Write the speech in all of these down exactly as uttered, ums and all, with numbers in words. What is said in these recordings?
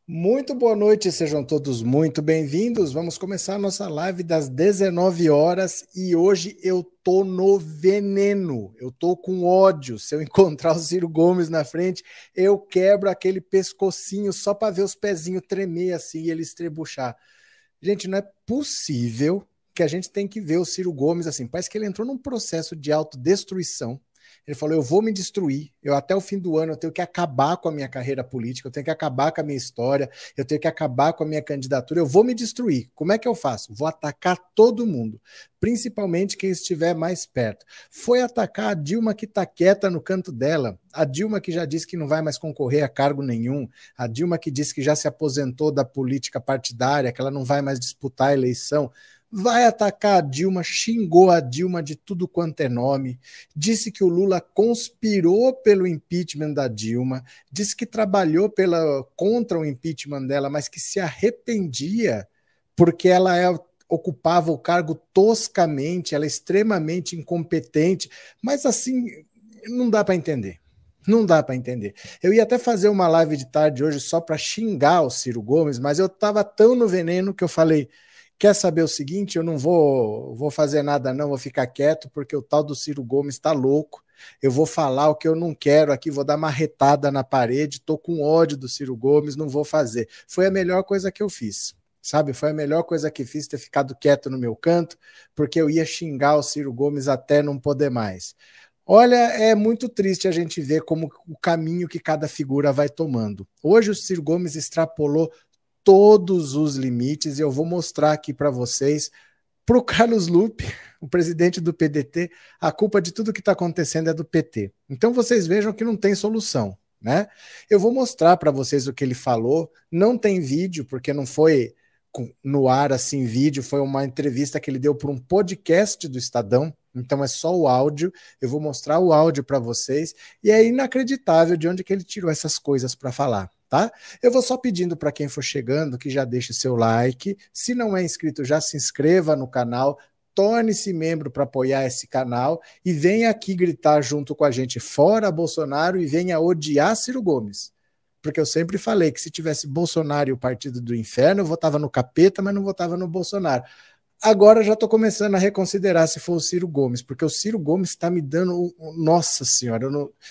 Muito boa noite, sejam todos muito bem-vindos. Vamos começar a nossa live das dezenove horas e hoje eu tô no veneno, eu tô com ódio. Se eu encontrar o Ciro Gomes na frente, eu quebro aquele pescocinho só para ver os pezinhos tremer assim e ele estrebuchar. Gente, não é possível que a gente tem que ver o Ciro Gomes assim, parece que ele entrou num processo de autodestruição. Ele falou, eu vou me destruir, eu até o fim do ano eu tenho que acabar com a minha carreira política, eu tenho que acabar com a minha história, eu tenho que acabar com a minha candidatura, eu vou me destruir. Como é que eu faço? Vou atacar todo mundo, principalmente quem estiver mais perto. Foi atacar a Dilma que está quieta no canto dela, a Dilma que já disse que não vai mais concorrer a cargo nenhum, a Dilma que disse que já se aposentou da política partidária, que ela não vai mais disputar a eleição. Vai atacar a Dilma, xingou a Dilma de tudo quanto é nome, disse que o Lula conspirou pelo impeachment da Dilma, disse que trabalhou pela, contra o impeachment dela, mas que se arrependia porque ela é, ocupava o cargo toscamente, ela é extremamente incompetente, mas assim, não dá para entender. Não dá para entender. Eu ia até fazer uma live de tarde hoje só para xingar o Ciro Gomes, mas eu estava tão no veneno que eu falei, quer saber o seguinte, eu não vou, vou fazer nada não, vou ficar quieto, porque o tal do Ciro Gomes está louco, eu vou falar o que eu não quero aqui, vou dar uma retada na parede, tô com ódio do Ciro Gomes, não vou fazer. Foi a melhor coisa que eu fiz, sabe? Foi a melhor coisa que fiz ter ficado quieto no meu canto, porque eu ia xingar o Ciro Gomes até não poder mais. Olha, é muito triste a gente ver como o caminho que cada figura vai tomando. Hoje o Ciro Gomes extrapolou todos os limites e eu vou mostrar aqui para vocês, para o Carlos Lupe, o presidente do P D T, a culpa de tudo que está acontecendo é do P T. Então vocês vejam que não tem solução, né? Eu vou mostrar para vocês o que ele falou, não tem vídeo, porque não foi no ar assim vídeo, foi uma entrevista que ele deu para um podcast do Estadão, então é só o áudio, eu vou mostrar o áudio para vocês, e é inacreditável de onde que ele tirou essas coisas para falar. Tá? Eu vou só pedindo para quem for chegando que já deixe seu like, se não é inscrito já se inscreva no canal, torne-se membro para apoiar esse canal e venha aqui gritar junto com a gente fora Bolsonaro e venha odiar Ciro Gomes, porque eu sempre falei que se tivesse Bolsonaro e o Partido do Inferno eu votava no capeta, mas não votava no Bolsonaro. Agora já estou começando a reconsiderar se for o Ciro Gomes, porque o Ciro Gomes está me dando, nossa senhora, eu não...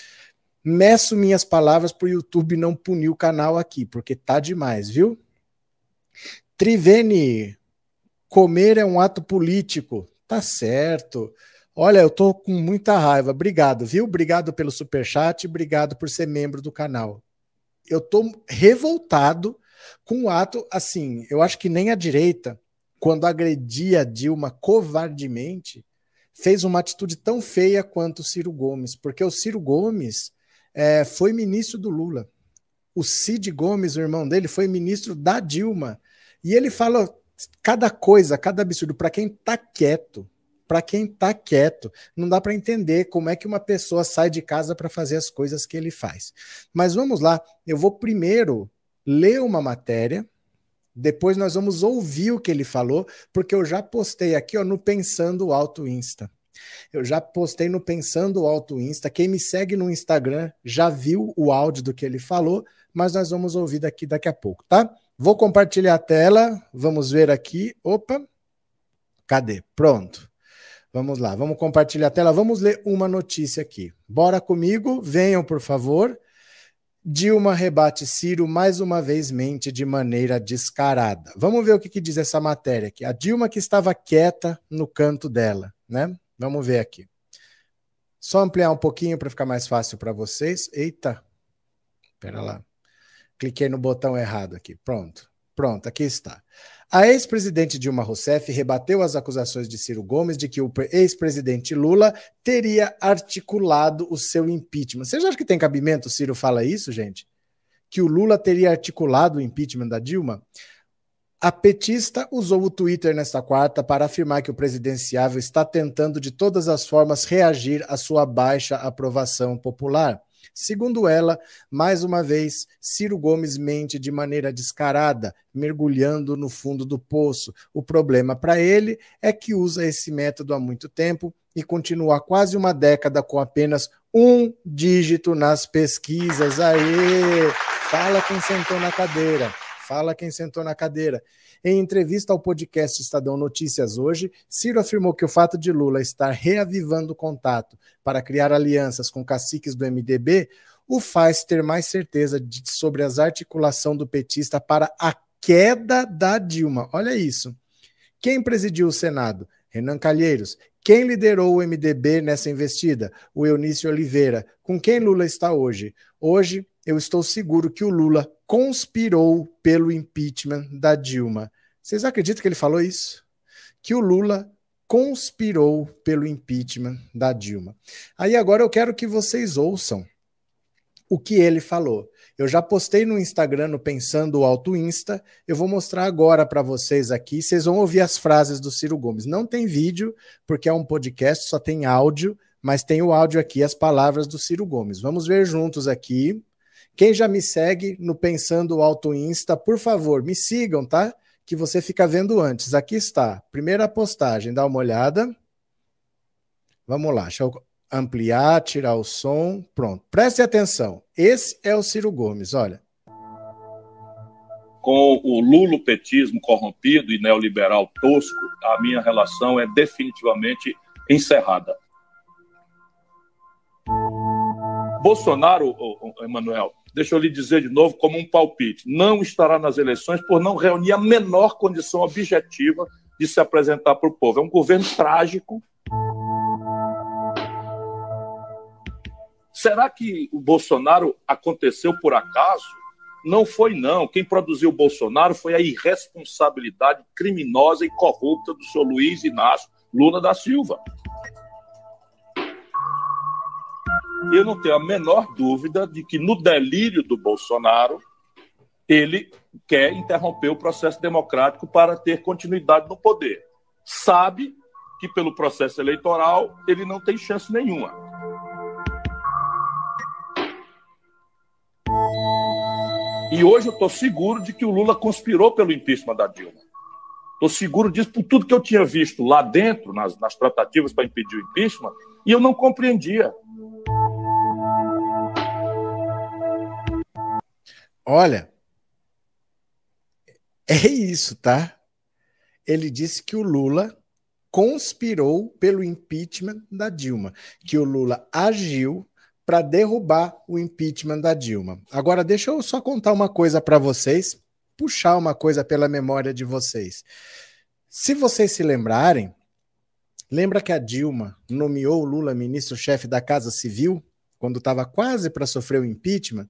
Meço minhas palavras para o YouTube não punir o canal aqui, porque tá demais, viu? Triveni, comer é um ato político. Tá certo. Olha, eu tô com muita raiva. Obrigado, viu? Obrigado pelo superchat, obrigado por ser membro do canal. Eu tô revoltado com o ato, assim, eu acho que nem a direita, quando agredia Dilma covardemente, fez uma atitude tão feia quanto o Ciro Gomes, porque o Ciro Gomes É, foi ministro do Lula. O Cid Gomes, o irmão dele, foi ministro da Dilma. E ele fala cada coisa, cada absurdo. Para quem tá quieto, para quem tá quieto, não dá para entender como é que uma pessoa sai de casa para fazer as coisas que ele faz. Mas vamos lá, eu vou primeiro ler uma matéria, depois nós vamos ouvir o que ele falou, porque eu já postei aqui ó, no Pensando Alto Insta. Eu já postei no Pensando Alto Insta. Quem me segue no Instagram já viu o áudio do que ele falou, mas nós vamos ouvir daqui daqui a pouco, tá? Vou compartilhar a tela, vamos ver aqui. Opa, cadê? Pronto. Vamos lá, vamos compartilhar a tela, vamos ler uma notícia aqui. Bora comigo, venham por favor. Dilma rebate Ciro mais uma vez mente de maneira descarada. Vamos ver o que, que diz essa matéria aqui. A Dilma que estava quieta no canto dela, né? Vamos ver aqui. Só ampliar um pouquinho para ficar mais fácil para vocês. Eita, espera lá. Cliquei no botão errado aqui. Pronto, pronto, aqui está. A ex-presidente Dilma Rousseff rebateu as acusações de Ciro Gomes de que o ex-presidente Lula teria articulado o seu impeachment. Vocês acham que tem cabimento o Ciro fala isso, gente? Que o Lula teria articulado o impeachment da Dilma? A petista usou o Twitter nesta quarta para afirmar que o presidenciável está tentando de todas as formas reagir à sua baixa aprovação popular. Segundo ela, mais uma vez, Ciro Gomes mente de maneira descarada, mergulhando no fundo do poço. O problema para ele é que usa esse método há muito tempo e continua há quase uma década com apenas um dígito nas pesquisas. Aê! Fala quem sentou na cadeira. fala quem sentou na cadeira. Em entrevista ao podcast Estadão Notícias hoje, Ciro afirmou que o fato de Lula estar reavivando o contato para criar alianças com caciques do M D B o faz ter mais certeza de, sobre as articulações do petista para a queda da Dilma. Olha isso. Quem presidiu o Senado? Renan Calheiros. Quem liderou o M D B nessa investida? O Eunício Oliveira. Com quem Lula está hoje? Hoje, eu estou seguro que o Lula conspirou pelo impeachment da Dilma. Vocês acreditam que ele falou isso? Que o Lula conspirou pelo impeachment da Dilma. Aí agora eu quero que vocês ouçam o que ele falou. Eu já postei no Instagram, no Pensando Alto Insta, eu vou mostrar agora para vocês aqui, vocês vão ouvir as frases do Ciro Gomes. Não tem vídeo, porque é um podcast, só tem áudio, mas tem o áudio aqui, as palavras do Ciro Gomes. Vamos ver juntos aqui. Quem já me segue no Pensando Alto Insta, por favor, me sigam, tá? Que você fica vendo antes. Aqui está, primeira postagem, dá uma olhada. Vamos lá, deixa eu ampliar, tirar o som, pronto. Preste atenção, esse é o Ciro Gomes, olha. Com o lulopetismo corrompido e neoliberal tosco, a minha relação é definitivamente encerrada. Bolsonaro, Emanuel, deixa eu lhe dizer de novo como um palpite, não estará nas eleições por não reunir a menor condição objetiva de se apresentar para o povo. É um governo trágico. Será que o Bolsonaro aconteceu por acaso? Não foi, não. Quem produziu o Bolsonaro foi a irresponsabilidade criminosa e corrupta do senhor Luiz Inácio Lula da Silva. Eu não tenho a menor dúvida de que, no delírio do Bolsonaro, ele quer interromper o processo democrático para ter continuidade no poder. Sabe que, pelo processo eleitoral, ele não tem chance nenhuma. E hoje eu estou seguro de que o Lula conspirou pelo impeachment da Dilma. Estou seguro disso por tudo que eu tinha visto lá dentro, nas, nas tratativas para impedir o impeachment, e eu não compreendia. Olha, é isso, tá? Ele disse que o Lula conspirou pelo impeachment da Dilma, que o Lula agiu para derrubar o impeachment da Dilma. Agora, deixa eu só contar uma coisa para vocês, puxar uma coisa pela memória de vocês. Se vocês se lembrarem, lembra que a Dilma nomeou o Lula ministro-chefe da Casa Civil, quando estava quase para sofrer o impeachment,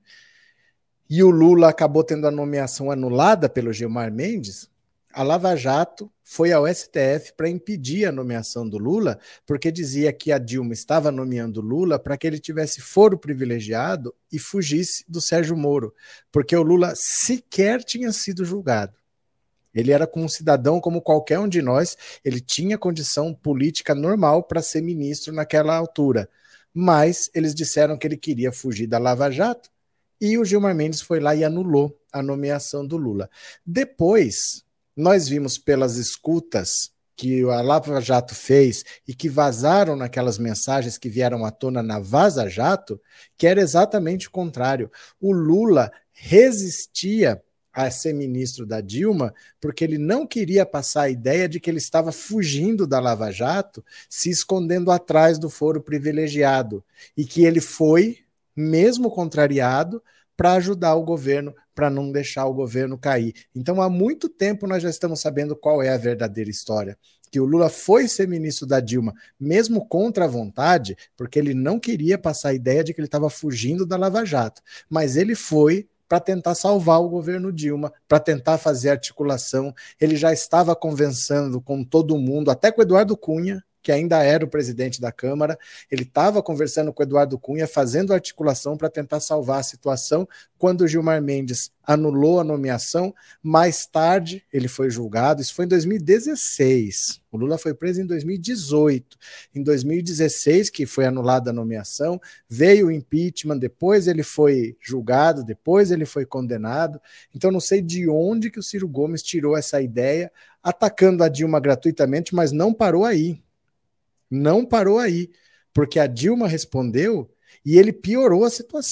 e o Lula acabou tendo a nomeação anulada pelo Gilmar Mendes? A Lava Jato foi ao S T F para impedir a nomeação do Lula, porque dizia que a Dilma estava nomeando Lula para que ele tivesse foro privilegiado e fugisse do Sérgio Moro, porque o Lula sequer tinha sido julgado. Ele era como um cidadão como qualquer um de nós, ele tinha condição política normal para ser ministro naquela altura, mas eles disseram que ele queria fugir da Lava Jato e o Gilmar Mendes foi lá e anulou a nomeação do Lula. Depois, nós vimos pelas escutas que a Lava Jato fez e que vazaram naquelas mensagens que vieram à tona na Vaza Jato, que era exatamente o contrário. O Lula resistia a ser ministro da Dilma porque ele não queria passar a ideia de que ele estava fugindo da Lava Jato, se escondendo atrás do foro privilegiado, e que ele foi, mesmo contrariado, para ajudar o governo, para não deixar o governo cair. Então, há muito tempo nós já estamos sabendo qual é a verdadeira história, que o Lula foi ser ministro da Dilma, mesmo contra a vontade, porque ele não queria passar a ideia de que ele estava fugindo da Lava Jato, mas ele foi para tentar salvar o governo Dilma, para tentar fazer articulação. Ele já estava conversando com todo mundo, até com o Eduardo Cunha, que ainda era o presidente da Câmara, ele estava conversando com o Eduardo Cunha, fazendo articulação para tentar salvar a situação, quando o Gilmar Mendes anulou a nomeação. Mais tarde, ele foi julgado, isso foi em dois mil e dezesseis, o Lula foi preso em dois mil e dezoito, em dois mil e dezesseis, que foi anulada a nomeação, veio o impeachment, depois ele foi julgado, depois ele foi condenado. Então não sei de onde que o Ciro Gomes tirou essa ideia, atacando a Dilma gratuitamente, mas não parou aí. Não parou aí, porque a Dilma respondeu e ele piorou a situação.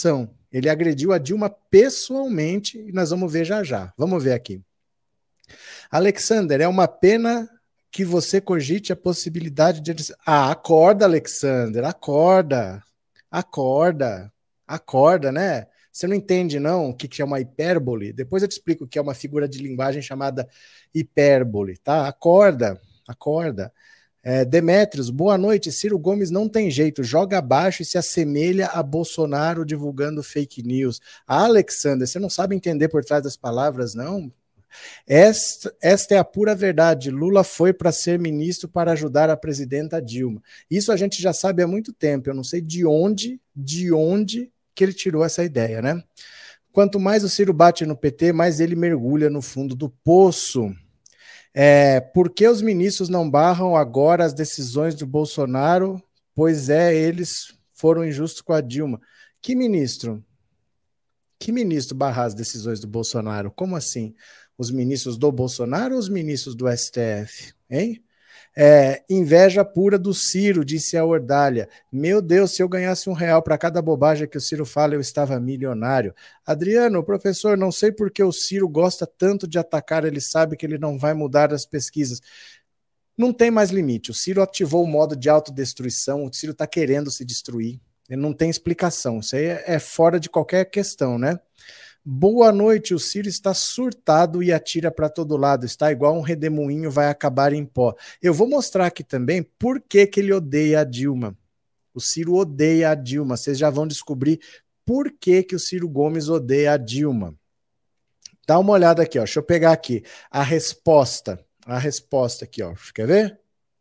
Ele agrediu a Dilma pessoalmente e nós vamos ver já já. Vamos ver aqui. Alexander, é uma pena que você cogite a possibilidade de... Ah, acorda, Alexander, acorda. Acorda. Acorda, né? Você não entende, não, o que é uma hipérbole? Depois eu te explico o que é uma figura de linguagem chamada hipérbole, tá? Acorda, acorda. É, Demétrios, boa noite. Ciro Gomes não tem jeito, joga abaixo e se assemelha a Bolsonaro divulgando fake news. Ah, Alexander, você não sabe entender por trás das palavras, não? Esta, esta é a pura verdade. Lula foi para ser ministro para ajudar a presidenta Dilma. Isso a gente já sabe há muito tempo. Eu não sei de onde, de onde que ele tirou essa ideia, né? Quanto mais o Ciro bate no P T, mais ele mergulha no fundo do poço. É, por que os ministros não barram agora as decisões do Bolsonaro? Pois é, eles foram injustos com a Dilma. Que ministro? Que ministro barrar as decisões do Bolsonaro? Como assim? Os ministros do Bolsonaro ou os ministros do S T F? Hein? É, inveja pura do Ciro, disse a Ordália. Meu Deus, se eu ganhasse um real para cada bobagem que o Ciro fala, eu estava milionário. Adriano, professor, não sei por que o Ciro gosta tanto de atacar, ele sabe que ele não vai mudar as pesquisas. Não tem mais limite. O Ciro ativou o modo de autodestruição, o Ciro está querendo se destruir. Ele não tem explicação. Isso aí é, é fora de qualquer questão, né? Boa noite, o Ciro está surtado e atira para todo lado, está igual um redemoinho, vai acabar em pó. Eu vou mostrar aqui também por que, que ele odeia a Dilma. O Ciro odeia a Dilma, vocês já vão descobrir por que, que o Ciro Gomes odeia a Dilma. Dá uma olhada aqui, ó. Deixa eu pegar aqui a resposta, a resposta aqui, ó. Quer ver?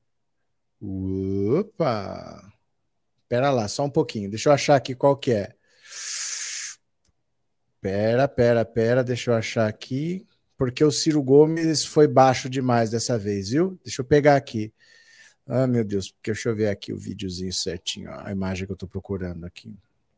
Opa! Pera lá, só um pouquinho, deixa eu achar aqui qual que é. Pera, pera, pera, deixa eu achar aqui, porque o Ciro Gomes foi baixo demais dessa vez, viu? Deixa eu pegar aqui. Ah, meu Deus, deixa eu ver aqui o videozinho certinho, ó, a imagem que eu tô procurando aqui.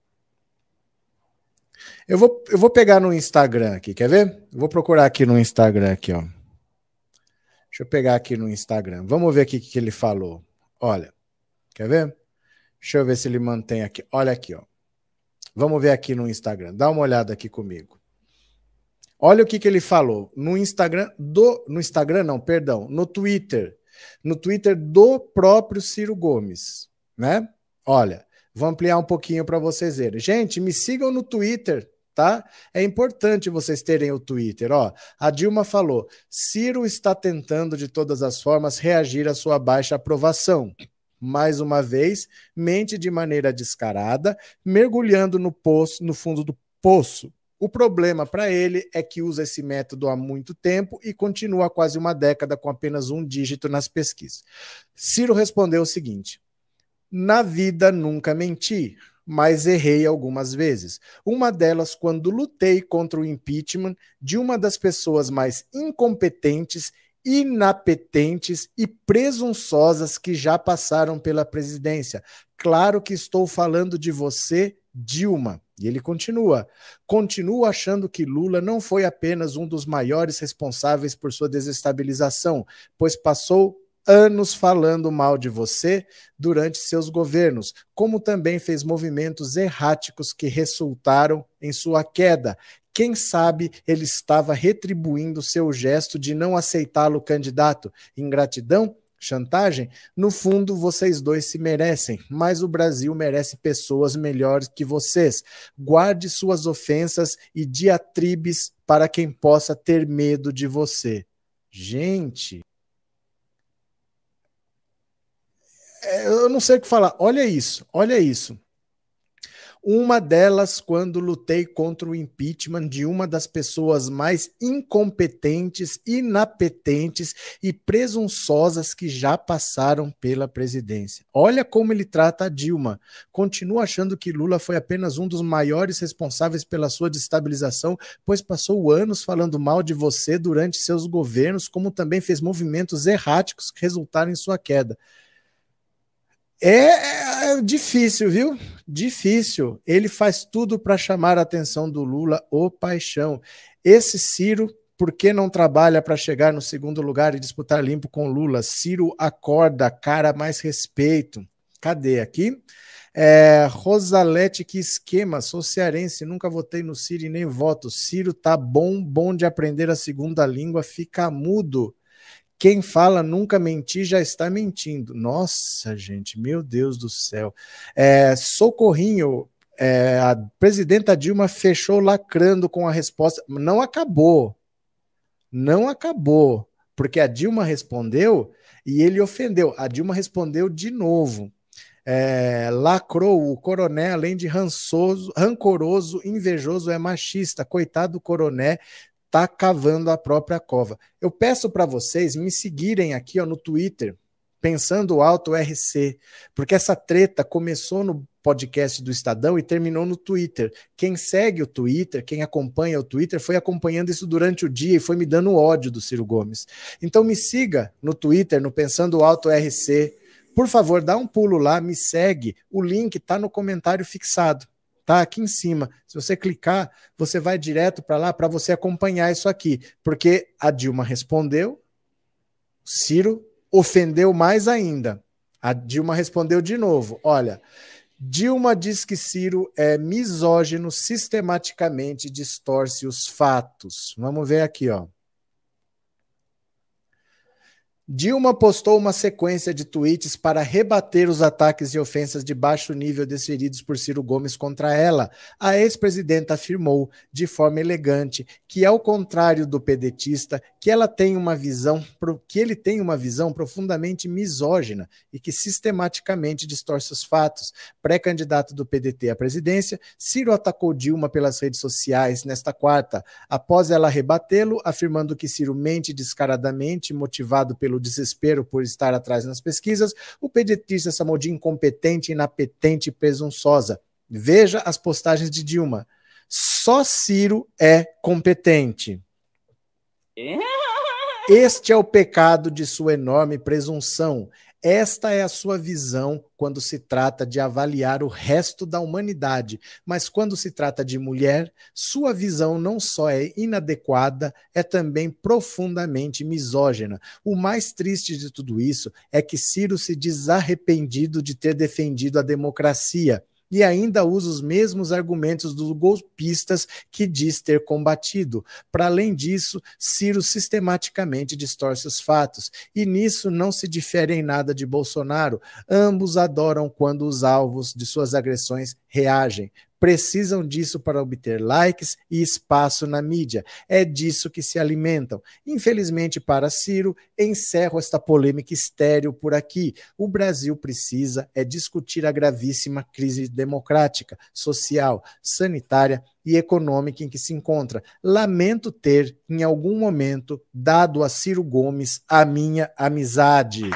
Eu vou, eu vou pegar no Instagram aqui, quer ver? Eu vou procurar aqui no Instagram aqui, ó. Deixa eu pegar aqui no Instagram. Vamos ver aqui o que ele falou. Olha, quer ver? Deixa eu ver se ele mantém aqui. Olha aqui, ó. Vamos ver aqui no Instagram. Dá uma olhada aqui comigo. Olha o que, que ele falou no Instagram do, no Instagram não, perdão, no Twitter, no Twitter do próprio Ciro Gomes, né? Olha, vou ampliar um pouquinho para vocês verem. Gente, me sigam no Twitter, tá? É importante vocês terem o Twitter, ó. A Dilma falou: Ciro está tentando de todas as formas reagir à sua baixa aprovação. Mais uma vez, mente de maneira descarada, mergulhando no poço, no fundo do poço. O problema para ele é que usa esse método há muito tempo e continua há quase uma década com apenas um dígito nas pesquisas. Ciro respondeu o seguinte: na vida nunca menti, mas errei algumas vezes. Uma delas quando lutei contra o impeachment de uma das pessoas mais incompetentes, inapetentes e presunçosas que já passaram pela presidência. Claro que estou falando de você, Dilma. E ele continua. Continuo achando que Lula não foi apenas um dos maiores responsáveis por sua desestabilização, pois passou anos falando mal de você durante seus governos, como também fez movimentos erráticos que resultaram em sua queda. Quem sabe ele estava retribuindo seu gesto de não aceitá-lo candidato? Ingratidão? Chantagem? No fundo, vocês dois se merecem, mas o Brasil merece pessoas melhores que vocês. Guarde suas ofensas e diatribes para quem possa ter medo de você. Gente, eu não sei o que falar. Olha isso, olha isso. Uma delas quando lutei contra o impeachment de uma das pessoas mais incompetentes, inapetentes e presunçosas que já passaram pela presidência. Olha como ele trata a Dilma. Continua achando que Lula foi apenas um dos maiores responsáveis pela sua destabilização, pois passou anos falando mal de você durante seus governos, como também fez movimentos erráticos que resultaram em sua queda. É, é difícil, viu? Difícil. Ele faz tudo para chamar a atenção do Lula, ô paixão. Esse Ciro, por que não trabalha para chegar no segundo lugar e disputar limpo com Lula? Ciro acorda, cara, mais respeito. Cadê aqui? É, Rosalete, que esquema, sou cearense, nunca votei no Ciro e nem voto. Ciro tá bom, bom de aprender a segunda língua, fica mudo. Quem fala nunca mentir já está mentindo. Nossa, gente, meu Deus do céu. É, Socorrinho, é, a presidenta Dilma fechou lacrando com a resposta. Não acabou. Não acabou. Porque a Dilma respondeu e ele ofendeu. A Dilma respondeu de novo. É, lacrou o coroné, além de rançoso, rancoroso, invejoso, é machista. Coitado do coroné, tá cavando a própria cova. Eu peço para vocês me seguirem aqui ó, no Twitter, Pensando Alto R C, porque essa treta começou no podcast do Estadão e terminou no Twitter. Quem segue o Twitter, quem acompanha o Twitter, foi acompanhando isso durante o dia e foi me dando ódio do Ciro Gomes. Então me siga no Twitter, no Pensando Alto R C. Por favor, dá um pulo lá, me segue. O link está no comentário fixado. Tá aqui em cima. Se você clicar, você vai direto para lá para você acompanhar isso aqui. Porque a Dilma respondeu, Ciro ofendeu mais ainda. A Dilma respondeu de novo. Olha, Dilma diz que Ciro é misógino, sistematicamente distorce os fatos. Vamos ver aqui, ó. Dilma postou uma sequência de tweets para rebater os ataques e ofensas de baixo nível desferidos por Ciro Gomes contra ela. A ex-presidenta afirmou, de forma elegante, que ao contrário do pedetista, que ela tem uma visão, que ele tem uma visão profundamente misógina e que sistematicamente distorce os fatos. Pré-candidato do P D T à presidência, Ciro atacou Dilma pelas redes sociais nesta quarta, após ela rebatê-lo, afirmando que Ciro mente descaradamente, motivado pelo desespero por estar atrás nas pesquisas, o pedetista chamou de incompetente, inapetente e presunçosa. Veja as postagens de Dilma. Só Ciro é competente. Este é o pecado de sua enorme presunção. Esta é a sua visão quando se trata de avaliar o resto da humanidade, mas quando se trata de mulher, sua visão não só é inadequada, é também profundamente misógina. O mais triste de tudo isso é que Ciro se diz arrependido de ter defendido a democracia e ainda usa os mesmos argumentos dos golpistas que diz ter combatido. Para além disso, Ciro sistematicamente distorce os fatos, e nisso não se difere em nada de Bolsonaro. Ambos adoram quando os alvos de suas agressões reagem. Precisam disso para obter likes e espaço na mídia. É disso que se alimentam. Infelizmente para Ciro, encerro esta polêmica estéril por aqui. O Brasil precisa é discutir a gravíssima crise democrática, social, sanitária e econômica em que se encontra. Lamento ter, em algum momento, dado a Ciro Gomes a minha amizade.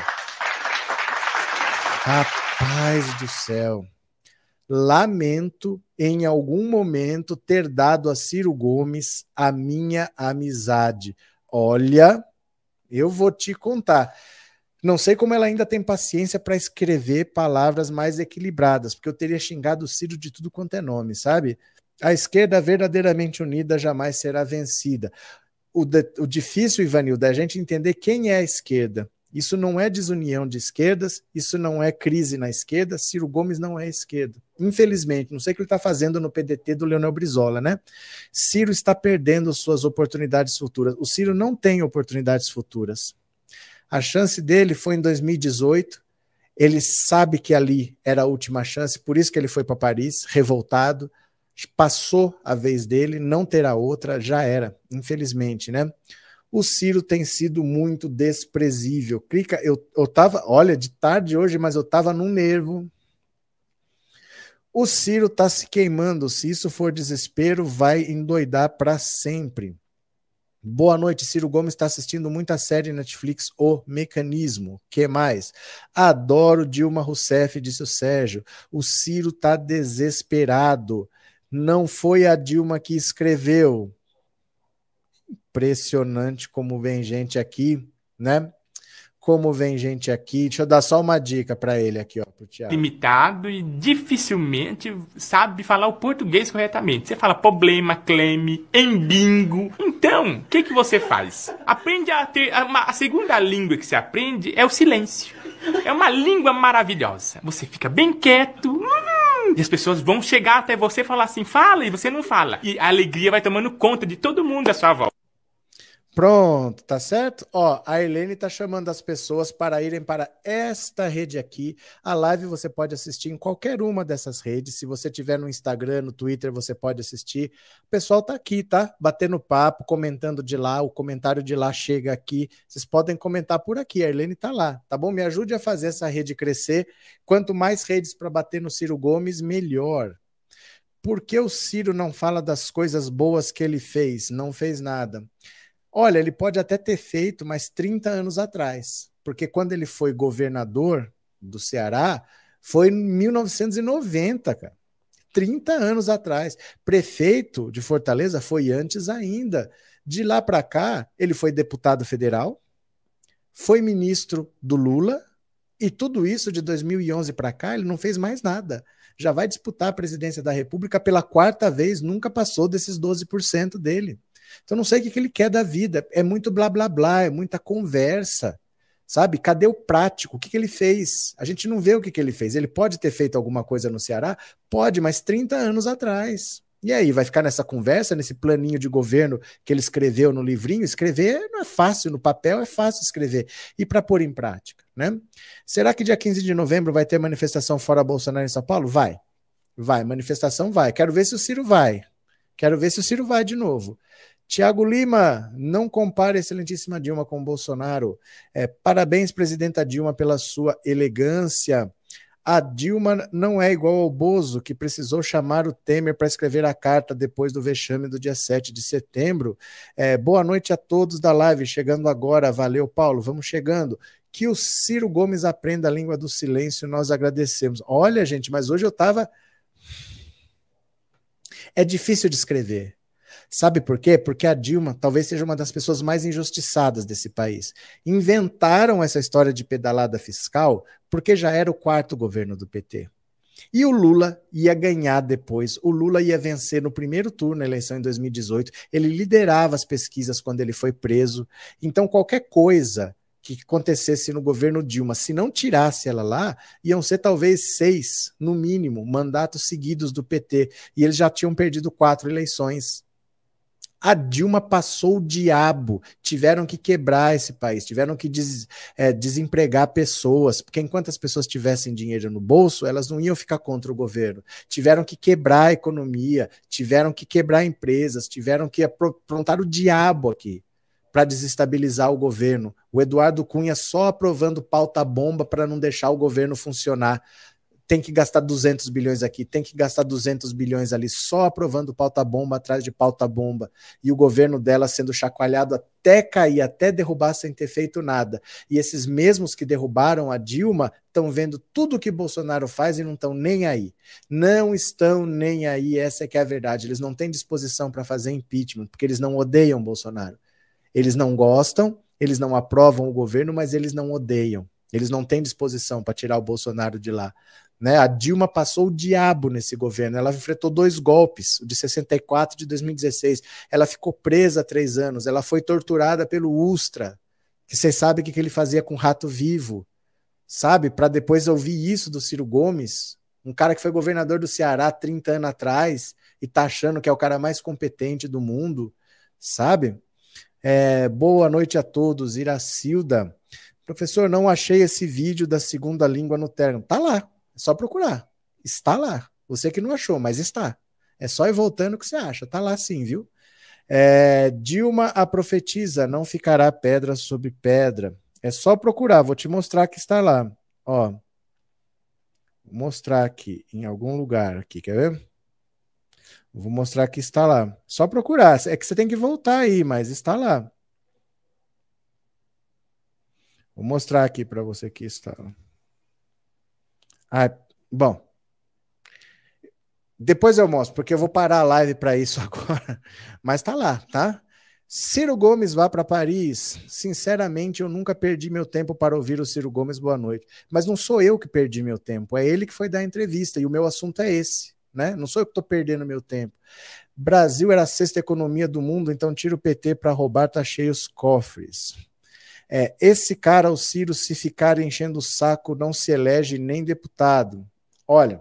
Rapaz do céu. Lamento, em algum momento, ter dado a Ciro Gomes a minha amizade. Olha, eu vou te contar. Não sei como ela ainda tem paciência para escrever palavras mais equilibradas, porque eu teria xingado o Ciro de tudo quanto é nome, sabe? A esquerda verdadeiramente unida jamais será vencida. O, de, o difícil, Ivanildo, é a gente entender quem é a esquerda. Isso não é desunião de esquerdas, isso não é crise na esquerda, Ciro Gomes não é esquerda. Infelizmente, não sei o que ele está fazendo no P D T do Leonel Brizola, né? Ciro está perdendo suas oportunidades futuras. O Ciro não tem oportunidades futuras. A chance dele foi em dois mil e dezoito, ele sabe que ali era a última chance, por isso que ele foi para Paris, revoltado, passou a vez dele, não terá outra, já era, infelizmente, né? O Ciro tem sido muito desprezível. Clica, eu, eu tava, olha, de tarde hoje, mas eu tava num nervo. O Ciro tá se queimando. Se isso for desespero, vai endoidar para sempre. Boa noite, Ciro Gomes está assistindo muita série Netflix, O Mecanismo. Que mais? Adoro Dilma Rousseff, disse o Sérgio. O Ciro tá desesperado. Não foi a Dilma que escreveu. Impressionante como vem gente aqui, né? Como vem gente aqui. Deixa eu dar só uma dica para ele aqui, ó, pro Thiago. Limitado e dificilmente sabe falar o português corretamente. Você fala problema, claim, embingo. Então, o que que você faz? Aprende a ter... A, uma, a segunda língua que você aprende é o silêncio. É uma língua maravilhosa. Você fica bem quieto. Hum, e as pessoas vão chegar até você e falar assim, fala, e você não fala. E a alegria vai tomando conta de todo mundo à sua volta. Pronto, tá certo? Ó, a Helene tá chamando as pessoas para irem para esta rede aqui. A live você pode assistir em qualquer uma dessas redes. Se você tiver no Instagram, no Twitter, você pode assistir. O pessoal tá aqui, tá? Batendo papo, comentando de lá. O comentário de lá chega aqui. Vocês podem comentar por aqui. A Helene tá lá, tá bom? Me ajude a fazer essa rede crescer. Quanto mais redes para bater no Ciro Gomes, melhor. Por que o Ciro não fala das coisas boas que ele fez? Não fez nada. Olha, ele pode até ter feito, mas trinta anos atrás, porque quando ele foi governador do Ceará, foi em mil novecentos e noventa, cara. trinta anos atrás. Prefeito de Fortaleza foi antes ainda. De lá para cá, ele foi deputado federal, foi ministro do Lula, e tudo isso de dois mil e onze para cá, ele não fez mais nada. Já vai disputar a presidência da República pela quarta vez, nunca passou desses doze por cento dele. Então não sei o que ele quer da vida, é muito blá blá blá, é muita conversa, sabe? Cadê o prático? O que ele fez? A gente não vê o que ele fez. Ele pode ter feito alguma coisa no Ceará? Pode, mas trinta anos atrás. E aí, vai ficar nessa conversa, nesse planinho de governo que ele escreveu no livrinho? Escrever não é fácil, no papel é fácil escrever. E para pôr em prática, né? Será que dia quinze de novembro vai ter manifestação fora Bolsonaro em São Paulo? Vai. Vai, manifestação vai. Quero ver se o Ciro vai. Quero ver se o Ciro vai de novo. Tiago Lima, não compare a excelentíssima Dilma com o Bolsonaro. É, parabéns, presidenta Dilma, pela sua elegância. A Dilma não é igual ao Bozo, que precisou chamar o Temer para escrever a carta depois do vexame do dia sete de setembro. É, boa noite a todos da live, chegando agora. Valeu, Paulo, vamos chegando. Que o Ciro Gomes aprenda a língua do silêncio, nós agradecemos. Olha, gente, mas hoje eu estava... É difícil de escrever. Sabe por quê? Porque a Dilma talvez seja uma das pessoas mais injustiçadas desse país. Inventaram essa história de pedalada fiscal porque já era o quarto governo do P T. E o Lula ia ganhar depois. O Lula ia vencer no primeiro turno na eleição em dois mil e dezoito. Ele liderava as pesquisas quando ele foi preso. Então, qualquer coisa que acontecesse no governo Dilma, se não tirasse ela lá, iam ser talvez seis, no mínimo, mandatos seguidos do P T. E eles já tinham perdido quatro eleições. A Dilma passou o diabo, tiveram que quebrar esse país, tiveram que des, é, desempregar pessoas, porque enquanto as pessoas tivessem dinheiro no bolso, elas não iam ficar contra o governo. Tiveram que quebrar a economia, tiveram que quebrar empresas, tiveram que aprontar o diabo aqui para desestabilizar o governo. O Eduardo Cunha só aprovando pauta-bomba para não deixar o governo funcionar. Tem que gastar duzentos bilhões aqui, tem que gastar duzentos bilhões ali, só aprovando pauta-bomba atrás de pauta-bomba, e o governo dela sendo chacoalhado até cair, até derrubar sem ter feito nada. E esses mesmos que derrubaram a Dilma estão vendo tudo que Bolsonaro faz e não estão nem aí. Não estão nem aí, essa é que é a verdade. Eles não têm disposição para fazer impeachment, porque eles não odeiam Bolsonaro. Eles não gostam, eles não aprovam o governo, mas eles não odeiam. Eles não têm disposição para tirar o Bolsonaro de lá. Né? A Dilma passou o diabo nesse governo. Ela enfrentou dois golpes, o de sessenta e quatro e de dois mil e dezesseis. Ela ficou presa há três anos. Ela foi torturada pelo Ustra, que vocês sabem o que ele fazia com rato vivo. Sabe? Para depois ouvir isso do Ciro Gomes, um cara que foi governador do Ceará trinta anos atrás e tá achando que é o cara mais competente do mundo. Sabe? É, boa noite a todos. Iracilda. Professor, não achei esse vídeo da segunda língua no terno. Tá lá. É só procurar. Está lá. Você que não achou, mas está. É só ir voltando que você acha. Tá lá sim, viu? É, Dilma, a profetisa, não ficará pedra sobre pedra. É só procurar. Vou te mostrar que está lá. Ó. Vou mostrar aqui, em algum lugar aqui. Quer ver? Vou mostrar que está lá. Só procurar. É que você tem que voltar aí, mas está lá. Vou mostrar aqui para você que está. Ah, bom. Depois eu mostro, porque eu vou parar a live para isso agora. Mas tá lá, tá? Ciro Gomes vá para Paris. Sinceramente, eu nunca perdi meu tempo para ouvir o Ciro Gomes. Boa noite. Mas não sou eu que perdi meu tempo, é ele que foi dar a entrevista e o meu assunto é esse, né? Não sou eu que estou perdendo meu tempo. Brasil era a sexta economia do mundo, então tira o P T para roubar, tá cheio os cofres. É, esse cara, o Ciro, se ficar enchendo o saco, não se elege nem deputado. Olha,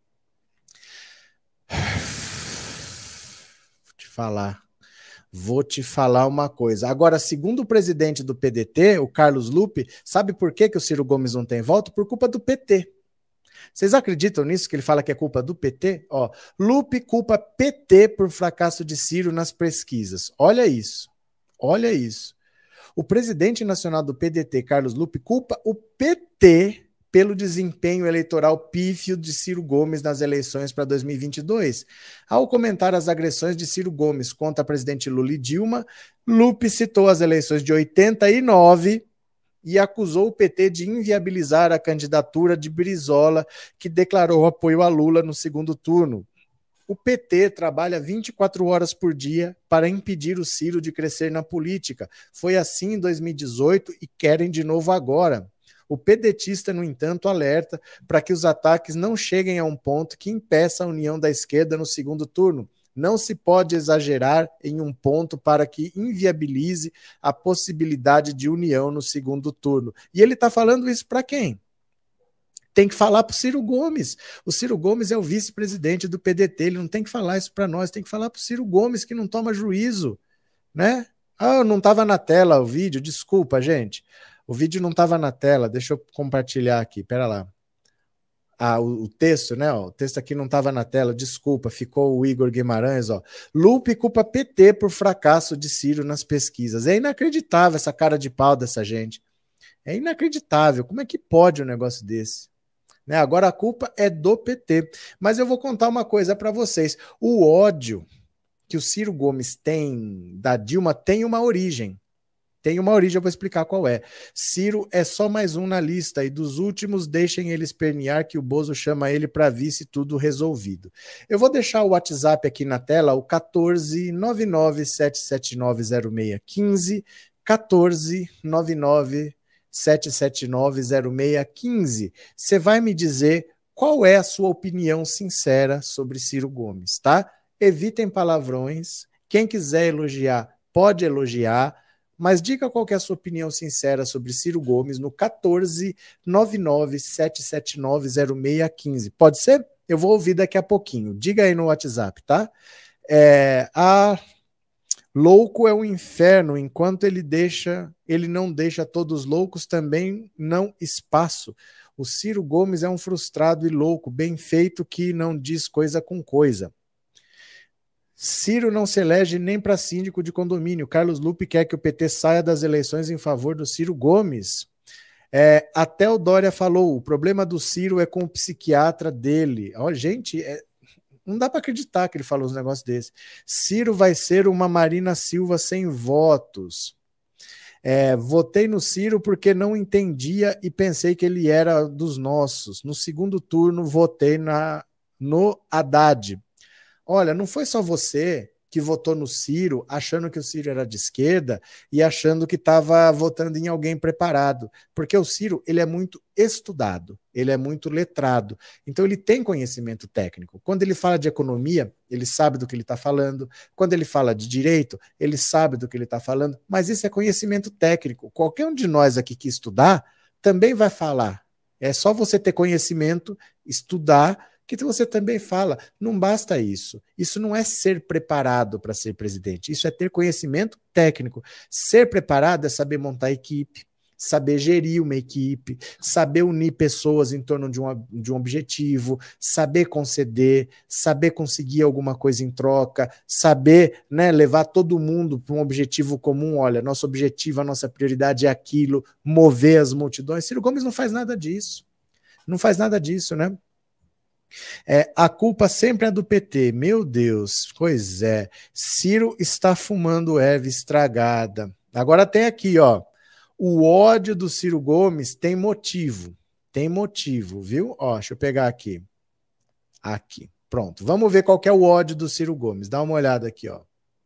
vou te falar, vou te falar uma coisa. Agora, segundo o presidente do P D T, o Carlos Lupe, sabe por que, que o Ciro Gomes não tem voto? Por culpa do P T. Vocês acreditam nisso, que ele fala que é culpa do P T? Ó, Lupe culpa P T por fracasso de Ciro nas pesquisas. Olha isso, olha isso. O presidente nacional do P D T, Carlos Lupe, culpa o P T pelo desempenho eleitoral pífio de Ciro Gomes nas eleições para dois mil e vinte e dois. Ao comentar as agressões de Ciro Gomes contra a presidente Lula e Dilma, Lupe citou as eleições de oitenta e nove e acusou o P T de inviabilizar a candidatura de Brizola, que declarou apoio a Lula no segundo turno. O P T trabalha vinte e quatro horas por dia para impedir o Ciro de crescer na política. Foi assim em dois mil e dezoito e querem de novo agora. O pedetista, no entanto, alerta para que os ataques não cheguem a um ponto que impeça a união da esquerda no segundo turno. Não se pode exagerar em um ponto para que inviabilize a possibilidade de união no segundo turno. E ele está falando isso para quem? Tem que falar para o Ciro Gomes. O Ciro Gomes é o vice-presidente do P D T, ele não tem que falar isso para nós, tem que falar para o Ciro Gomes, que não toma juízo, né? Ah, não estava na tela o vídeo, desculpa, gente. O vídeo não estava na tela, deixa eu compartilhar aqui, pera lá. Ah, o, o texto, né? Ó, o texto aqui não estava na tela, desculpa, ficou o Igor Guimarães, ó. Lupe culpa P T por fracasso de Ciro nas pesquisas. É inacreditável essa cara de pau dessa gente. É inacreditável. Como é que pode um negócio desse? Né? Agora a culpa é do P T. Mas eu vou contar uma coisa para vocês. O ódio que o Ciro Gomes tem da Dilma tem uma origem. Tem uma origem, eu vou explicar qual é. Ciro é só mais um na lista e dos últimos deixem ele espernear que o Bozo chama ele para vice, tudo resolvido. Eu vou deixar o WhatsApp aqui na tela, o quatorze nove nove sete sete nove zero seis um cinco, quatorze nove nove sete sete nove zero seis um cinco. Você vai me dizer qual é a sua opinião sincera sobre Ciro Gomes, tá? Evitem palavrões. Quem quiser elogiar, pode elogiar. Mas diga qual que é a sua opinião sincera sobre Ciro Gomes no quatorze nove nove sete sete nove zero seis um cinco. Pode ser? Eu vou ouvir daqui a pouquinho. Diga aí no WhatsApp, tá? É, a louco é um inferno, enquanto ele deixa, ele não deixa todos loucos, também não espaço. O Ciro Gomes é um frustrado e louco, bem feito que não diz coisa com coisa. Ciro não se elege nem para síndico de condomínio. Carlos Lupe quer que o P T saia das eleições em favor do Ciro Gomes. É, até o Dória falou, o problema do Ciro é com o psiquiatra dele. Ó, gente, é, não dá para acreditar que ele falou uns negócios desses. Ciro vai ser uma Marina Silva sem votos. É, votei no Ciro porque não entendia e pensei que ele era dos nossos. No segundo turno, votei na, no Haddad. Olha, não foi só você que votou no Ciro achando que o Ciro era de esquerda e achando que estava votando em alguém preparado, porque o Ciro ele é muito estudado, ele é muito letrado, então ele tem conhecimento técnico. Quando ele fala de economia, ele sabe do que ele está falando, quando ele fala de direito, ele sabe do que ele está falando, mas isso é conhecimento técnico. Qualquer um de nós aqui que estudar também vai falar. É só você ter conhecimento, estudar, que você também fala. Não basta isso. Isso não é ser preparado para ser presidente. Isso é ter conhecimento técnico. Ser preparado é saber montar equipe, saber gerir uma equipe, saber unir pessoas em torno de um, de um objetivo, saber conceder, saber conseguir alguma coisa em troca, saber, né, levar todo mundo para um objetivo comum. Olha, nosso objetivo, a nossa prioridade é aquilo, mover as multidões. Ciro Gomes não faz nada disso. Não faz nada disso, né? É, a culpa sempre é do P T. Meu Deus, pois é. Ciro está fumando erva estragada. Agora tem aqui, ó. O ódio do Ciro Gomes tem motivo. Tem motivo, viu? Ó, deixa eu pegar aqui. Aqui. Pronto. Vamos ver qual que é o ódio do Ciro Gomes. Dá uma olhada aqui, ó.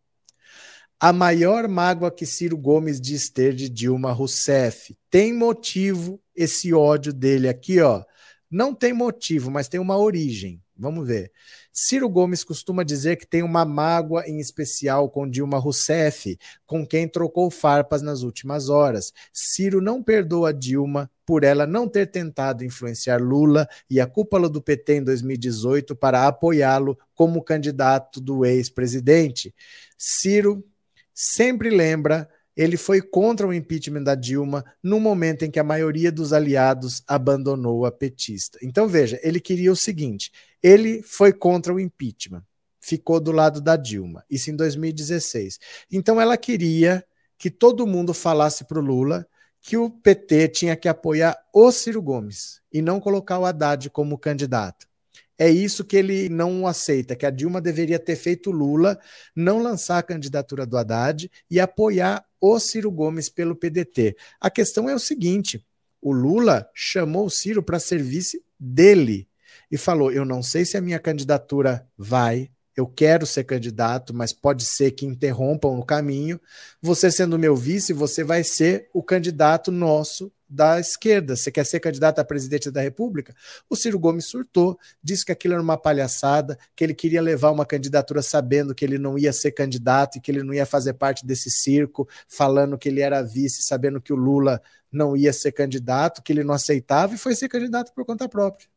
A maior mágoa que Ciro Gomes diz ter de Dilma Rousseff. Tem motivo esse ódio dele aqui, ó. Não tem motivo, mas tem uma origem. Vamos ver. Ciro Gomes costuma dizer que tem uma mágoa em especial com Dilma Rousseff, com quem trocou farpas nas últimas horas. Ciro não perdoa Dilma por ela não ter tentado influenciar Lula e a cúpula do P T em dois mil e dezoito para apoiá-lo como candidato do ex-presidente. Ciro sempre lembra, ele foi contra o impeachment da Dilma no momento em que a maioria dos aliados abandonou a petista. Então veja, ele queria o seguinte, ele foi contra o impeachment, ficou do lado da Dilma, isso em dois mil e dezesseis. Então ela queria que todo mundo falasse para o Lula que o P T tinha que apoiar o Ciro Gomes e não colocar o Haddad como candidato. É isso que ele não aceita, que a Dilma deveria ter feito Lula não lançar a candidatura do Haddad e apoiar o Ciro Gomes pelo P D T. A questão é o seguinte, o Lula chamou o Ciro para ser vice dele e falou, eu não sei se a minha candidatura vai, eu quero ser candidato, mas pode ser que interrompam no caminho. Você sendo meu vice, você vai ser o candidato nosso da esquerda. Você quer ser candidato a presidente da República? O Ciro Gomes surtou, disse que aquilo era uma palhaçada, que ele queria levar uma candidatura sabendo que ele não ia ser candidato e que ele não ia fazer parte desse circo, falando que ele era vice, sabendo que o Lula não ia ser candidato, que ele não aceitava e foi ser candidato por conta própria.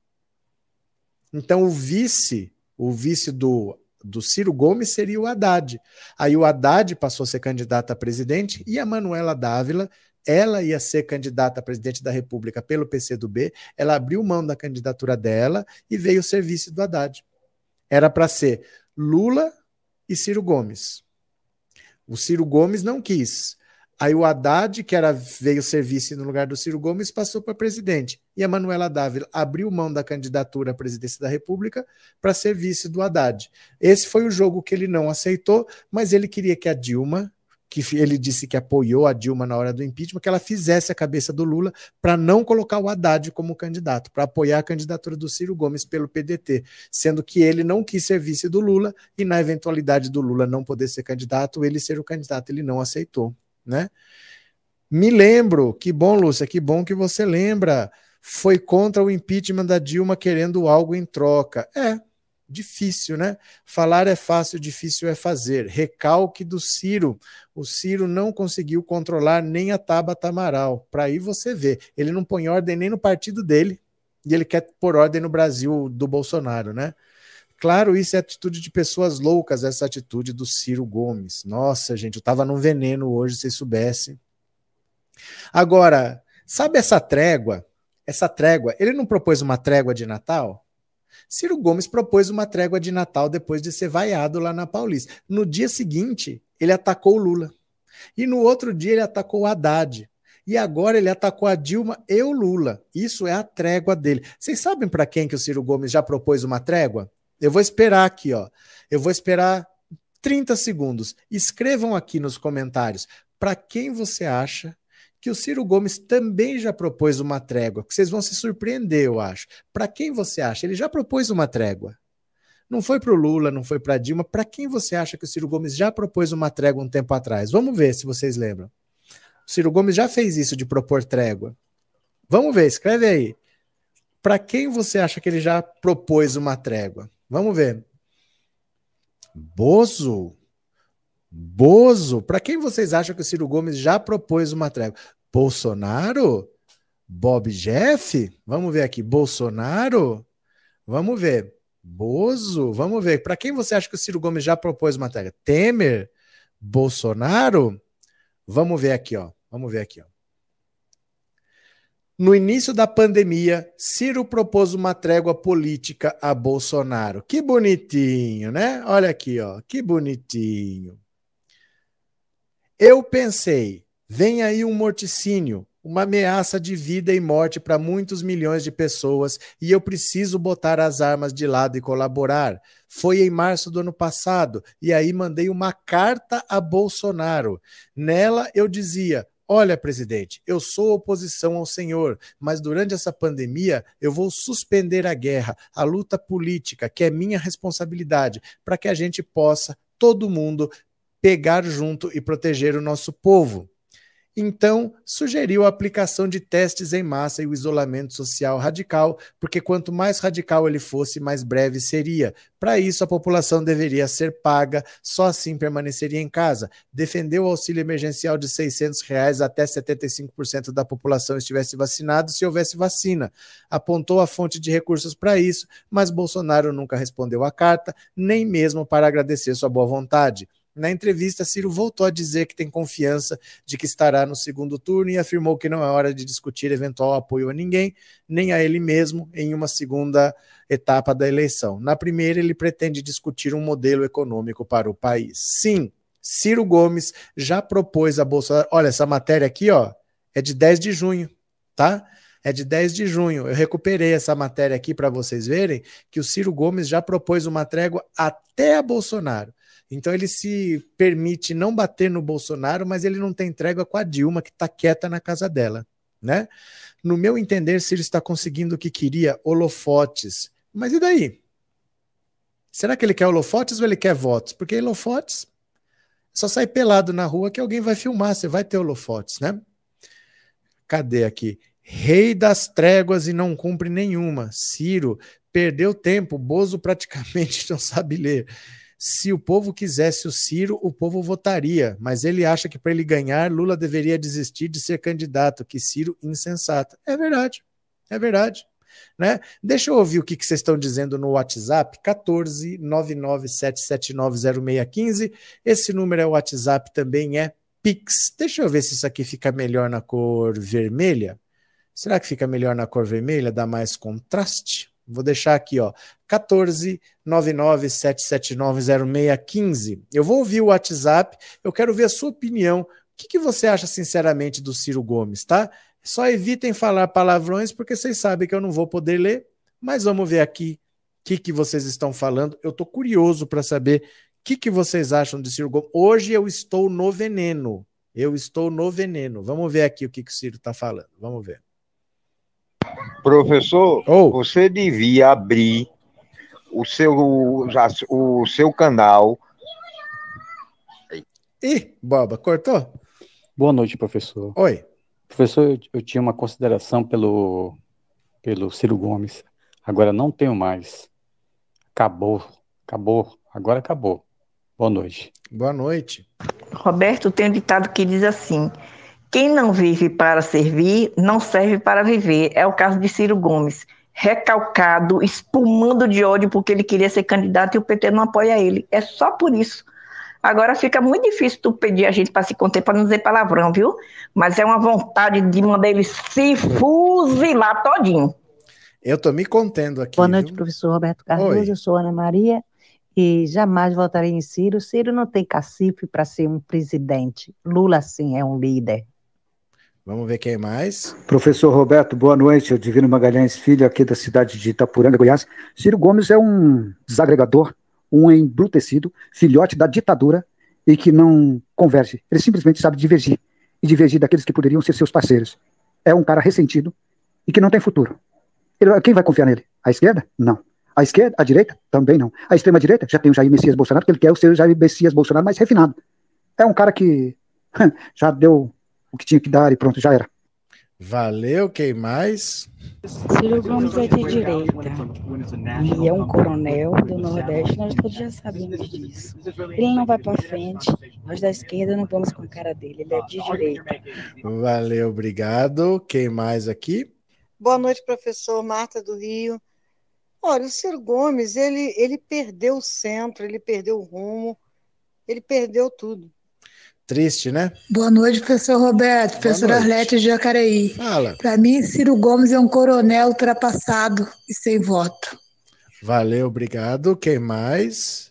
Então o vice, o vice do do Ciro Gomes seria o Haddad. Aí o Haddad passou a ser candidato a presidente e a Manuela Dávila, ela ia ser candidata a presidente da República pelo P C do B, ela abriu mão da candidatura dela e veio ser vice do Haddad. Era para ser Lula e Ciro Gomes. O Ciro Gomes não quis. Aí o Haddad, que era, veio ser vice no lugar do Ciro Gomes, passou para presidente. E a Manuela Dávila abriu mão da candidatura à presidência da República para ser vice do Haddad. Esse foi o jogo que ele não aceitou, mas ele queria que a Dilma, que ele disse que apoiou a Dilma na hora do impeachment, que ela fizesse a cabeça do Lula para não colocar o Haddad como candidato, para apoiar a candidatura do Ciro Gomes pelo P D T, sendo que ele não quis ser vice do Lula e na eventualidade do Lula não poder ser candidato, ele ser o candidato, ele não aceitou. Né? Me lembro, que bom, Lúcia, que bom que você lembra, foi contra o impeachment da Dilma querendo algo em troca. É, difícil, né? Falar é fácil, difícil é fazer. Recalque do Ciro, o Ciro não conseguiu controlar nem a Tabata Amaral, para aí você vê, ele não põe ordem nem no partido dele, e ele quer pôr ordem no Brasil do Bolsonaro, né? Claro, isso é atitude de pessoas loucas, essa atitude do Ciro Gomes. Nossa, gente, eu tava num veneno hoje, se vocês soubessem. Agora, sabe essa trégua? Essa trégua, ele não propôs uma trégua de Natal? Ciro Gomes propôs uma trégua de Natal depois de ser vaiado lá na Paulista. No dia seguinte, ele atacou o Lula. E no outro dia, ele atacou o Haddad. E agora ele atacou a Dilma e o Lula. Isso é a trégua dele. Vocês sabem para quem que o Ciro Gomes já propôs uma trégua? Eu vou esperar aqui, ó. Eu vou esperar trinta segundos. Escrevam aqui nos comentários para quem você acha que o Ciro Gomes também já propôs uma trégua, que vocês vão se surpreender, eu acho. Para quem você acha? Ele já propôs uma trégua. Não foi para o Lula, não foi para a Dilma. Para quem você acha que o Ciro Gomes já propôs uma trégua um tempo atrás? Vamos ver se vocês lembram. O Ciro Gomes já fez isso de propor trégua. Vamos ver, escreve aí. Para quem você acha que ele já propôs uma trégua? Vamos ver. Bozo. Bozo. Para quem vocês acham que o Ciro Gomes já propôs uma trégua? Bolsonaro? Bob Jeff? Vamos ver aqui. Bolsonaro? Vamos ver. Bozo? Vamos ver. Para quem você acha que o Ciro Gomes já propôs uma trégua? Temer? Bolsonaro? Vamos ver aqui, ó. Vamos ver aqui, ó. No início da pandemia, Ciro propôs uma trégua política a Bolsonaro. Que bonitinho, né? Olha aqui, ó, que bonitinho. Eu pensei, vem aí um morticínio, uma ameaça de vida e morte para muitos milhões de pessoas e eu preciso botar as armas de lado e colaborar. Foi em março do ano passado e aí mandei uma carta a Bolsonaro. Nela eu dizia: olha, presidente, eu sou oposição ao senhor, mas durante essa pandemia eu vou suspender a guerra, a luta política, que é minha responsabilidade, para que a gente possa, todo mundo, pegar junto e proteger o nosso povo. Então, sugeriu a aplicação de testes em massa e o isolamento social radical, porque quanto mais radical ele fosse, mais breve seria. Para isso, a população deveria ser paga, só assim permaneceria em casa. Defendeu o auxílio emergencial de seiscentos reais até setenta e cinco por cento da população estivesse vacinado, se houvesse vacina. Apontou a fonte de recursos para isso, mas Bolsonaro nunca respondeu à carta, nem mesmo para agradecer sua boa vontade. Na entrevista, Ciro voltou a dizer que tem confiança de que estará no segundo turno e afirmou que não é hora de discutir eventual apoio a ninguém, nem a ele mesmo, em uma segunda etapa da eleição. Na primeira, ele pretende discutir um modelo econômico para o país. Sim, Ciro Gomes já propôs a Bolsonaro... Olha, essa matéria aqui, ó, é de dez de junho, tá? É de dez de junho. Eu recuperei essa matéria aqui para vocês verem que o Ciro Gomes já propôs uma trégua até a Bolsonaro. Então ele se permite não bater no Bolsonaro, mas ele não tem trégua com a Dilma, que está quieta na casa dela, né? No meu entender, Ciro está conseguindo o que queria, holofotes. Mas e daí? Será que ele quer holofotes ou ele quer votos? Porque holofotes, só sai pelado na rua que alguém vai filmar, você vai ter holofotes, né? Cadê aqui? Rei das tréguas e não cumpre nenhuma. Ciro perdeu tempo, Bozo praticamente não sabe ler. Se o povo quisesse o Ciro, o povo votaria, mas ele acha que para ele ganhar, Lula deveria desistir de ser candidato, que Ciro insensato. É verdade, é verdade. Né? Deixa eu ouvir o que, que vocês estão dizendo no WhatsApp, um quatro nove nove sete sete nove zero seis um cinco, esse número é o WhatsApp, também é Pix. Deixa eu ver se isso aqui fica melhor na cor vermelha. Será que fica melhor na cor vermelha, dá mais contraste? Vou deixar aqui, ó, um quatro nove nove sete sete nove zero seis um cinco. Eu vou ouvir o WhatsApp, eu quero ver a sua opinião. O que, que você acha sinceramente do Ciro Gomes, tá? Só evitem falar palavrões, porque vocês sabem que eu não vou poder ler, mas vamos ver aqui o que, que vocês estão falando. Eu tô curioso para saber o que, que vocês acham do Ciro Gomes. Hoje eu estou no veneno, eu estou no veneno. Vamos ver aqui o que, que o Ciro está falando, vamos ver. Professor, oh. você devia abrir o seu, o seu canal. Ih, Boba, cortou? Boa noite, professor. Oi. Professor, eu, eu tinha uma consideração pelo, pelo Ciro Gomes. Agora não tenho mais. Acabou, acabou, agora acabou. Boa noite. Boa noite. Roberto, tem um ditado que diz assim: quem não vive para servir, não serve para viver. É o caso de Ciro Gomes, recalcado, espumando de ódio porque ele queria ser candidato e o P T não apoia ele. É só por isso. Agora fica muito difícil tu pedir a gente para se conter, para não dizer palavrão, viu? Mas é uma vontade de mandar ele se fuzilar todinho. Eu tô me contendo aqui. Boa noite, viu? professor Roberto Cardoso. Oi. Eu sou Ana Maria e jamais votarei em Ciro. Ciro não tem cacife para ser um presidente. Lula, sim, é um líder. Vamos ver quem mais. Professor Roberto, boa noite. Eu Divino Magalhães Filho, aqui da cidade de Itapuranga, Goiás. Ciro Gomes é um desagregador, um embrutecido, filhote da ditadura e que não converge. Ele simplesmente sabe divergir, e divergir daqueles que poderiam ser seus parceiros. É um cara ressentido e que não tem futuro. Ele, quem vai confiar nele? A esquerda? Não. A esquerda? A direita? Também não. A extrema-direita? Já tem o Jair Messias Bolsonaro, porque ele quer o seu Jair Messias Bolsonaro mais refinado. É um cara que já deu o que tinha que dar e pronto, já era. Valeu, quem mais? Ciro Gomes é de direita e é um coronel do Nordeste, nós todos já sabemos disso. Ele não vai para frente, nós da esquerda não vamos com a cara dele, ele é de direita. Valeu, obrigado. Quem mais aqui? Boa noite, professor Marta do Rio. Olha, o Ciro Gomes, ele, ele perdeu o centro, ele perdeu o rumo, ele perdeu tudo. Triste, né? Boa noite, professor Roberto, professor Arlete de Jacareí. Fala. Para mim, Ciro Gomes é um coronel ultrapassado e sem voto. Valeu, obrigado. Quem mais?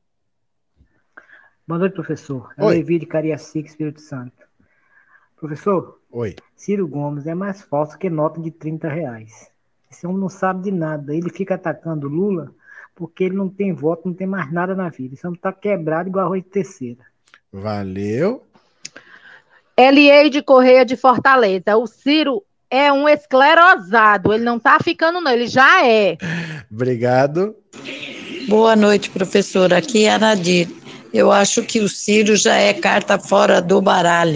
Boa noite, professor. É o Levi de Cariacica, Espírito Santo. Professor, Oi. Ciro Gomes é mais falso que nota de trinta reais. Esse homem não sabe de nada. Ele fica atacando Lula porque ele não tem voto, não tem mais nada na vida. Esse homem está quebrado igual arroz de terceira. Valeu. Elieide Correia de Fortaleza. O Ciro é um esclerosado. Ele não tá ficando, não. Ele já é. Obrigado. Boa noite, professora. Aqui é a Nadir. Eu acho que o Ciro já é carta fora do baralho.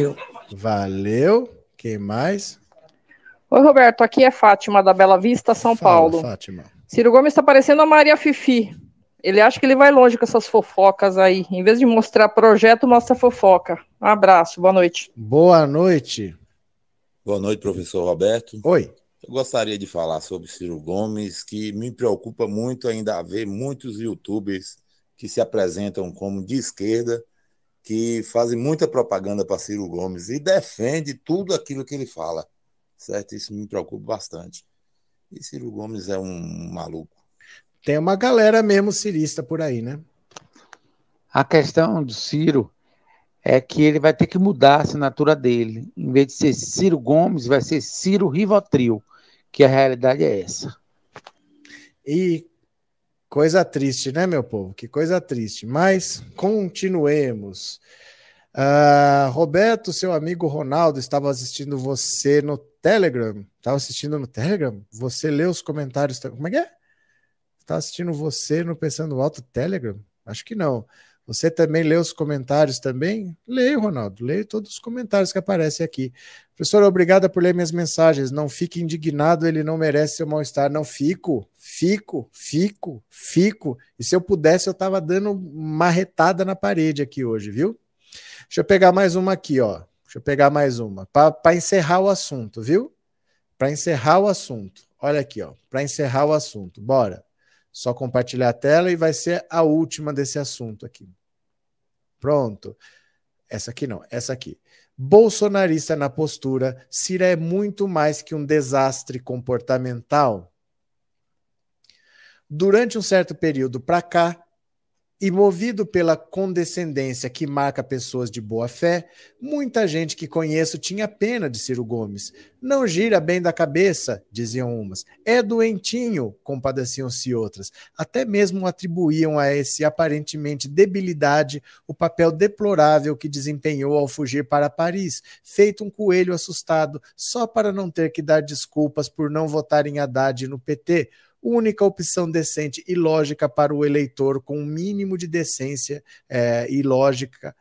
Valeu. Quem mais? Oi, Roberto. Aqui é Fátima, da Bela Vista, São Fala, Paulo. Fátima. Ciro Gomes está parecendo a Maria Fifi. Ele acha que ele vai longe com essas fofocas aí. Em vez de mostrar projeto, mostra fofoca. Um abraço, boa noite. Boa noite. Boa noite, professor Roberto. Oi. Eu gostaria de falar sobre Ciro Gomes, que me preocupa muito ainda ver muitos youtubers que se apresentam como de esquerda, que fazem muita propaganda para Ciro Gomes e defende tudo aquilo que ele fala, certo? Isso me preocupa bastante. E Ciro Gomes é um maluco. Tem uma galera mesmo cirista por aí, né? A questão do Ciro é que ele vai ter que mudar a assinatura dele. Em vez de ser Ciro Gomes, vai ser Ciro Rivotril, que a realidade é essa. E coisa triste, né, meu povo? Que coisa triste. Mas continuemos. Uh, Roberto, seu amigo Ronaldo, estava assistindo você no Telegram. Estava assistindo no Telegram? Você leu os comentários. Como é que é? Estava assistindo você no Pensando Alto Telegram? Acho que não. Você também lê os comentários também? Leio, Ronaldo. Leio todos os comentários que aparecem aqui. Professor, obrigada por ler minhas mensagens. Não fique indignado, ele não merece seu mal-estar. Não fico, fico, fico, fico. E se eu pudesse, eu estava dando uma retada na parede aqui hoje, viu? Deixa eu pegar mais uma aqui, ó. Deixa eu pegar mais uma. Para encerrar o assunto, viu? Para encerrar o assunto. Olha aqui, ó. Para encerrar o assunto. Bora. Só compartilhar a tela e vai ser a última desse assunto aqui. Pronto. Essa aqui não, essa aqui. Bolsonarista na postura, Ciro é muito mais que um desastre comportamental. Durante um certo período para cá, e movido pela condescendência que marca pessoas de boa fé, muita gente que conheço tinha pena de Ciro Gomes. Não gira bem da cabeça, diziam umas. É doentinho, compadeciam-se outras. Até mesmo atribuíam a esse aparentemente debilidade o papel deplorável que desempenhou ao fugir para Paris, feito um coelho assustado, só para não ter que dar desculpas por não votar em Haddad no P T. Única opção decente e lógica para o eleitor com um mínimo de decência é, e lógica.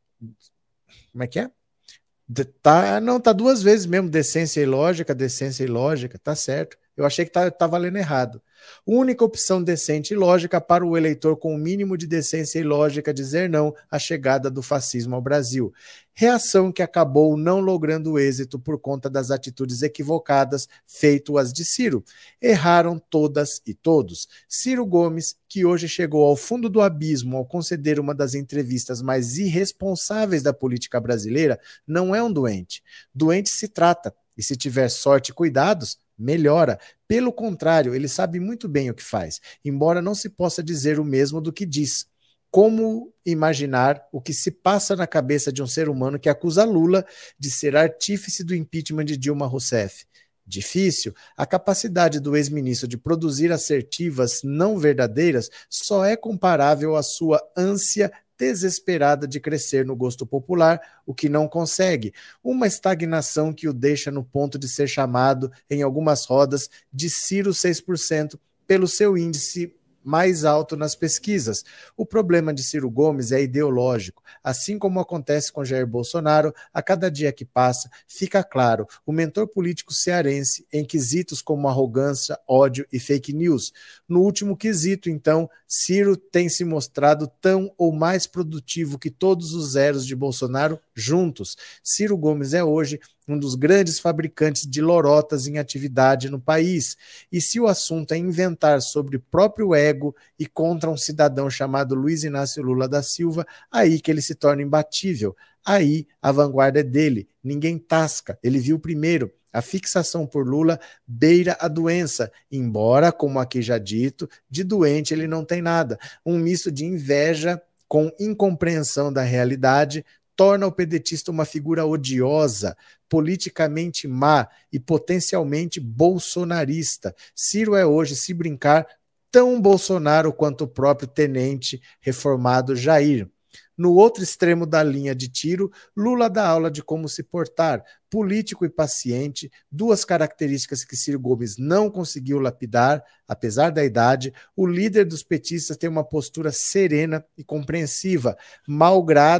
Como é que é? De, tá, não, tá duas vezes mesmo, decência e lógica, decência e lógica, tá certo. Eu achei que tá, tá valendo errado. Única opção decente e lógica para o eleitor com o mínimo de decência e lógica dizer não à chegada do fascismo ao Brasil. Reação que acabou não logrando êxito por conta das atitudes equivocadas feitas de Ciro. Erraram todas e todos. Ciro Gomes, que hoje chegou ao fundo do abismo ao conceder uma das entrevistas mais irresponsáveis da política brasileira, não é um doente. Doente se trata, e se tiver sorte e cuidados, melhora. Pelo contrário, ele sabe muito bem o que faz, embora não se possa dizer o mesmo do que diz. Como imaginar o que se passa na cabeça de um ser humano que acusa Lula de ser artífice do impeachment de Dilma Rousseff? Difícil. A capacidade do ex-ministro de produzir assertivas não verdadeiras só é comparável à sua ânsia desesperada de crescer no gosto popular, o que não consegue. Uma estagnação que o deixa no ponto de ser chamado, em algumas rodas, de Ciro seis por cento, pelo seu índice mais alto nas pesquisas. O problema de Ciro Gomes é ideológico. Assim como acontece com Jair Bolsonaro, a cada dia que passa, fica claro o mentor político cearense em quesitos como arrogância, ódio e fake news. No último quesito, então, Ciro tem se mostrado tão ou mais produtivo que todos os zeros de Bolsonaro juntos. Ciro Gomes é hoje um dos grandes fabricantes de lorotas em atividade no país. E se o assunto é inventar sobre o próprio ego e contra um cidadão chamado Luiz Inácio Lula da Silva, aí que ele se torna imbatível. Aí a vanguarda é dele, ninguém tasca, ele viu primeiro. A fixação por Lula beira a doença, embora, como aqui já dito, de doente ele não tem nada. Um misto de inveja com incompreensão da realidade torna o pedetista uma figura odiosa, politicamente má e potencialmente bolsonarista. Ciro é hoje, se brincar, tão Bolsonaro quanto o próprio tenente reformado Jair. No outro extremo da linha de tiro, Lula dá aula de como se portar, político e paciente, duas características que Ciro Gomes não conseguiu lapidar, apesar da idade. O líder dos petistas tem uma postura serena e compreensiva, malgrado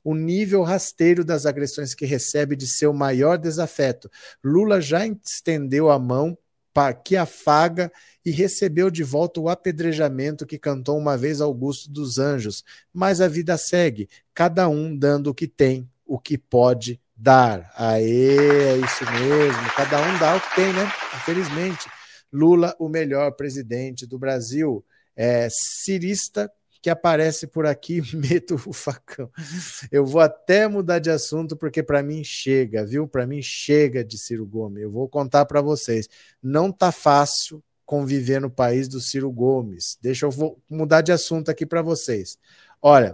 o nível rasteiro das agressões que recebe de seu maior desafeto. Lula já estendeu a mão para que afaga e recebeu de volta o apedrejamento que cantou uma vez Augusto dos Anjos. Mas a vida segue, cada um dando o que tem, o que pode dar. Aê, é isso mesmo, cada um dá o que tem, né? Infelizmente, Lula, o melhor presidente do Brasil. É, cirista que aparece por aqui, meto o facão. Eu vou até mudar de assunto, porque para mim chega, viu? Para mim chega de Ciro Gomes. Eu vou contar para vocês. Não tá fácil conviver no país do Ciro Gomes. Deixa eu vou mudar de assunto aqui para vocês. Olha,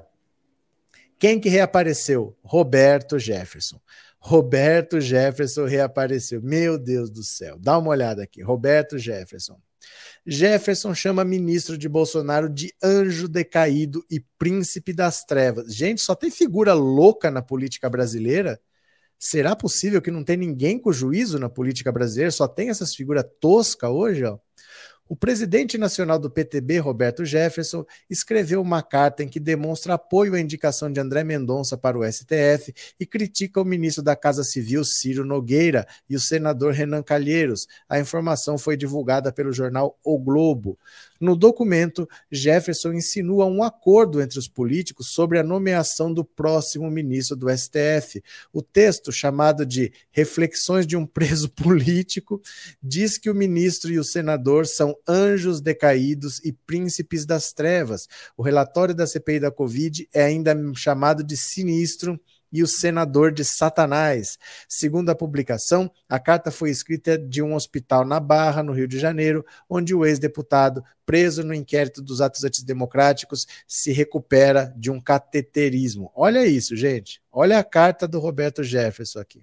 quem que reapareceu? Roberto Jefferson. Roberto Jefferson reapareceu. Meu Deus do céu. Dá uma olhada aqui. Roberto Jefferson. Jefferson chama ministro de Bolsonaro de anjo decaído e príncipe das trevas. Gente, só tem figura louca na política brasileira? Será possível que não tem ninguém com juízo na política brasileira? Só tem essas figuras toscas hoje, ó? O presidente nacional do P T B, Roberto Jefferson, escreveu uma carta em que demonstra apoio à indicação de André Mendonça para o S T F e critica o ministro da Casa Civil, Ciro Nogueira, e o senador Renan Calheiros. A informação foi divulgada pelo jornal O Globo. No documento, Jefferson insinua um acordo entre os políticos sobre a nomeação do próximo ministro do S T F. O texto, chamado de Reflexões de um Preso Político, diz que o ministro e o senador são anjos decaídos e príncipes das trevas. O relatório da C P I da Covid é ainda chamado de sinistro e o senador de Satanás. Segundo a publicação, a carta foi escrita de um hospital na Barra, no Rio de Janeiro, onde o ex-deputado, preso no inquérito dos atos antidemocráticos, se recupera de um cateterismo. Olha isso, gente. Olha a carta do Roberto Jefferson aqui.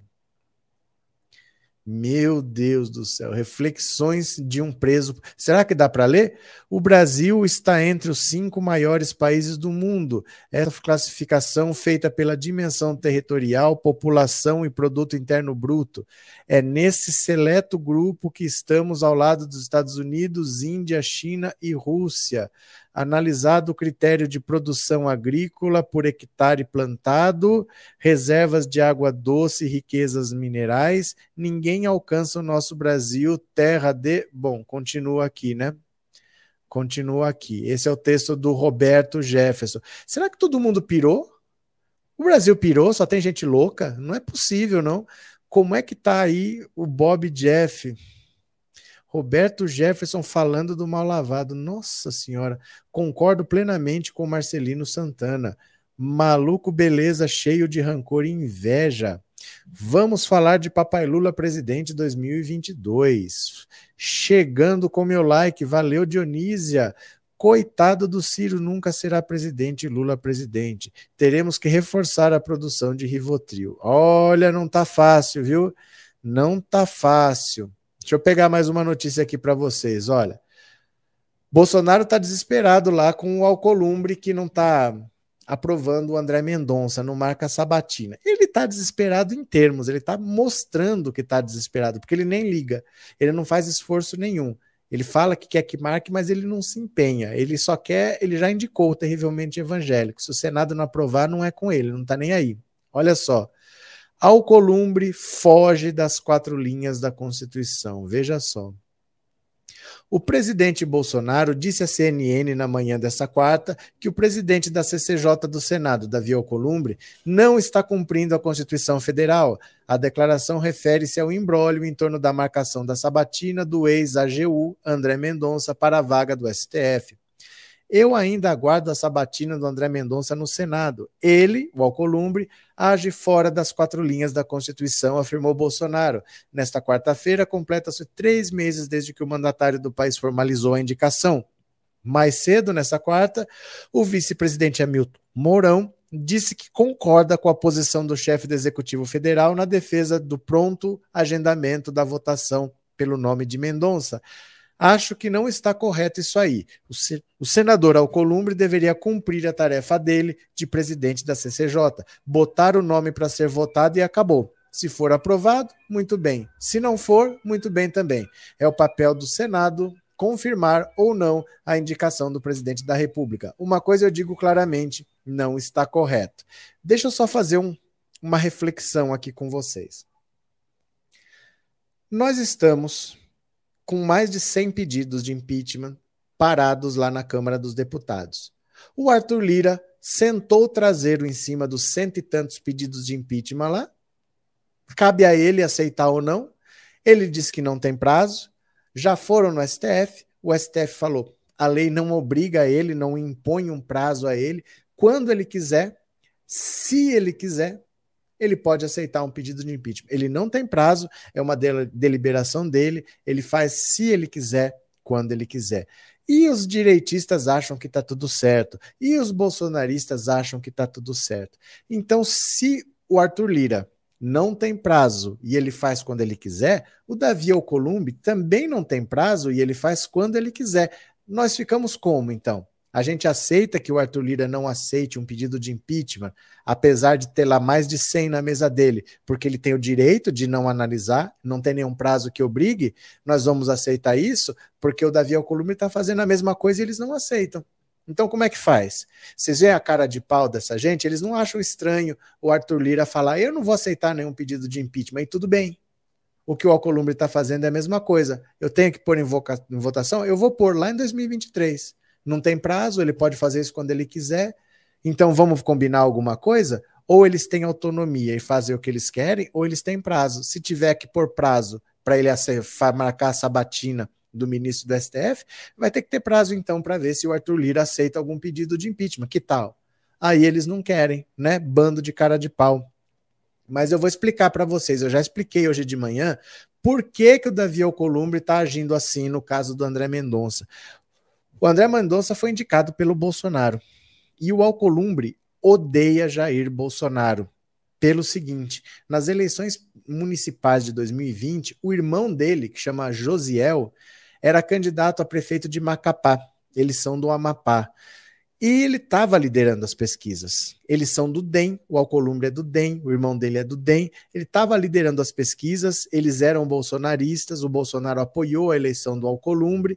Meu Deus do céu, reflexões de um preso. Será que dá para ler? O Brasil está entre os cinco maiores países do mundo. Essa classificação feita pela dimensão territorial, população e produto interno bruto. É nesse seleto grupo que estamos ao lado dos Estados Unidos, Índia, China e Rússia. Analisado o critério de produção agrícola por hectare plantado, reservas de água doce e riquezas minerais, ninguém alcança o nosso Brasil, terra de... Bom, continua aqui, né? Continua aqui. Esse é o texto do Roberto Jefferson. Será que todo mundo pirou? O Brasil pirou? Só tem gente louca? Não é possível, não. Como é que tá aí o Bob Jeff? Roberto Jefferson falando do mal lavado. Nossa senhora, concordo plenamente com Marcelino Santana. Maluco beleza, cheio de rancor e inveja. Vamos falar de Papai Lula presidente dois mil e vinte e dois. Chegando com meu like, valeu Dionísia. Coitado do Ciro, nunca será presidente, Lula presidente. Teremos que reforçar a produção de Rivotril. Olha, não tá fácil, viu? Não tá fácil. Deixa eu pegar mais uma notícia aqui para vocês. Olha, Bolsonaro está desesperado lá com o Alcolumbre que não está aprovando o André Mendonça, não marca a sabatina. Ele está desesperado em termos, ele está mostrando que está desesperado, porque ele nem liga, ele não faz esforço nenhum. Ele fala que quer que marque, mas ele não se empenha. Ele só quer, ele já indicou o terrivelmente evangélico. Se o Senado não aprovar, não é com ele, não está nem aí. Olha só. Alcolumbre foge das quatro linhas da Constituição. Veja só. O presidente Bolsonaro disse à C N N na manhã dessa quarta que o presidente da C C J do Senado, Davi Alcolumbre, não está cumprindo a Constituição Federal. A declaração refere-se ao imbróglio em torno da marcação da sabatina do ex-A G U, André Mendonça, para a vaga do S T F. Eu ainda aguardo a sabatina do André Mendonça no Senado. Ele, o Alcolumbre, age fora das quatro linhas da Constituição, afirmou Bolsonaro. Nesta quarta-feira, completa-se três meses desde que o mandatário do país formalizou a indicação. Mais cedo, nessa quarta, o vice-presidente Hamilton Mourão disse que concorda com a posição do chefe do Executivo Federal na defesa do pronto agendamento da votação pelo nome de Mendonça. Acho que não está correto isso aí. O senador Alcolumbre deveria cumprir a tarefa dele de presidente da C C J, botar o nome para ser votado e acabou. Se for aprovado, muito bem. Se não for, muito bem também. É o papel do Senado confirmar ou não a indicação do presidente da República. Uma coisa eu digo claramente, não está correto. Deixa eu só fazer um, uma reflexão aqui com vocês. Nós estamos com mais de cem pedidos de impeachment parados lá na Câmara dos Deputados. O Arthur Lira sentou o traseiro em cima dos cento e tantos pedidos de impeachment lá. Cabe a ele aceitar ou não. Ele disse que não tem prazo. Já foram no S T F. O S T F falou, a lei não obriga a ele, não impõe um prazo a ele. Quando ele quiser, se ele quiser, ele pode aceitar um pedido de impeachment. Ele não tem prazo, é uma deliberação dele, ele faz se ele quiser, quando ele quiser. E os direitistas acham que está tudo certo, e os bolsonaristas acham que está tudo certo. Então, se o Arthur Lira não tem prazo e ele faz quando ele quiser, o Davi Alcolumbre também não tem prazo e ele faz quando ele quiser. Nós ficamos como, então? A gente aceita que o Arthur Lira não aceite um pedido de impeachment, apesar de ter lá mais de cem na mesa dele, porque ele tem o direito de não analisar, não tem nenhum prazo que obrigue, nós vamos aceitar isso, porque o Davi Alcolumbre está fazendo a mesma coisa e eles não aceitam. Então como é que faz? Vocês veem a cara de pau dessa gente, eles não acham estranho o Arthur Lira falar, eu não vou aceitar nenhum pedido de impeachment, e tudo bem. O que o Alcolumbre está fazendo é a mesma coisa. Eu tenho que pôr em, voca- em votação? Eu vou pôr lá em dois mil e vinte e três. Não tem prazo, ele pode fazer isso quando ele quiser. Então vamos combinar alguma coisa? Ou eles têm autonomia e fazem o que eles querem, ou eles têm prazo. Se tiver que pôr prazo para ele marcar a sabatina do ministro do S T F, vai ter que ter prazo então para ver se o Arthur Lira aceita algum pedido de impeachment. Que tal? Aí eles não querem, né? Bando de cara de pau. Mas eu vou explicar para vocês, eu já expliquei hoje de manhã por que, que o Davi Alcolumbre está agindo assim no caso do André Mendonça. O André Mendonça foi indicado pelo Bolsonaro e o Alcolumbre odeia Jair Bolsonaro pelo seguinte, nas eleições municipais de dois mil e vinte, o irmão dele, que chama Josiel, era candidato a prefeito de Macapá, eles são do Amapá, e ele estava liderando as pesquisas. Eles são do D E M, o Alcolumbre é do D E M, o irmão dele é do D E M, ele estava liderando as pesquisas, eles eram bolsonaristas, o Bolsonaro apoiou a eleição do Alcolumbre,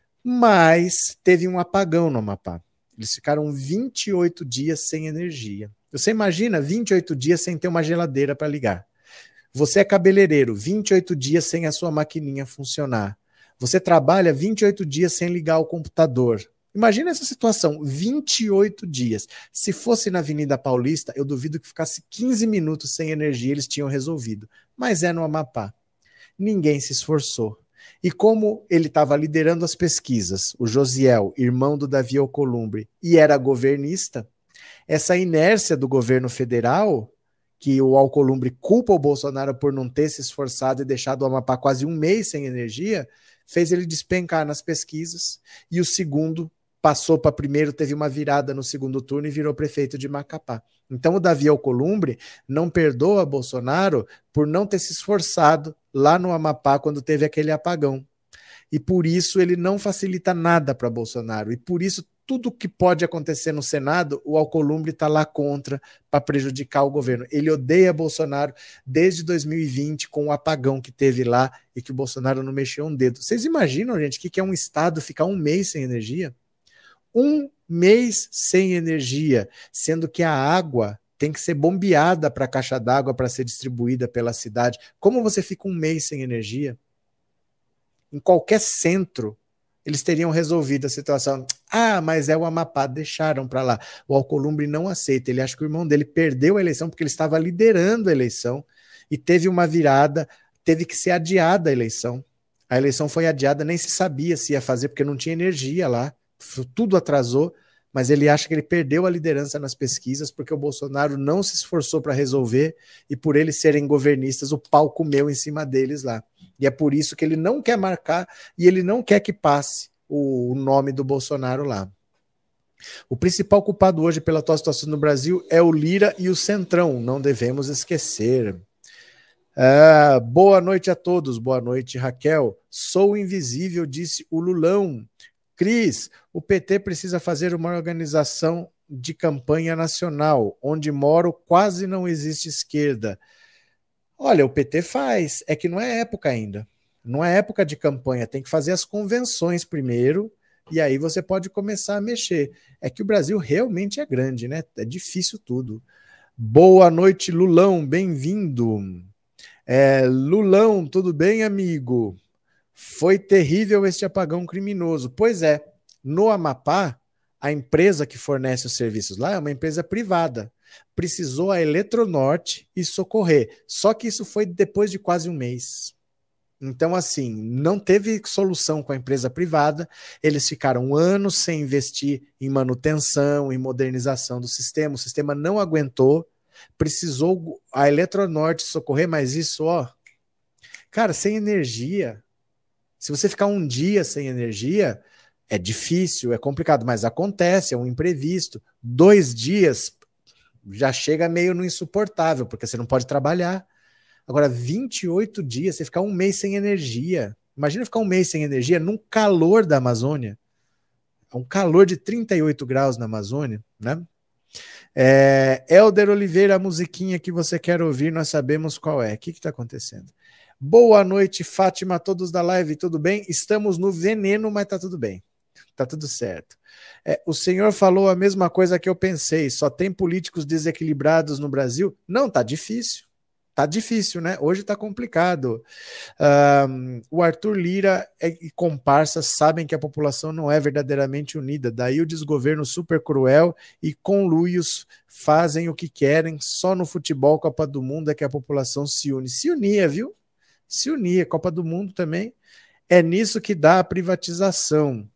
mas teve um apagão no Amapá. Eles ficaram vinte e oito dias sem energia. Você imagina vinte e oito dias sem ter uma geladeira para ligar. Você é cabeleireiro, vinte e oito dias sem a sua maquininha funcionar. Você trabalha vinte e oito dias sem ligar o computador. Imagina essa situação, vinte e oito dias. Se fosse na Avenida Paulista, eu duvido que ficasse quinze minutos sem energia, eles tinham resolvido. Mas é no Amapá. Ninguém se esforçou. E como ele estava liderando as pesquisas, o Josiel, irmão do Davi Alcolumbre, e era governista, essa inércia do governo federal, que o Alcolumbre culpa o Bolsonaro por não ter se esforçado e deixado o Amapá quase um mês sem energia, fez ele despencar nas pesquisas, e o segundo passou para primeiro, teve uma virada no segundo turno e virou prefeito de Macapá. Então o Davi Alcolumbre não perdoa Bolsonaro por não ter se esforçado lá no Amapá quando teve aquele apagão. E por isso ele não facilita nada para Bolsonaro. E por isso tudo que pode acontecer no Senado, o Alcolumbre está lá contra para prejudicar o governo. Ele odeia Bolsonaro desde dois mil e vinte, com o apagão que teve lá e que o Bolsonaro não mexeu um dedo. Vocês imaginam, gente, o que é um estado ficar um mês sem energia? Um mês sem energia, sendo que a água tem que ser bombeada para a caixa d'água para ser distribuída pela cidade. Como você fica um mês sem energia? Em qualquer centro, eles teriam resolvido a situação. Ah, mas é o Amapá, deixaram para lá. O Alcolumbre não aceita, ele acha que o irmão dele perdeu a eleição porque ele estava liderando a eleição e teve uma virada, teve que ser adiada a eleição. A eleição foi adiada, nem se sabia se ia fazer porque não tinha energia lá. Tudo atrasou, mas ele acha que ele perdeu a liderança nas pesquisas porque o Bolsonaro não se esforçou para resolver e por eles serem governistas, o pau comeu em cima deles lá. E é por isso que ele não quer marcar e ele não quer que passe o, o nome do Bolsonaro lá. O principal culpado hoje pela atual situação no Brasil é o Lira e o Centrão, não devemos esquecer. Ah, boa noite a todos, boa noite, Raquel. Sou invisível, disse o Lulão. Cris, o P T precisa fazer uma organização de campanha nacional. Onde moro quase não existe esquerda. Olha, o P T faz, é que não é época ainda. Não é época de campanha, tem que fazer as convenções primeiro, e aí você pode começar a mexer. É que o Brasil realmente é grande, né? É difícil tudo. Boa noite, Lulão, bem-vindo. É, Lulão, tudo bem, amigo? Foi terrível este apagão criminoso. Pois é, no Amapá, a empresa que fornece os serviços lá é uma empresa privada. Precisou a Eletronorte ir socorrer. Só que isso foi depois de quase um mês. Então, assim, não teve solução com a empresa privada. Eles ficaram anos sem investir em manutenção, em modernização do sistema. O sistema não aguentou. Precisou a Eletronorte socorrer, mas isso, ó... Cara, sem energia... Se você ficar um dia sem energia, é difícil, é complicado, mas acontece, é um imprevisto. Dois dias já chega meio no insuportável, porque você não pode trabalhar. Agora, vinte e oito dias, você ficar um mês sem energia. Imagina ficar um mês sem energia num calor da Amazônia. Um calor de trinta e oito graus na Amazônia, né? É, Helder Oliveira, a musiquinha que você quer ouvir, nós sabemos qual é. O que está acontecendo? Boa noite, Fátima, todos da live, tudo bem? Estamos no veneno, mas tá tudo bem. Tá tudo certo. É, o senhor falou a mesma coisa que eu pensei, só tem políticos desequilibrados no Brasil? Não, tá difícil. Tá difícil, né? Hoje tá complicado. Um, o Arthur Lira e comparsas sabem que a população não é verdadeiramente unida, daí o desgoverno super cruel e conluios fazem o que querem, só no futebol Copa do Mundo é que a população se une. Se unia, viu? Se unir, a Copa do Mundo também, é nisso que dá a privatização.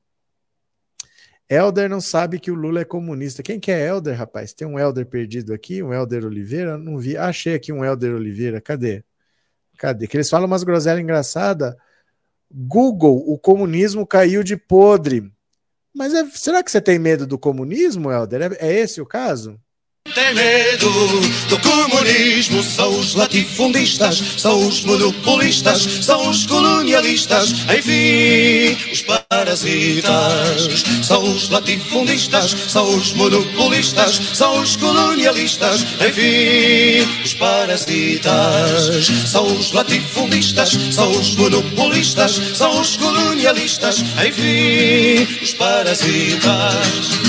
Helder não sabe que o Lula é comunista. Quem que é Helder, rapaz? Tem um Helder perdido aqui, um Helder Oliveira? Não vi. Ah, achei aqui um Helder Oliveira. Cadê? Cadê? Que eles falam umas groselhas engraçadas. Google, o comunismo caiu de podre. Mas é, será que você tem medo do comunismo, Helder? É, é esse o caso? Tem medo do comunismo, são os latifundistas, são os monopolistas, são os colonialistas, enfim, os parasitas. São os latifundistas, são os monopolistas, são os colonialistas, enfim, os parasitas. São os latifundistas, são os monopolistas, são os colonialistas, enfim, os parasitas.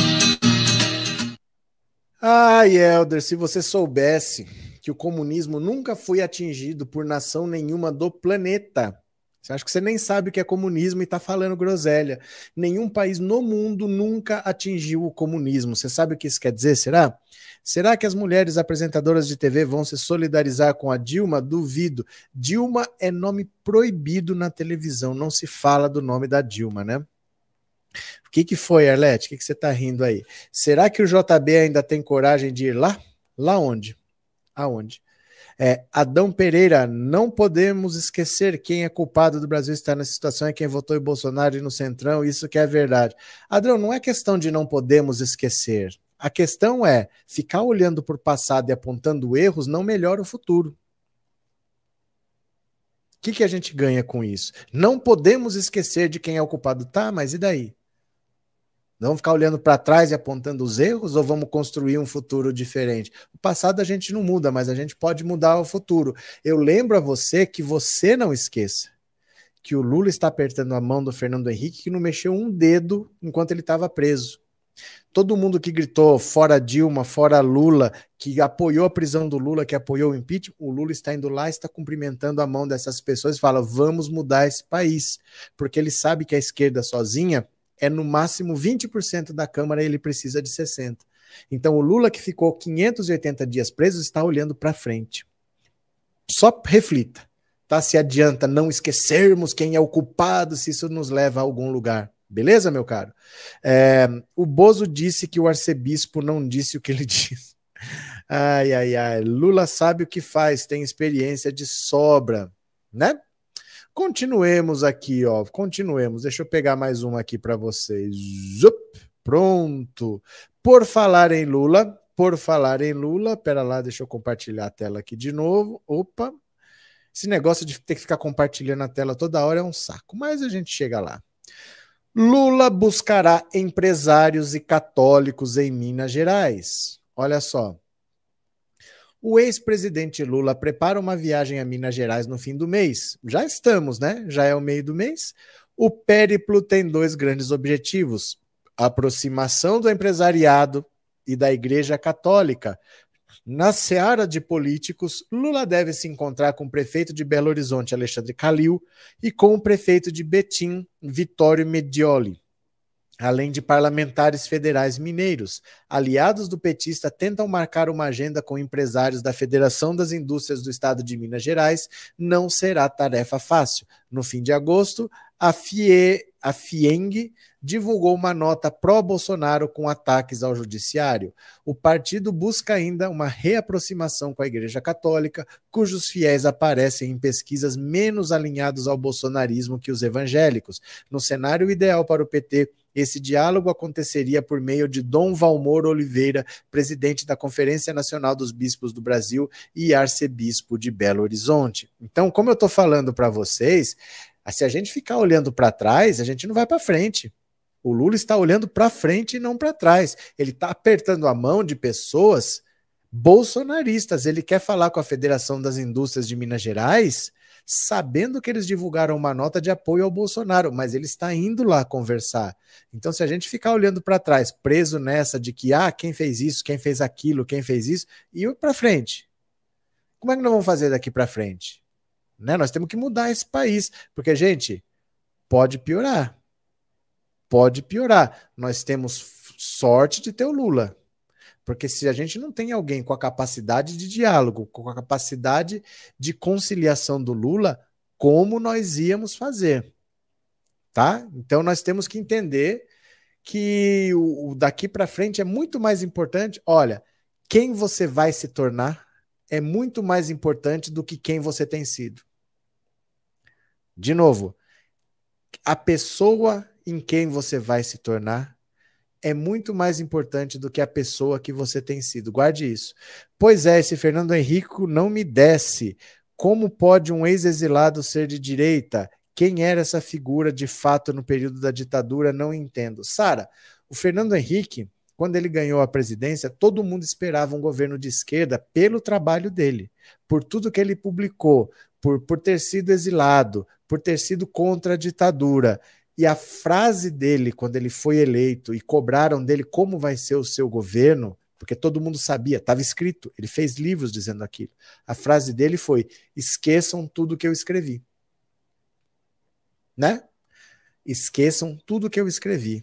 Ai, Helder, se você soubesse que o comunismo nunca foi atingido por nação nenhuma do planeta. Você acha que você nem sabe o que é comunismo e tá falando groselha. Nenhum país no mundo nunca atingiu o comunismo. Você sabe o que isso quer dizer, será? Será que as mulheres apresentadoras de T V vão se solidarizar com a Dilma? Duvido. Dilma é nome proibido na televisão, não se fala do nome da Dilma, né? O que, que foi, Arlete? O que, que você está rindo aí? Será que o J B ainda tem coragem de ir lá? Lá onde? Aonde? É, Adão Pereira, não podemos esquecer quem é culpado do Brasil estar nessa situação é quem votou em Bolsonaro e no Centrão, isso que é verdade. Adão, não é questão de não podemos esquecer. A questão é, ficar olhando para o passado e apontando erros não melhora o futuro. O que, que a gente ganha com isso? Não podemos esquecer de quem é o culpado. Tá, mas e daí? Vamos ficar olhando para trás e apontando os erros ou vamos construir um futuro diferente? O passado a gente não muda, mas a gente pode mudar o futuro. Eu lembro a você que você não esqueça que o Lula está apertando a mão do Fernando Henrique que não mexeu um dedo enquanto ele estava preso. Todo mundo que gritou fora Dilma, fora Lula, que apoiou a prisão do Lula, que apoiou o impeachment, o Lula está indo lá e está cumprimentando a mão dessas pessoas e fala, vamos mudar esse país. Porque ele sabe que a esquerda sozinha é no máximo vinte por cento da Câmara e ele precisa de sessenta por cento. Então o Lula que ficou quinhentos e oitenta dias preso está olhando para frente. Só reflita, tá? Se adianta não esquecermos quem é o culpado, se isso nos leva a algum lugar. Beleza, meu caro? É, o Bozo disse que o arcebispo não disse o que ele disse. Ai, ai, ai. Lula sabe o que faz, tem experiência de sobra, né? Continuemos aqui, ó. Continuemos. Deixa eu pegar mais uma aqui para vocês. Zup, pronto. Por falar em Lula, por falar em Lula, pera lá, deixa eu compartilhar a tela aqui de novo. Opa. Esse negócio de ter que ficar compartilhando a tela toda hora é um saco, mas a gente chega lá. Lula buscará empresários e católicos em Minas Gerais. Olha só. O ex-presidente Lula prepara uma viagem a Minas Gerais no fim do mês. Já estamos, né? Já é o meio do mês. O périplo tem dois grandes objetivos: a aproximação do empresariado e da Igreja Católica. Na seara de políticos, Lula deve se encontrar com o prefeito de Belo Horizonte, Alexandre Calil, e com o prefeito de Betim, Vittorio Medioli. Além de parlamentares federais mineiros, aliados do petista tentam marcar uma agenda com empresários da Federação das Indústrias do Estado de Minas Gerais. Não será tarefa fácil. No fim de agosto, a, FIE, a FIENG divulgou uma nota pró-Bolsonaro com ataques ao judiciário. O partido busca ainda uma reaproximação com a Igreja Católica, cujos fiéis aparecem em pesquisas menos alinhados ao bolsonarismo que os evangélicos. No cenário ideal para o P T, esse diálogo aconteceria por meio de Dom Valmor Oliveira, presidente da Conferência Nacional dos Bispos do Brasil e arcebispo de Belo Horizonte. Então, como eu estou falando para vocês, se a gente ficar olhando para trás, a gente não vai para frente. O Lula está olhando para frente e não para trás. Ele está apertando a mão de pessoas bolsonaristas. Ele quer falar com a Federação das Indústrias de Minas Gerais, sabendo que eles divulgaram uma nota de apoio ao Bolsonaro, mas ele está indo lá conversar. Então, se a gente ficar olhando para trás, preso nessa de que, ah, quem fez isso, quem fez aquilo, quem fez isso, e para frente. Como é que nós vamos fazer daqui para frente? Né? Nós temos que mudar esse país, porque, gente, pode piorar. Pode piorar. Nós temos sorte de ter o Lula. Porque se a gente não tem alguém com a capacidade de diálogo, com a capacidade de conciliação do Lula, como nós íamos fazer? Tá? Então nós temos que entender que o, o daqui para frente é muito mais importante. Olha, quem você vai se tornar é muito mais importante do que quem você tem sido. De novo, a pessoa em quem você vai se tornar é muito mais importante do que a pessoa que você tem sido. Guarde isso. Pois é, esse Fernando Henrique não me desce. Como pode um ex-exilado ser de direita? Quem era essa figura de fato no período da ditadura? Não entendo. Sara, o Fernando Henrique, quando ele ganhou a presidência, todo mundo esperava um governo de esquerda pelo trabalho dele, por tudo que ele publicou, por, por ter sido exilado, por ter sido contra a ditadura. E a frase dele, quando ele foi eleito e cobraram dele como vai ser o seu governo, porque todo mundo sabia, estava escrito, ele fez livros dizendo aquilo. A frase dele foi: esqueçam tudo que eu escrevi. Né? Esqueçam tudo que eu escrevi.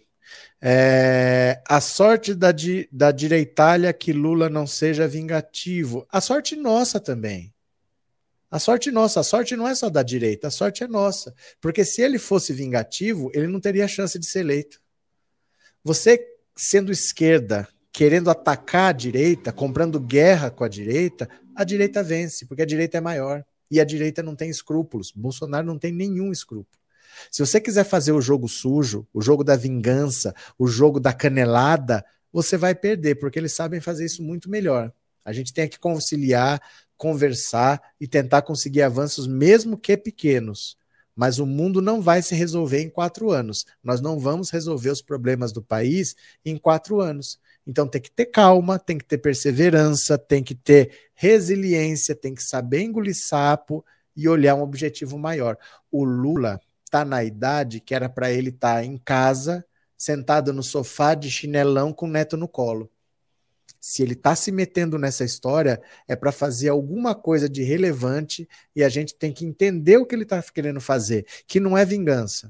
É, a sorte da, di, da direitalha que Lula não seja vingativo. A sorte nossa também. A sorte nossa, a sorte não é só da direita, a sorte é nossa. Porque se ele fosse vingativo, ele não teria chance de ser eleito. Você, sendo esquerda, querendo atacar a direita, comprando guerra com a direita, a direita vence, porque a direita é maior. E a direita não tem escrúpulos. Bolsonaro não tem nenhum escrúpulo. Se você quiser fazer o jogo sujo, o jogo da vingança, o jogo da canelada, você vai perder, porque eles sabem fazer isso muito melhor. A gente tem que conciliar, conversar e tentar conseguir avanços, mesmo que pequenos. Mas o mundo não vai se resolver em quatro anos. Nós não vamos resolver os problemas do país em quatro anos. Então tem que ter calma, tem que ter perseverança, tem que ter resiliência, tem que saber engolir sapo e olhar um objetivo maior. O Lula está na idade que era para ele estar tá em casa, sentado no sofá de chinelão com o neto no colo. Se ele está se metendo nessa história, é para fazer alguma coisa de relevante e a gente tem que entender o que ele está querendo fazer, que não é vingança.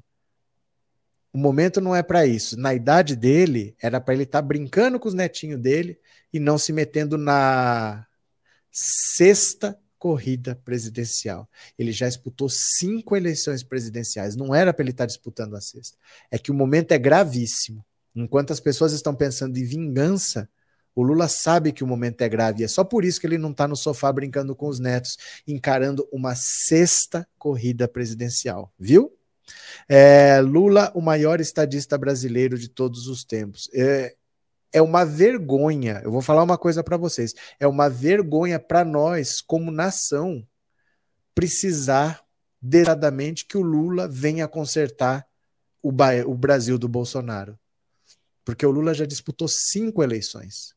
O momento não é para isso. Na idade dele, era para ele estar tá brincando com os netinhos dele e não se metendo na sexta corrida presidencial. Ele já disputou cinco eleições presidenciais. Não era para ele estar tá disputando a sexta. É que o momento é gravíssimo. Enquanto as pessoas estão pensando em vingança, o Lula sabe que o momento é grave, e é só por isso que ele não está no sofá brincando com os netos, encarando uma sexta corrida presidencial, viu? É, Lula, o maior estadista brasileiro de todos os tempos. É, é uma vergonha, eu vou falar uma coisa para vocês, é uma vergonha para nós, como nação, precisar desesperadamente que o Lula venha consertar o, o Brasil do Bolsonaro. Porque o Lula já disputou cinco eleições.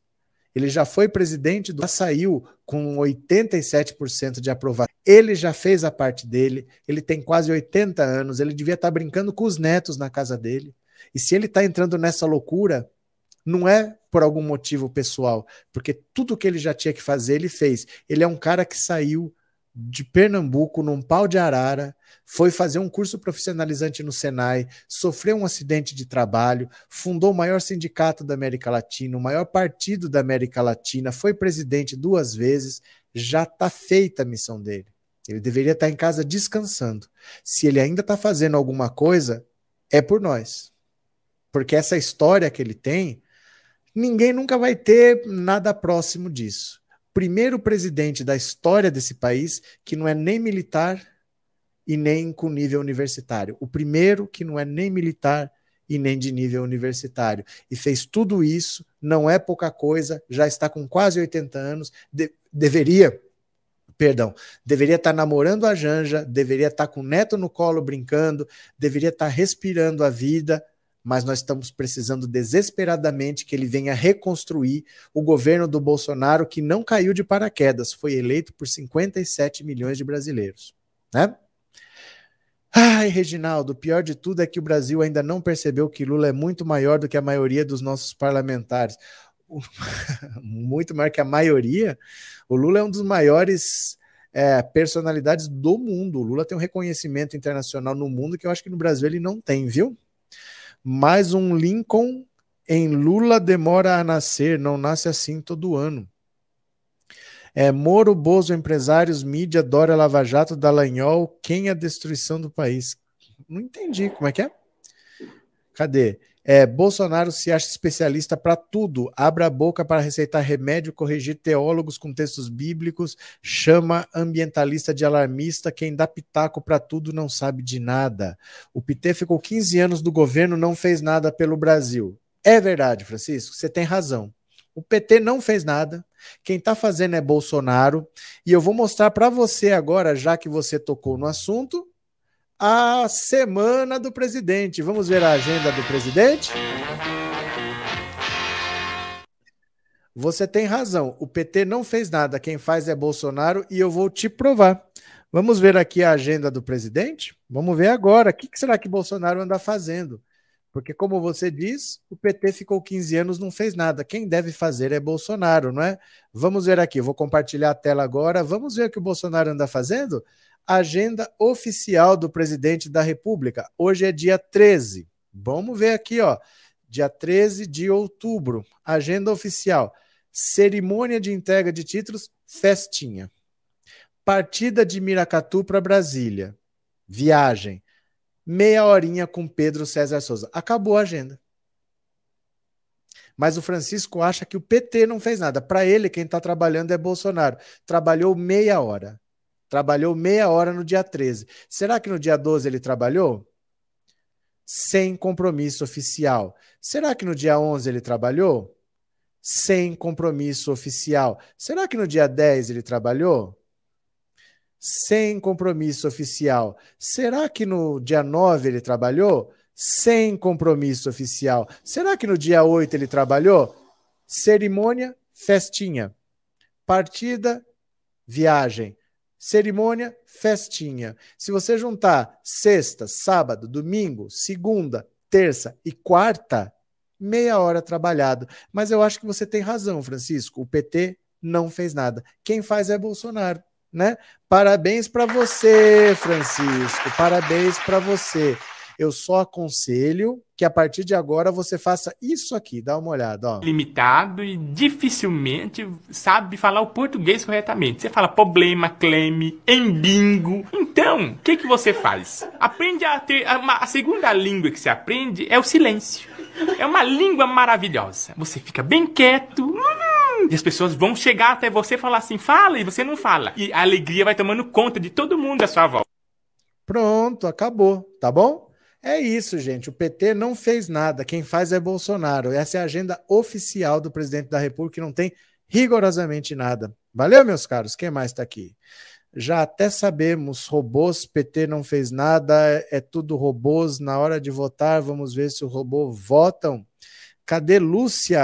Ele já foi presidente, do... já saiu com oitenta e sete por cento de aprovação. Ele já fez a parte dele, ele tem quase oitenta anos, ele devia estar brincando com os netos na casa dele. E se ele está entrando nessa loucura, não é por algum motivo pessoal, porque tudo que ele já tinha que fazer, ele fez. Ele é um cara que saiu de Pernambuco, num pau de arara, foi fazer um curso profissionalizante no Senai, sofreu um acidente de trabalho, fundou o maior sindicato da América Latina, o maior partido da América Latina, foi presidente duas vezes, já está feita a missão dele. Ele deveria estar em casa descansando. Se ele ainda está fazendo alguma coisa, é por nós. Porque essa história que ele tem, ninguém nunca vai ter nada próximo disso. Primeiro presidente da história desse país que não é nem militar e nem com nível universitário. O primeiro que não é nem militar e nem de nível universitário. E fez tudo isso, não é pouca coisa, já está com quase oitenta anos, de, deveria, perdão, deveria estar namorando a Janja, deveria estar com o neto no colo brincando, deveria estar respirando a vida, mas nós estamos precisando desesperadamente que ele venha reconstruir o governo do Bolsonaro, que não caiu de paraquedas, foi eleito por cinquenta e sete milhões de brasileiros, né? Ai, Reginaldo, o pior de tudo é que o Brasil ainda não percebeu que Lula é muito maior do que a maioria dos nossos parlamentares. Muito maior que a maioria? O Lula é um dos maiores é, personalidades do mundo. O Lula tem um reconhecimento internacional no mundo que eu acho que no Brasil ele não tem, viu? Mais um Lincoln em Lula demora a nascer, não nasce assim todo ano. É, Moro, Bozo, empresários, mídia, Dória, Lava Jato, Dallagnol, quem é a destruição do país? Não entendi, como é que é? Cadê? É, Bolsonaro se acha especialista para tudo, abre a boca para receitar remédio, corrigir teólogos com textos bíblicos, chama ambientalista de alarmista, quem dá pitaco para tudo não sabe de nada. O P T ficou quinze anos do governo, não fez nada pelo Brasil. É verdade, Francisco, você tem razão. O P T não fez nada, quem está fazendo é Bolsonaro, e eu vou mostrar para você agora, já que você tocou no assunto, a semana do presidente. Vamos ver a agenda do presidente? Você tem razão, o P T não fez nada, quem faz é Bolsonaro, e eu vou te provar. Vamos ver aqui a agenda do presidente? Vamos ver agora, o que será que Bolsonaro anda fazendo? Porque, como você diz, o P T ficou quinze anos, não fez nada. Quem deve fazer é Bolsonaro, não é? Vamos ver aqui, vou compartilhar a tela agora. Vamos ver o que o Bolsonaro anda fazendo? Agenda oficial do presidente da República. Hoje é dia treze. Vamos ver aqui, ó. Dia treze de outubro. Agenda oficial. Cerimônia de entrega de títulos, festinha. Partida de Miracatu para Brasília. Viagem. Meia horinha com Pedro César Souza. Acabou a agenda. Mas o Francisco acha que o P T não fez nada. Para ele, quem está trabalhando é Bolsonaro. Trabalhou meia hora. Trabalhou meia hora no dia treze. Será que no dia doze ele trabalhou? Sem compromisso oficial. Será que no dia onze ele trabalhou? Sem compromisso oficial. Será que no dia dez ele trabalhou? Sem compromisso oficial. Será que no dia nove ele trabalhou? Sem compromisso oficial. Será que no dia oito ele trabalhou? Cerimônia, festinha. Partida, viagem. Cerimônia, festinha. Se você juntar sexta, sábado, domingo, segunda, terça e quarta, meia hora trabalhado. Mas eu acho que você tem razão, Francisco. O P T não fez nada. Quem faz é Bolsonaro. Né? Parabéns para você, Francisco, parabéns para você. Eu só aconselho que a partir de agora você faça isso aqui, dá uma olhada, ó. Limitado e dificilmente sabe falar o português corretamente. Você fala problema, cleme, embingo. Então, o que que você faz? Aprende a ter uma, a segunda língua que você aprende é o silêncio. É uma língua maravilhosa. Você fica bem quieto. Hum, e as pessoas vão chegar até você e falar assim, fala, e você não fala. E a alegria vai tomando conta de todo mundo à sua volta. Pronto, acabou, tá bom? É isso, gente. O P T não fez nada. Quem faz é Bolsonaro. Essa é a agenda oficial do presidente da República, que não tem rigorosamente nada. Valeu, meus caros? Quem mais está aqui? Já até sabemos, robôs, P T não fez nada, é tudo robôs. Na hora de votar, vamos ver se o robô votam. Cadê Lúcia?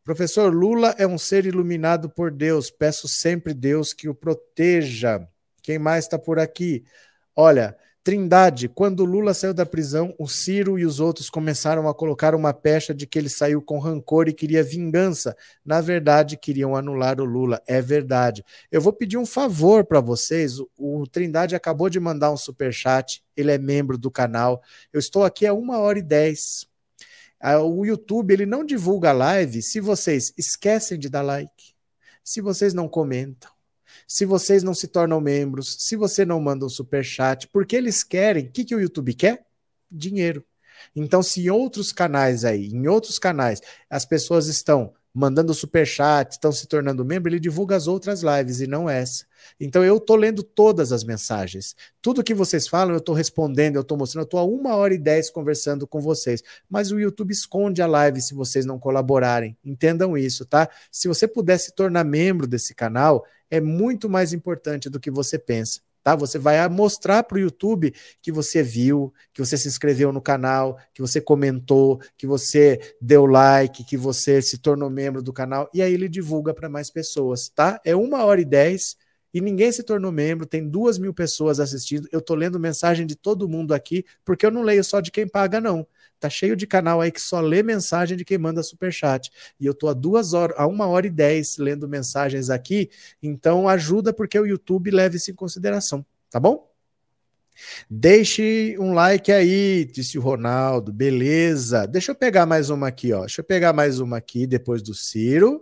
Professor, Lula é um ser iluminado por Deus. Peço sempre Deus que o proteja. Quem mais está por aqui? Olha, Trindade, quando Lula saiu da prisão, o Ciro e os outros começaram a colocar uma pecha de que ele saiu com rancor e queria vingança. Na verdade, queriam anular o Lula. É verdade. Eu vou pedir um favor para vocês. O, o Trindade acabou de mandar um superchat. Ele é membro do canal. Eu estou aqui há uma hora e dez. O YouTube ele não divulga live se vocês esquecem de dar like, se vocês não comentam, se vocês não se tornam membros, se você não manda um superchat, porque eles querem, o que, que o YouTube quer? Dinheiro. Então, se em outros canais aí, em outros canais, as pessoas estão mandando superchat, estão se tornando membro, ele divulga as outras lives e não essa. Então eu estou lendo todas as mensagens. Tudo que vocês falam, eu estou respondendo, eu estou mostrando, eu estou há uma hora e dez conversando com vocês. Mas o YouTube esconde a live se vocês não colaborarem. Entendam isso, tá? Se você puder se tornar membro desse canal, é muito mais importante do que você pensa. Tá? Você vai mostrar para o YouTube que você viu, que você se inscreveu no canal, que você comentou, que você deu like, que você se tornou membro do canal, e aí ele divulga para mais pessoas, tá? É uma hora e dez e ninguém se tornou membro, tem duas mil pessoas assistindo, eu tô lendo mensagem de todo mundo aqui, porque eu não leio só de quem paga, não. Tá cheio de canal aí que só lê mensagem de quem manda superchat. E eu tô há duas horas, a uma hora e dez lendo mensagens aqui, então ajuda porque o YouTube leva isso em consideração, tá bom? Deixe um like aí, disse o Ronaldo, beleza. Deixa eu pegar mais uma aqui, ó. Deixa eu pegar mais uma aqui depois do Ciro.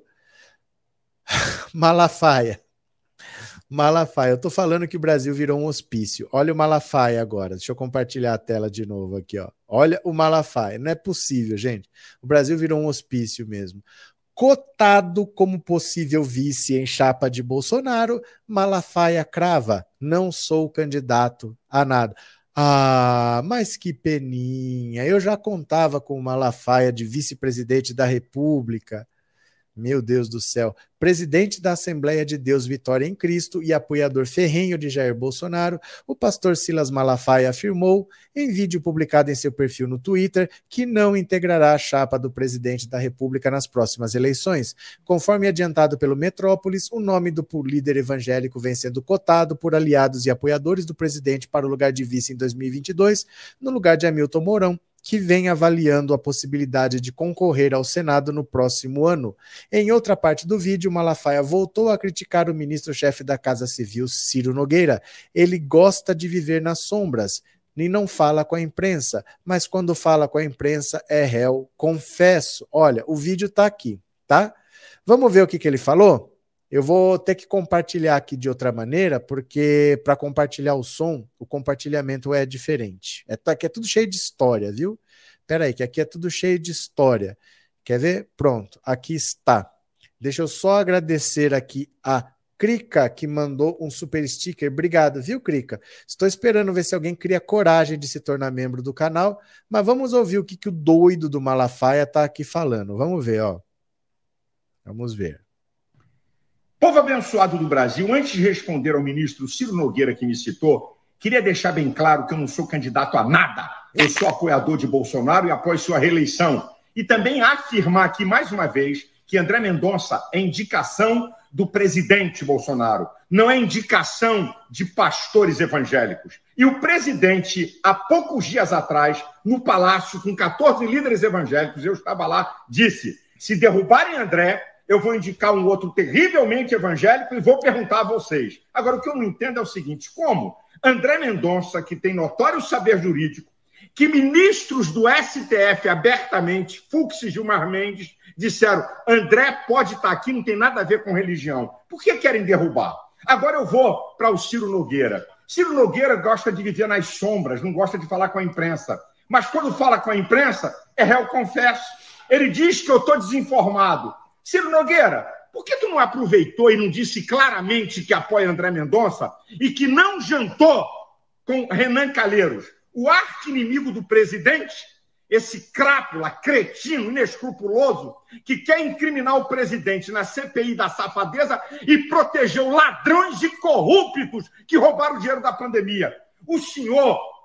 Malafaia. Malafaia, eu tô falando que o Brasil virou um hospício. Olha o Malafaia agora. Deixa eu compartilhar a tela de novo aqui, ó. Olha o Malafaia. Não é possível, gente. O Brasil virou um hospício mesmo. Cotado como possível vice em chapa de Bolsonaro, Malafaia crava: não sou candidato a nada. Ah, mas que peninha. Eu já contava com o Malafaia de vice-presidente da República. Meu Deus do céu. Presidente da Assembleia de Deus Vitória em Cristo e apoiador ferrenho de Jair Bolsonaro, o pastor Silas Malafaia afirmou, em vídeo publicado em seu perfil no Twitter, que não integrará a chapa do presidente da República nas próximas eleições. Conforme adiantado pelo Metrópolis, o nome do líder evangélico vem sendo cotado por aliados e apoiadores do presidente para o lugar de vice em dois mil e vinte e dois, no lugar de Hamilton Mourão, que vem avaliando a possibilidade de concorrer ao Senado no próximo ano. Em outra parte do vídeo, Malafaia voltou a criticar o ministro-chefe da Casa Civil, Ciro Nogueira. Ele gosta de viver nas sombras e não fala com a imprensa, mas quando fala com a imprensa é réu, confesso. Olha, o vídeo tá aqui, tá? Vamos ver o que, que ele falou? Eu vou ter que compartilhar aqui de outra maneira, porque para compartilhar o som, o compartilhamento é diferente. É, aqui é tudo cheio de história, viu? Espera aí, que aqui é tudo cheio de história. Quer ver? Pronto, aqui está. Deixa eu só agradecer aqui a Crica, que mandou um super sticker. Obrigado, viu, Crica? Estou esperando ver se alguém cria coragem de se tornar membro do canal, mas vamos ouvir o que, que o doido do Malafaia está aqui falando. Vamos ver, ó. Vamos ver. Povo abençoado do Brasil, antes de responder ao ministro Ciro Nogueira, que me citou, queria deixar bem claro que eu não sou candidato a nada. Eu sou apoiador de Bolsonaro e apoio sua reeleição. E também afirmar aqui mais uma vez que André Mendonça é indicação do presidente Bolsonaro, não é indicação de pastores evangélicos. E o presidente, há poucos dias atrás, no palácio, com quatorze líderes evangélicos, eu estava lá, disse: se derrubarem André, eu vou indicar um outro terrivelmente evangélico e vou perguntar a vocês. Agora, o que eu não entendo é o seguinte: como André Mendonça, que tem notório saber jurídico, que ministros do S T F abertamente, Fux e Gilmar Mendes, disseram: André pode estar aqui, não tem nada a ver com religião. Por que querem derrubar? Agora eu vou para o Ciro Nogueira. Ciro Nogueira gosta de viver nas sombras, não gosta de falar com a imprensa. Mas quando fala com a imprensa, é réu confesso. Ele diz que eu estou desinformado. Ciro Nogueira, por que tu não aproveitou e não disse claramente que apoia André Mendonça e que não jantou com Renan Calheiros, o arqui-inimigo do presidente, esse crápula, cretino, inescrupuloso, que quer incriminar o presidente na C P I da safadeza e protegeu ladrões e corruptos que roubaram o dinheiro da pandemia? O senhor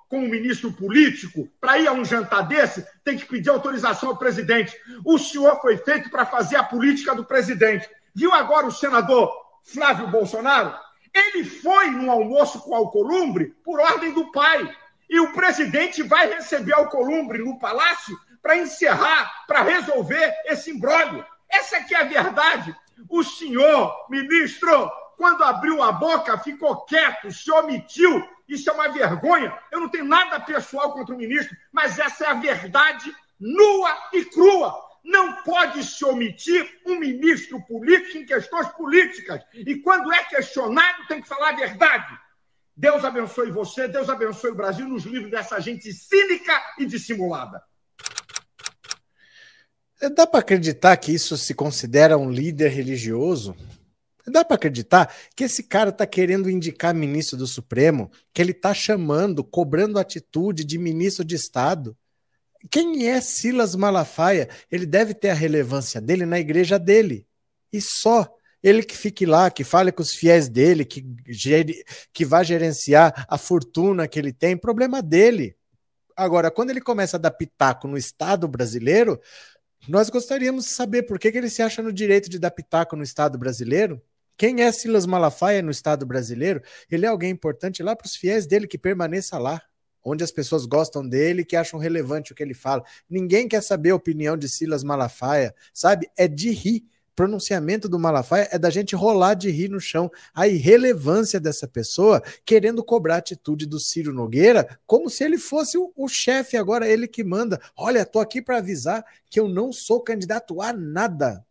como ministro político, para ir a um jantar desse, tem que pedir autorização ao presidente. O senhor foi feito para fazer a política do presidente. Viu agora o senador Flávio Bolsonaro? Ele foi num almoço com Alcolumbre por ordem do pai. E o presidente vai receber Alcolumbre no palácio para encerrar, para resolver esse imbróglio. Essa aqui é a verdade. O senhor, ministro, quando abriu a boca, ficou quieto, se omitiu. Isso é uma vergonha. Eu não tenho nada pessoal contra o ministro, mas essa é a verdade nua e crua. Não pode se omitir um ministro político em questões políticas. E quando é questionado, tem que falar a verdade. Deus abençoe você, Deus abençoe o Brasil, nos livre dessa gente cínica e dissimulada. Dá para acreditar que isso se considera um líder religioso? Dá para acreditar que esse cara está querendo indicar ministro do Supremo, que ele está chamando, cobrando atitude de ministro de Estado? Quem é Silas Malafaia? Ele deve ter a relevância dele na igreja dele. E só. Ele que fique lá, que fale com os fiéis dele, que, gere, que vá gerenciar a fortuna que ele tem, problema dele. Agora, quando ele começa a dar pitaco no Estado brasileiro, nós gostaríamos de saber por que, que ele se acha no direito de dar pitaco no Estado brasileiro. Quem é Silas Malafaia no Estado brasileiro? Ele é alguém importante lá para os fiéis dele, que permaneça lá, onde as pessoas gostam dele, que acham relevante o que ele fala. Ninguém quer saber a opinião de Silas Malafaia, sabe? É de rir. O pronunciamento do Malafaia é da gente rolar de rir no chão. A irrelevância dessa pessoa querendo cobrar a atitude do Ciro Nogueira como se ele fosse o, o chefe agora, ele que manda. Olha, tô aqui para avisar que eu não sou candidato a nada.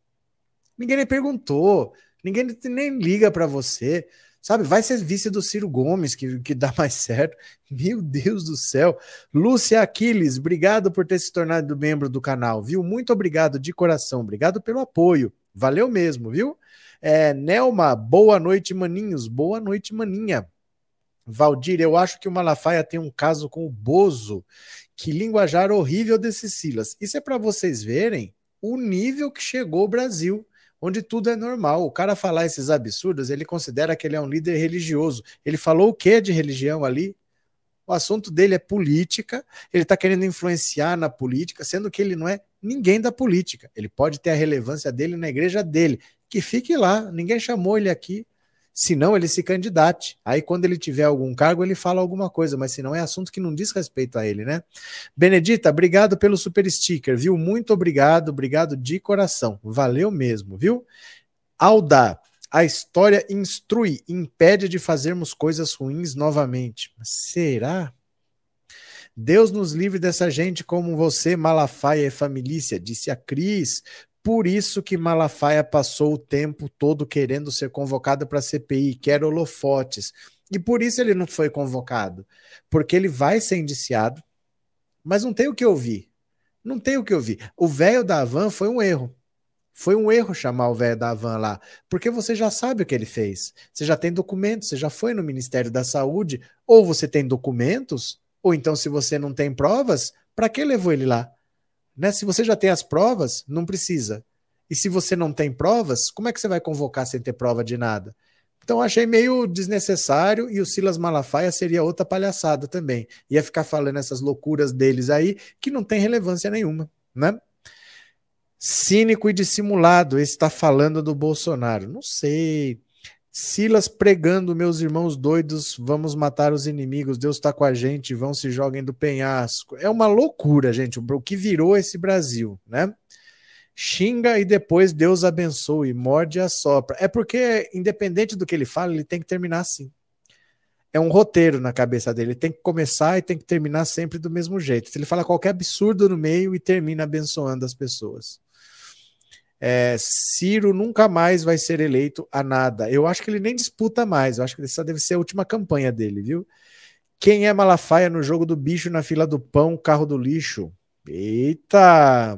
Ninguém nem perguntou. Ninguém nem liga para você, sabe? Vai ser vice do Ciro Gomes, que, que dá mais certo. Meu Deus do céu. Lúcia Aquiles, obrigado por ter se tornado membro do canal, viu? Muito obrigado de coração, obrigado pelo apoio. Valeu mesmo, viu? É, Nelma, boa noite, maninhos. Boa noite, maninha. Valdir, eu acho que o Malafaia tem um caso com o Bozo. Que linguajar horrível desse Silas. Isso é para vocês verem o nível que chegou o Brasil, onde tudo é normal. O cara falar esses absurdos, ele considera que ele é um líder religioso. Ele falou o que de religião ali? O assunto dele é política, ele está querendo influenciar na política, sendo que ele não é ninguém da política. Ele pode ter a relevância dele na igreja dele, que fique lá, ninguém chamou ele aqui, senão ele se candidate. Aí quando ele tiver algum cargo, ele fala alguma coisa, mas senão é assunto que não diz respeito a ele, né? Benedita, obrigado pelo super sticker, viu? Muito obrigado, obrigado de coração. Valeu mesmo, viu? Alda, a história instrui, impede de fazermos coisas ruins novamente. Será? Deus nos livre dessa gente como você, Malafaia e família, disse a Cris. Por isso que Malafaia passou o tempo todo querendo ser convocado para a C P I, quer holofotes. E por isso ele não foi convocado. Porque ele vai ser indiciado, mas não tem o que ouvir. Não tem o que ouvir. O velho da Havan foi um erro. Foi um erro chamar o velho da Havan lá, porque você já sabe o que ele fez. Você já tem documentos, você já foi no Ministério da Saúde, ou você tem documentos, ou então se você não tem provas, para que levou ele lá? Né? Se você já tem as provas, não precisa. E se você não tem provas, como é que você vai convocar sem ter prova de nada? Então achei meio desnecessário, e o Silas Malafaia seria outra palhaçada também. Ia ficar falando essas loucuras deles aí, que não tem relevância nenhuma, né? Cínico e dissimulado, esse está falando do Bolsonaro. Não sei. Silas pregando, meus irmãos doidos, vamos matar os inimigos, Deus está com a gente, vão se joguem do penhasco. É uma loucura, gente, o que virou esse Brasil, né? Xinga e depois Deus abençoe, morde e assopra. É porque, independente do que ele fala, ele tem que terminar assim. É um roteiro na cabeça dele, ele tem que começar e tem que terminar sempre do mesmo jeito. Ele fala qualquer absurdo no meio e termina abençoando as pessoas. É, Ciro nunca mais vai ser eleito a nada. Eu acho que ele nem disputa mais. Eu acho que essa deve ser a última campanha dele, viu? Quem é Malafaia no jogo do bicho, na fila do pão, carro do lixo? Eita!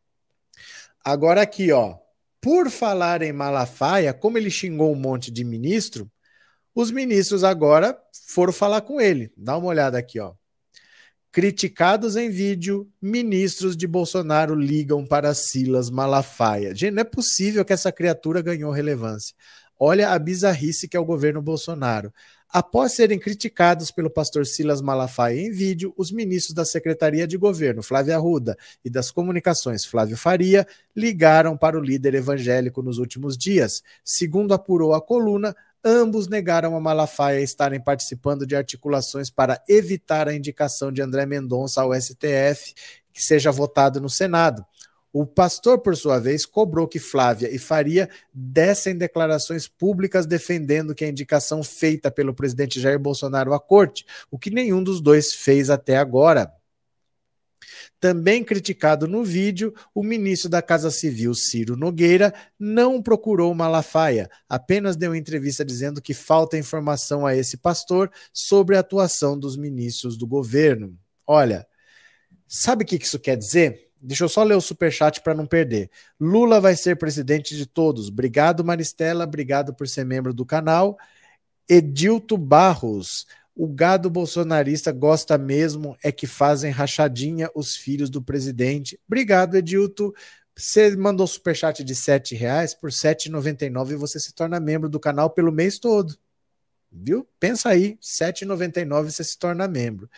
Agora aqui, ó. Por falar em Malafaia, como ele xingou um monte de ministro, os ministros agora foram falar com ele. Dá uma olhada aqui, ó. Criticados em vídeo, ministros de Bolsonaro ligam para Silas Malafaia. Gente, não é possível que essa criatura ganhou relevância. Olha a bizarrice que é o governo Bolsonaro. Após serem criticados pelo pastor Silas Malafaia em vídeo, os ministros da Secretaria de Governo, Flávia Arruda, e das Comunicações, Flávio Faria, ligaram para o líder evangélico nos últimos dias. Segundo apurou a coluna, ambos negaram a Malafaia estarem participando de articulações para evitar a indicação de André Mendonça ao S T F, que seja votado no Senado. O pastor, por sua vez, cobrou que Flávia e Faria dessem declarações públicas defendendo que a indicação feita pelo presidente Jair Bolsonaro à corte, o que nenhum dos dois fez até agora. Também criticado no vídeo, o ministro da Casa Civil, Ciro Nogueira, não procurou Malafaia, apenas deu entrevista dizendo que falta informação a esse pastor sobre a atuação dos ministros do governo. Olha, sabe o que isso quer dizer? Deixa eu só ler o superchat para não perder. Lula vai ser presidente de todos. Obrigado, Maristela. Obrigado por ser membro do canal. Edilto Barros. O gado bolsonarista gosta mesmo é que fazem rachadinha os filhos do presidente. Obrigado, Edilto. Você mandou superchat de sete reais por sete reais e noventa e nove centavos e você se torna membro do canal pelo mês todo. Viu? Pensa aí, sete reais e noventa e nove centavos você se torna membro.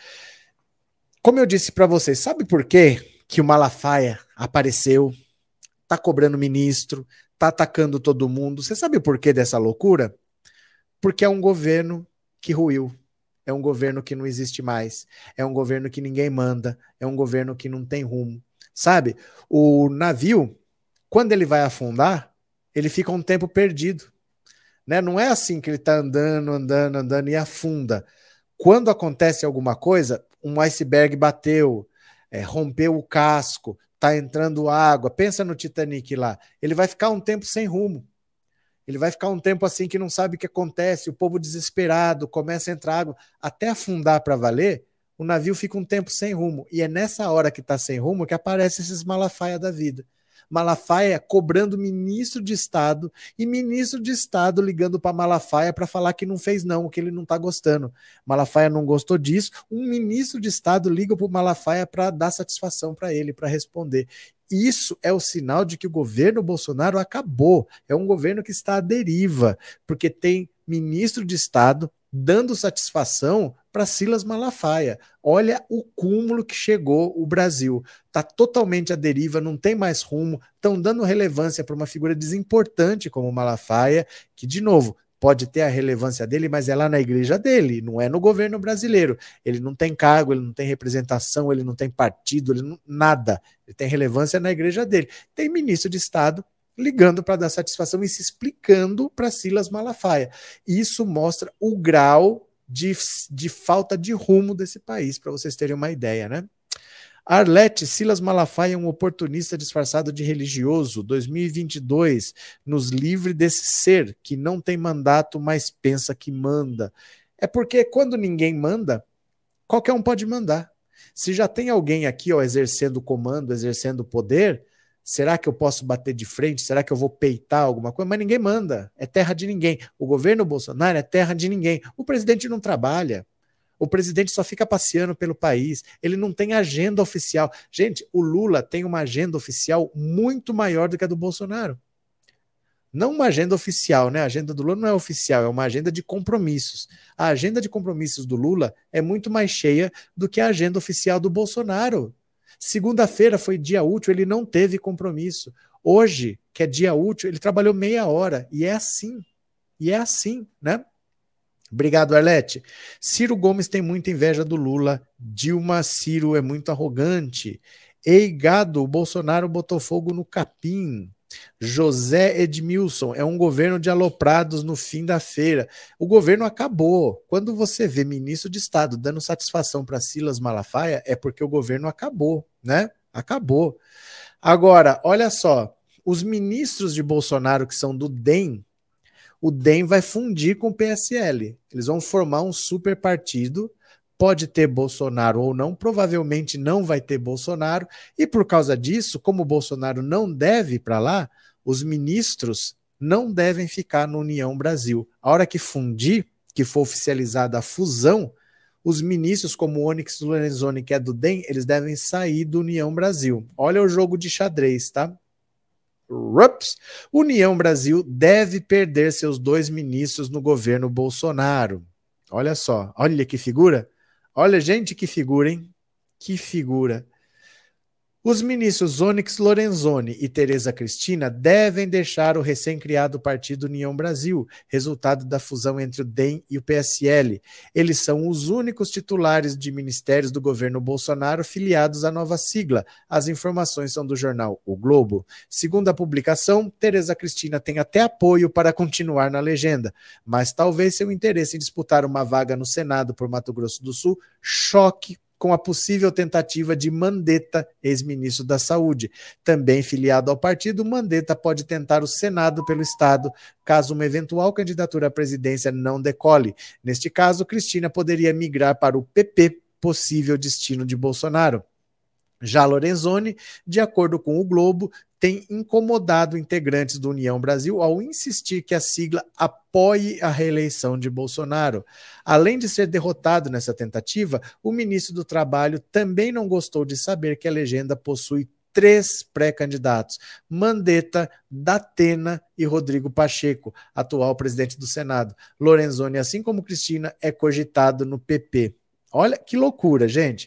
Como eu disse para vocês, sabe por quê que o Malafaia apareceu, tá cobrando ministro, tá atacando todo mundo? Você sabe o porquê dessa loucura? Porque é um governo que ruiu, é um governo que não existe mais, é um governo que ninguém manda, é um governo que não tem rumo. Sabe, o navio, quando ele vai afundar, ele fica um tempo perdido, né? Não é assim que ele tá andando, andando, andando e afunda. Quando acontece alguma coisa, um iceberg bateu, É, rompeu o casco, tá entrando água, pensa no Titanic lá, ele vai ficar um tempo sem rumo, ele vai ficar um tempo assim que não sabe o que acontece, o povo desesperado, começa a entrar água, até afundar para valer, o navio fica um tempo sem rumo, e é nessa hora que tá sem rumo que aparecem esses Malafaia da vida. Malafaia cobrando ministro de Estado e ministro de Estado ligando para Malafaia para falar que não fez não, que ele não está gostando. Malafaia não gostou disso, um ministro de Estado liga para o Malafaia para dar satisfação para ele, para responder. Isso é o sinal de que o governo Bolsonaro acabou, é um governo que está à deriva, porque tem ministro de Estado dando satisfação para Silas Malafaia. Olha o cúmulo que chegou o Brasil. Está totalmente à deriva, não tem mais rumo, estão dando relevância para uma figura desimportante como Malafaia, que, de novo, pode ter a relevância dele, mas é lá na igreja dele, não é no governo brasileiro. Ele não tem cargo, ele não tem representação, ele não tem partido, ele não, nada. Ele tem relevância na igreja dele. Tem ministro de Estado ligando para dar satisfação e se explicando para Silas Malafaia. Isso mostra o grau de, de falta de rumo desse país, para vocês terem uma ideia, né? Arlete, Silas Malafaia é um oportunista disfarçado de religioso. dois mil e vinte e dois, nos livre desse ser que não tem mandato, mas pensa que manda. É porque quando ninguém manda, qualquer um pode mandar. Se já tem alguém aqui ó, exercendo o comando, exercendo o poder, será que eu posso bater de frente? Será que eu vou peitar alguma coisa? Mas ninguém manda, é terra de ninguém. O governo Bolsonaro é terra de ninguém. O presidente não trabalha. O presidente só fica passeando pelo país, ele não tem agenda oficial. Gente, o Lula tem uma agenda oficial muito maior do que a do Bolsonaro. Não uma agenda oficial, né? A agenda do Lula não é oficial, é uma agenda de compromissos. A agenda de compromissos do Lula é muito mais cheia do que a agenda oficial do Bolsonaro. Segunda-feira foi dia útil, ele não teve compromisso. Hoje, que é dia útil, ele trabalhou meia hora. E é assim. E é assim, né? Obrigado, Arlete. Ciro Gomes tem muita inveja do Lula. Dilma Ciro é muito arrogante. Ei, gado, o Bolsonaro botou fogo no capim. José Edmilson, é um governo de aloprados no fim da feira. O governo acabou. Quando você vê ministro de Estado dando satisfação para Silas Malafaia, é porque o governo acabou, né? Acabou. Agora, olha só, os ministros de Bolsonaro que são do D E M, o D E M vai fundir com o P S L. Eles vão formar um super partido, pode ter Bolsonaro ou não, provavelmente não vai ter Bolsonaro, e por causa disso, como o Bolsonaro não deve ir para lá, os ministros não devem ficar no União Brasil. A hora que fundir, que for oficializada a fusão, os ministros como o Onyx Lorenzoni, que é do D E M, eles devem sair do União Brasil. Olha o jogo de xadrez, tá? Rups. União Brasil deve perder seus dois ministros no governo Bolsonaro. Olha só, olha que figura. Olha, gente, que figura, hein? Que figura. Os ministros Onyx Lorenzoni e Tereza Cristina devem deixar o recém-criado Partido União Brasil, resultado da fusão entre o D E M e o P S L. Eles são os únicos titulares de ministérios do governo Bolsonaro filiados à nova sigla. As informações são do jornal O Globo. Segundo a publicação, Tereza Cristina tem até apoio para continuar na legenda, mas talvez seu interesse em disputar uma vaga no Senado por Mato Grosso do Sul choque com a possível tentativa de Mandetta, ex-ministro da Saúde. Também filiado ao partido, Mandetta pode tentar o Senado pelo Estado, caso uma eventual candidatura à presidência não decole. Neste caso, Cristina poderia migrar para o P P, possível destino de Bolsonaro. Já Lorenzoni, de acordo com o Globo, tem incomodado integrantes do União Brasil ao insistir que a sigla apoie a reeleição de Bolsonaro. Além de ser derrotado nessa tentativa, o ministro do Trabalho também não gostou de saber que a legenda possui três pré-candidatos: Mandetta, Datena e Rodrigo Pacheco, atual presidente do Senado. Lorenzoni, assim como Cristina, é cogitado no P P. Olha que loucura, gente.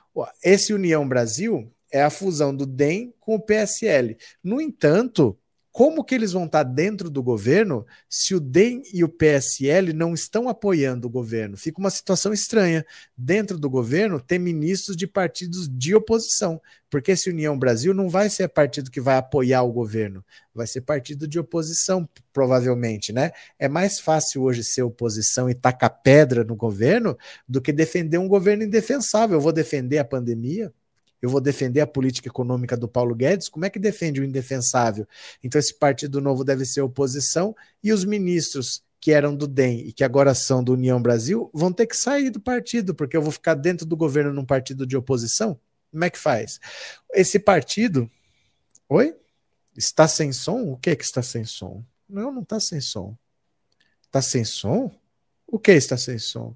Esse União Brasil é a fusão do D E M com o P S L. No entanto, como que eles vão estar dentro do governo se o D E M e o P S L não estão apoiando o governo? Fica uma situação estranha. Dentro do governo tem ministros de partidos de oposição, porque esse União Brasil não vai ser partido que vai apoiar o governo, vai ser partido de oposição, provavelmente, né? É mais fácil hoje ser oposição e tacar pedra no governo do que defender um governo indefensável. Eu vou defender a pandemia? Eu vou defender a política econômica do Paulo Guedes? Como é que defende o indefensável? Então esse partido novo deve ser oposição e os ministros que eram do D E M e que agora são do União Brasil vão ter que sair do partido, porque eu vou ficar dentro do governo num partido de oposição? Como é que faz? Esse partido... Oi? Está sem som? O que é que está sem som? Não, não está sem som. Está sem som? O que está sem som?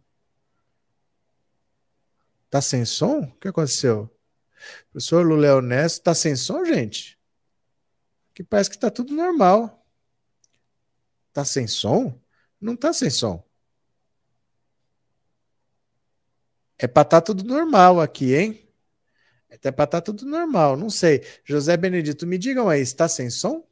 Está sem som? O que aconteceu? Professor Lula Honesto, tá sem som, gente? Que parece que tá tudo normal. Tá sem som? Não tá sem som. É pra tá tudo normal aqui, hein? É pra tá tudo normal, não sei. José Benedito, me digam aí, está sem som?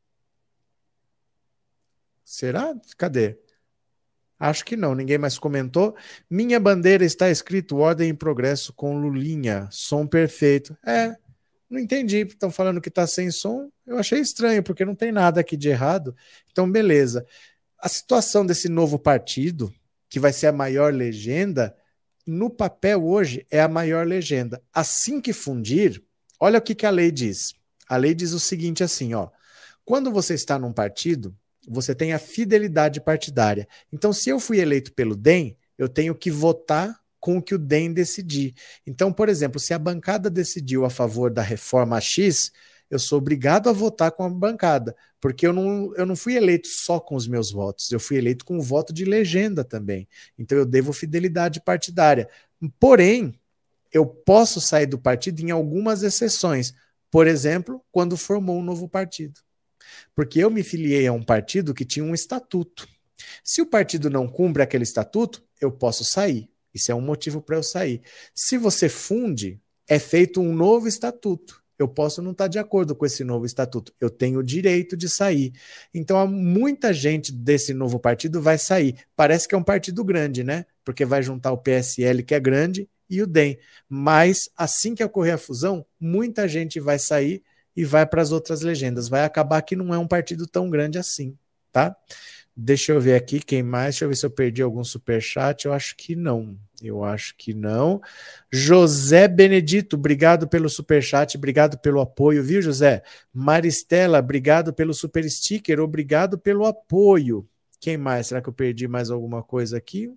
Será? Cadê? Acho que não, ninguém mais comentou. Minha bandeira está escrito ordem em progresso com Lulinha, som perfeito. É, não entendi, estão falando que está sem som. Eu achei estranho, porque não tem nada aqui de errado. Então, beleza. A situação desse novo partido, que vai ser a maior legenda, no papel hoje é a maior legenda. Assim que fundir, olha o que, que a lei diz. A lei diz o seguinte assim, ó. Quando você está num partido, você tem a fidelidade partidária. Então, se eu fui eleito pelo D E M, eu tenho que votar com o que o D E M decidir. Então, por exemplo, se a bancada decidiu a favor da reforma X, eu sou obrigado a votar com a bancada, porque eu não, eu não fui eleito só com os meus votos, eu fui eleito com o voto de legenda também. Então, eu devo fidelidade partidária. Porém, eu posso sair do partido em algumas exceções. Por exemplo, quando formou um novo partido. Porque eu me filiei a um partido que tinha um estatuto. Se o partido não cumpre aquele estatuto, eu posso sair. Isso é um motivo para eu sair. Se você funde, é feito um novo estatuto. Eu posso não estar de acordo com esse novo estatuto. Eu tenho o direito de sair. Então, muita gente desse novo partido vai sair. Parece que é um partido grande, né? Porque vai juntar o P S L, que é grande, e o D E M. Mas, assim que ocorrer a fusão, muita gente vai sair e vai para as outras legendas. Vai acabar que não é um partido tão grande assim, tá? Deixa eu ver aqui quem mais. Deixa eu ver se eu perdi algum superchat. Eu acho que não. Eu acho que não. José Benedito, obrigado pelo superchat, obrigado pelo apoio, viu, José? Maristela, obrigado pelo super sticker, obrigado pelo apoio. Quem mais? Será que eu perdi mais alguma coisa aqui?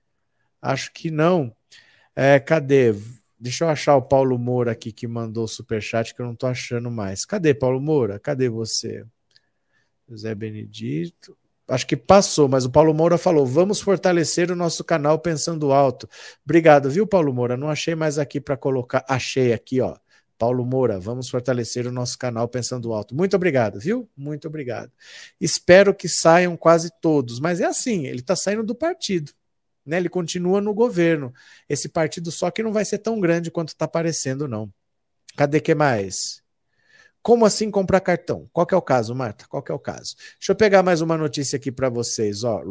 Acho que não. É, cadê? Deixa eu achar o Paulo Moura aqui que mandou o superchat, que eu não estou achando mais. Cadê, Paulo Moura? Cadê você? José Benedito. Acho que passou, mas o Paulo Moura falou, vamos fortalecer o nosso canal Pensando Alto. Obrigado, viu, Paulo Moura? Não achei mais aqui para colocar. Achei aqui, ó. Paulo Moura, vamos fortalecer o nosso canal Pensando Alto. Muito obrigado, viu? Muito obrigado. Espero que saiam quase todos, mas é assim, ele está saindo do partido. né? Ele continua no governo. Esse partido só que não vai ser tão grande quanto está parecendo, não. Cadê que mais? Como assim comprar cartão? Qual que é o caso, Marta? Qual que é o caso? Deixa eu pegar mais uma notícia aqui para vocês. Ó.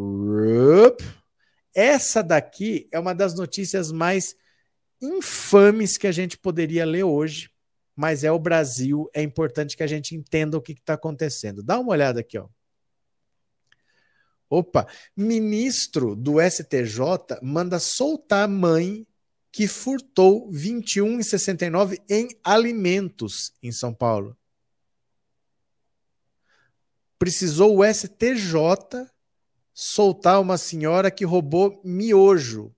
Essa daqui é uma das notícias mais infames que a gente poderia ler hoje, mas é o Brasil, é importante que a gente entenda o que está acontecendo. Dá uma olhada aqui, ó. Opa, ministro do S T J manda soltar a mãe que furtou vinte e um reais e sessenta e nove centavos em alimentos em São Paulo. Precisou o S T J soltar uma senhora que roubou miojo.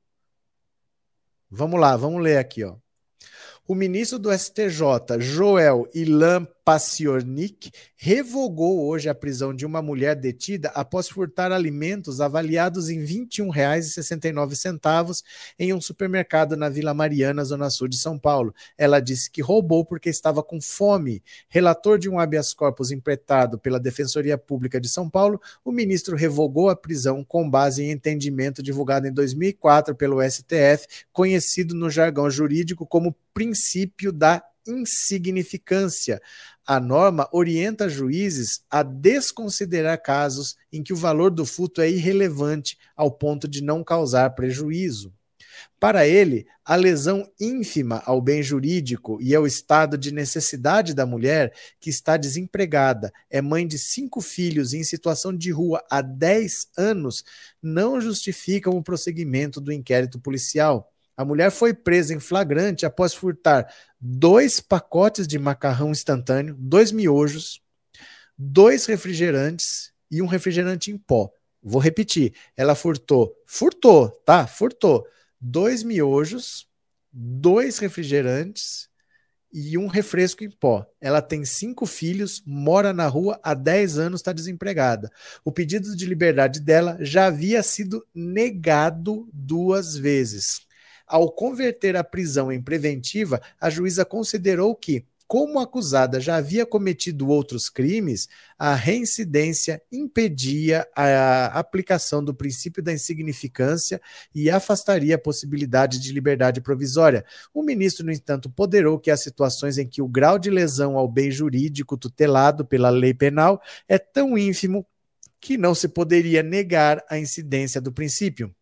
Vamos lá, vamos ler aqui, ó. O ministro do S T J, Joel Ilan Paciornik, revogou hoje a prisão de uma mulher detida após furtar alimentos avaliados em vinte e um reais e sessenta e nove centavos em um supermercado na Vila Mariana, zona sul de São Paulo. Ela disse que roubou porque estava com fome. Relator de um habeas corpus impetrado pela Defensoria Pública de São Paulo, o ministro revogou a prisão com base em entendimento divulgado em dois mil e quatro pelo S T F, conhecido no jargão jurídico como princípio da insignificância. A norma orienta juízes a desconsiderar casos em que o valor do furto é irrelevante ao ponto de não causar prejuízo. Para ele, a lesão ínfima ao bem jurídico e ao estado de necessidade da mulher, que está desempregada, é mãe de cinco filhos e em situação de rua há dez anos, não justificam o prosseguimento do inquérito policial. A mulher foi presa em flagrante após furtar dois pacotes de macarrão instantâneo, dois miojos, dois refrigerantes e um refrigerante em pó. Vou repetir, ela furtou, furtou, tá? Furtou dois miojos, dois refrigerantes e um refresco em pó. Ela tem cinco filhos, mora na rua há dez anos, está desempregada. O pedido de liberdade dela já havia sido negado duas vezes. Ao converter a prisão em preventiva, a juíza considerou que, como a acusada já havia cometido outros crimes, a reincidência impedia a aplicação do princípio da insignificância e afastaria a possibilidade de liberdade provisória. O ministro, no entanto, ponderou que as situações em que o grau de lesão ao bem jurídico tutelado pela lei penal é tão ínfimo que não se poderia negar a incidência do princípio.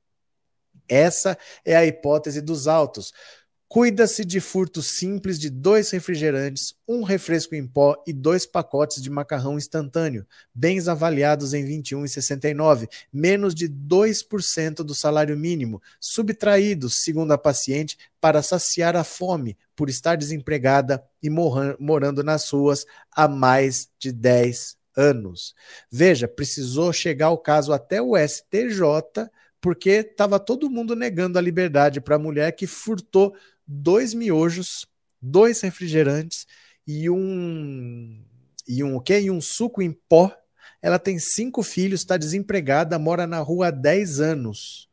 Essa é a hipótese dos autos. Cuida-se de furto simples de dois refrigerantes, um refresco em pó e dois pacotes de macarrão instantâneo, bens avaliados em vinte e um reais e sessenta e nove centavos, menos de dois por cento do salário mínimo, subtraídos, segundo a paciente, para saciar a fome por estar desempregada e morra- morando nas ruas há mais de dez anos. Veja, precisou chegar o caso até o S T J, porque estava todo mundo negando a liberdade para a mulher que furtou dois miojos, dois refrigerantes e um e um o quê? E um suco em pó. Ela tem cinco filhos, está desempregada, mora na rua há dez anos.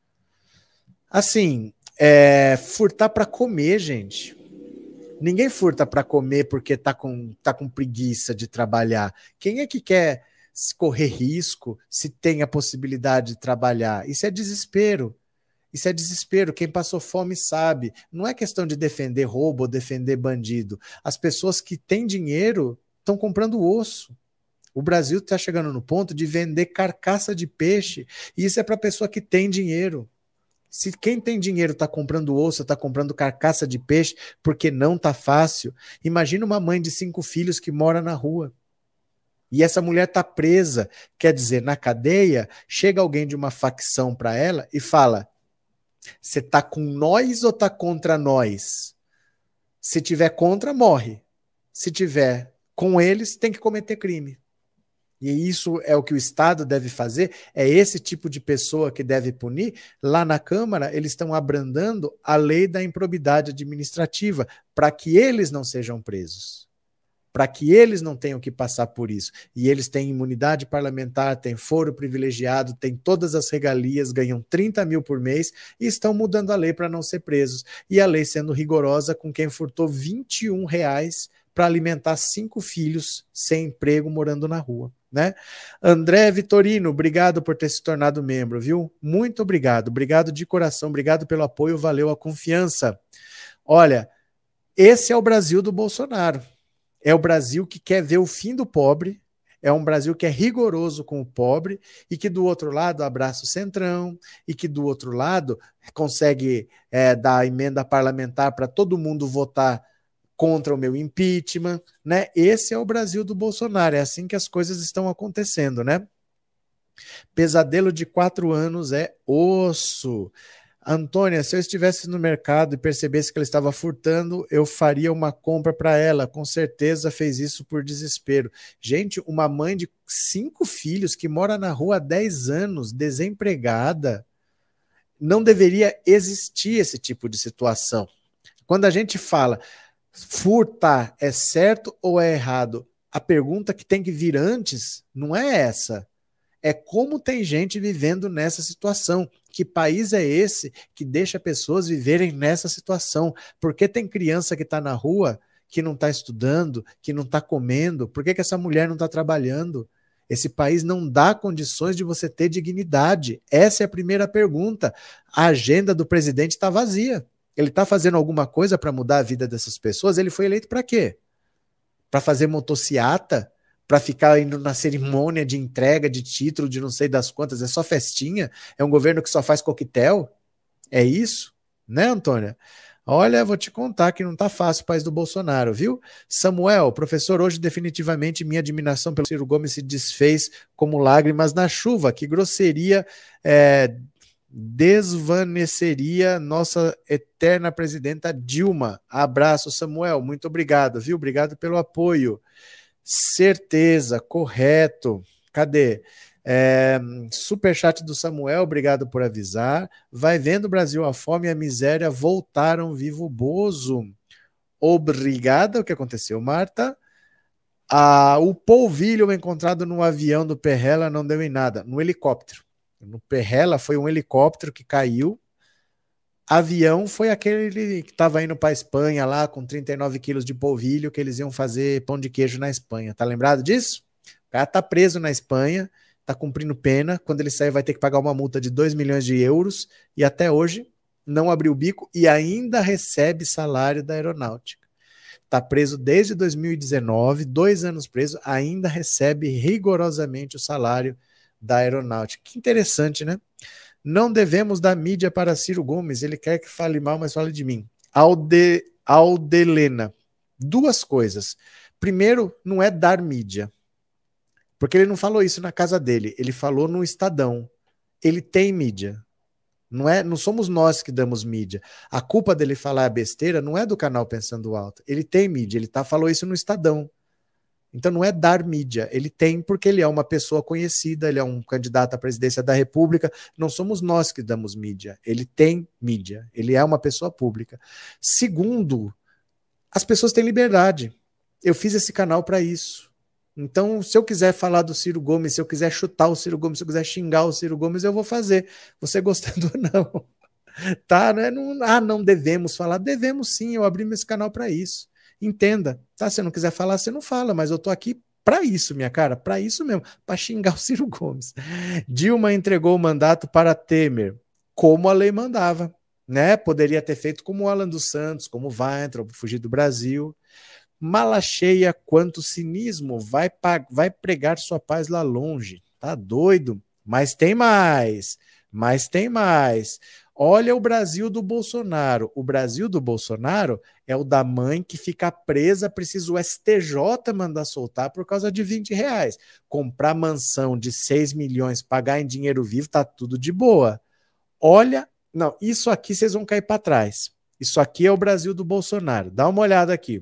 Assim, é, furtar para comer, gente. Ninguém furta para comer porque tá com, tá com preguiça de trabalhar. Quem é que quer correr risco se tem a possibilidade de trabalhar? Isso é desespero. Isso é desespero. Quem passou fome sabe. Não é questão de defender roubo ou defender bandido. As pessoas que têm dinheiro estão comprando osso. O Brasil está chegando no ponto de vender carcaça de peixe. E isso é para a pessoa que tem dinheiro. Se quem tem dinheiro está comprando osso, está comprando carcaça de peixe porque não está fácil, imagina uma mãe de cinco filhos que mora na rua. E essa mulher está presa, quer dizer, na cadeia, chega alguém de uma facção para ela e fala: você está com nós ou está contra nós? Se tiver contra, morre. Se tiver com eles, tem que cometer crime. E isso é o que o Estado deve fazer, é esse tipo de pessoa que deve punir. Lá na Câmara, eles estão abrandando a lei da improbidade administrativa para que eles não sejam presos, para que eles não tenham que passar por isso. E eles têm imunidade parlamentar, têm foro privilegiado, têm todas as regalias, ganham trinta mil por mês e estão mudando a lei para não ser presos. E a lei sendo rigorosa com quem furtou vinte e um reais para alimentar cinco filhos sem emprego morando na rua. né? André Vitorino, obrigado por ter se tornado membro, viu? Muito obrigado, obrigado de coração, obrigado pelo apoio, valeu a confiança. Olha, esse é o Brasil do Bolsonaro. É o Brasil que quer ver o fim do pobre, é um Brasil que é rigoroso com o pobre e que do outro lado abraça o Centrão e que do outro lado consegue é, dar emenda parlamentar para todo mundo votar contra o meu impeachment, né? Esse é o Brasil do Bolsonaro, é assim que as coisas estão acontecendo, né? Pesadelo de quatro anos é osso. Antônia, se eu estivesse no mercado e percebesse que ela estava furtando, eu faria uma compra para ela. Com certeza fez isso por desespero. Gente, uma mãe de cinco filhos que mora na rua há dez anos, desempregada, não deveria existir esse tipo de situação. Quando a gente fala furtar é certo ou é errado, a pergunta que tem que vir antes não é essa. É como tem gente vivendo nessa situação. Que país é esse que deixa pessoas viverem nessa situação? Por que tem criança que está na rua, que não está estudando, que não está comendo? Por que, que essa mulher não está trabalhando? Esse país não dá condições de você ter dignidade. Essa é a primeira pergunta. A agenda do presidente está vazia. Ele está fazendo alguma coisa para mudar a vida dessas pessoas? Ele foi eleito para quê? Para fazer motociata? Para ficar indo na cerimônia de entrega de título de não sei das quantas, é só festinha? É um governo que só faz coquetel? É isso? Né, Antônia? Olha, vou te contar que não tá fácil o país do Bolsonaro, viu? Samuel, professor, hoje definitivamente minha admiração pelo Ciro Gomes se desfez como lágrimas na chuva. Que grosseria é, desvaneceria nossa eterna presidenta Dilma. Abraço, Samuel, muito obrigado, viu? Obrigado pelo apoio. Certeza, correto. Cadê? É, superchat do Samuel, obrigado por avisar. Vai vendo, Brasil, a fome e a miséria voltaram vivo Bozo. Obrigada. O que aconteceu, Marta? Ah, o polvilho encontrado no avião do Perrela não deu em nada. No helicóptero. No Perrela foi um helicóptero que caiu. Avião foi aquele que estava indo para a Espanha lá com trinta e nove quilos de polvilho que eles iam fazer pão de queijo na Espanha. Tá lembrado disso? O cara tá preso na Espanha, tá cumprindo pena. Quando ele sair vai ter que pagar uma multa de dois milhões de euros e até hoje não abriu o bico e ainda recebe salário da aeronáutica. Tá preso desde dois mil e dezenove, dois anos preso, ainda recebe rigorosamente o salário da aeronáutica. Que interessante, né? Não devemos dar mídia para Ciro Gomes, ele quer que fale mal, mas fale de mim. Alde, Aldelena, duas coisas. Primeiro, não é dar mídia, porque ele não falou isso na casa dele, ele falou no Estadão. Ele tem mídia, não, é, não somos nós que damos mídia. A culpa dele falar besteira não é do canal Pensando Alto, ele tem mídia, ele tá, falou isso no Estadão. Então não é dar mídia, ele tem porque ele é uma pessoa conhecida, ele é um candidato à presidência da República, não somos nós que damos mídia, ele tem mídia, ele é uma pessoa pública. Segundo, as pessoas têm liberdade, eu fiz esse canal para isso. Então, se eu quiser falar do Ciro Gomes, se eu quiser chutar o Ciro Gomes, se eu quiser xingar o Ciro Gomes, eu vou fazer, você gostando ou não. Tá, né? Não, ah, não devemos falar, devemos sim, eu abri esse canal para isso. Entenda, tá? Se você não quiser falar, você não fala, mas eu tô aqui para isso, minha cara, para isso mesmo, para xingar o Ciro Gomes. Dilma entregou o mandato para Temer, como a lei mandava, né? Poderia ter feito como o Alan dos Santos, como o Weintraub, fugir do Brasil. Mala cheia, quanto cinismo, vai, vai pregar sua paz lá longe, tá doido? Mas tem mais, mas tem mais. Olha o Brasil do Bolsonaro. O Brasil do Bolsonaro é o da mãe que fica presa, precisa o S T J mandar soltar por causa de vinte reais. Comprar mansão de seis milhões, pagar em dinheiro vivo, tá tudo de boa. Olha, não, isso aqui vocês vão cair para trás. Isso aqui é o Brasil do Bolsonaro. Dá uma olhada aqui.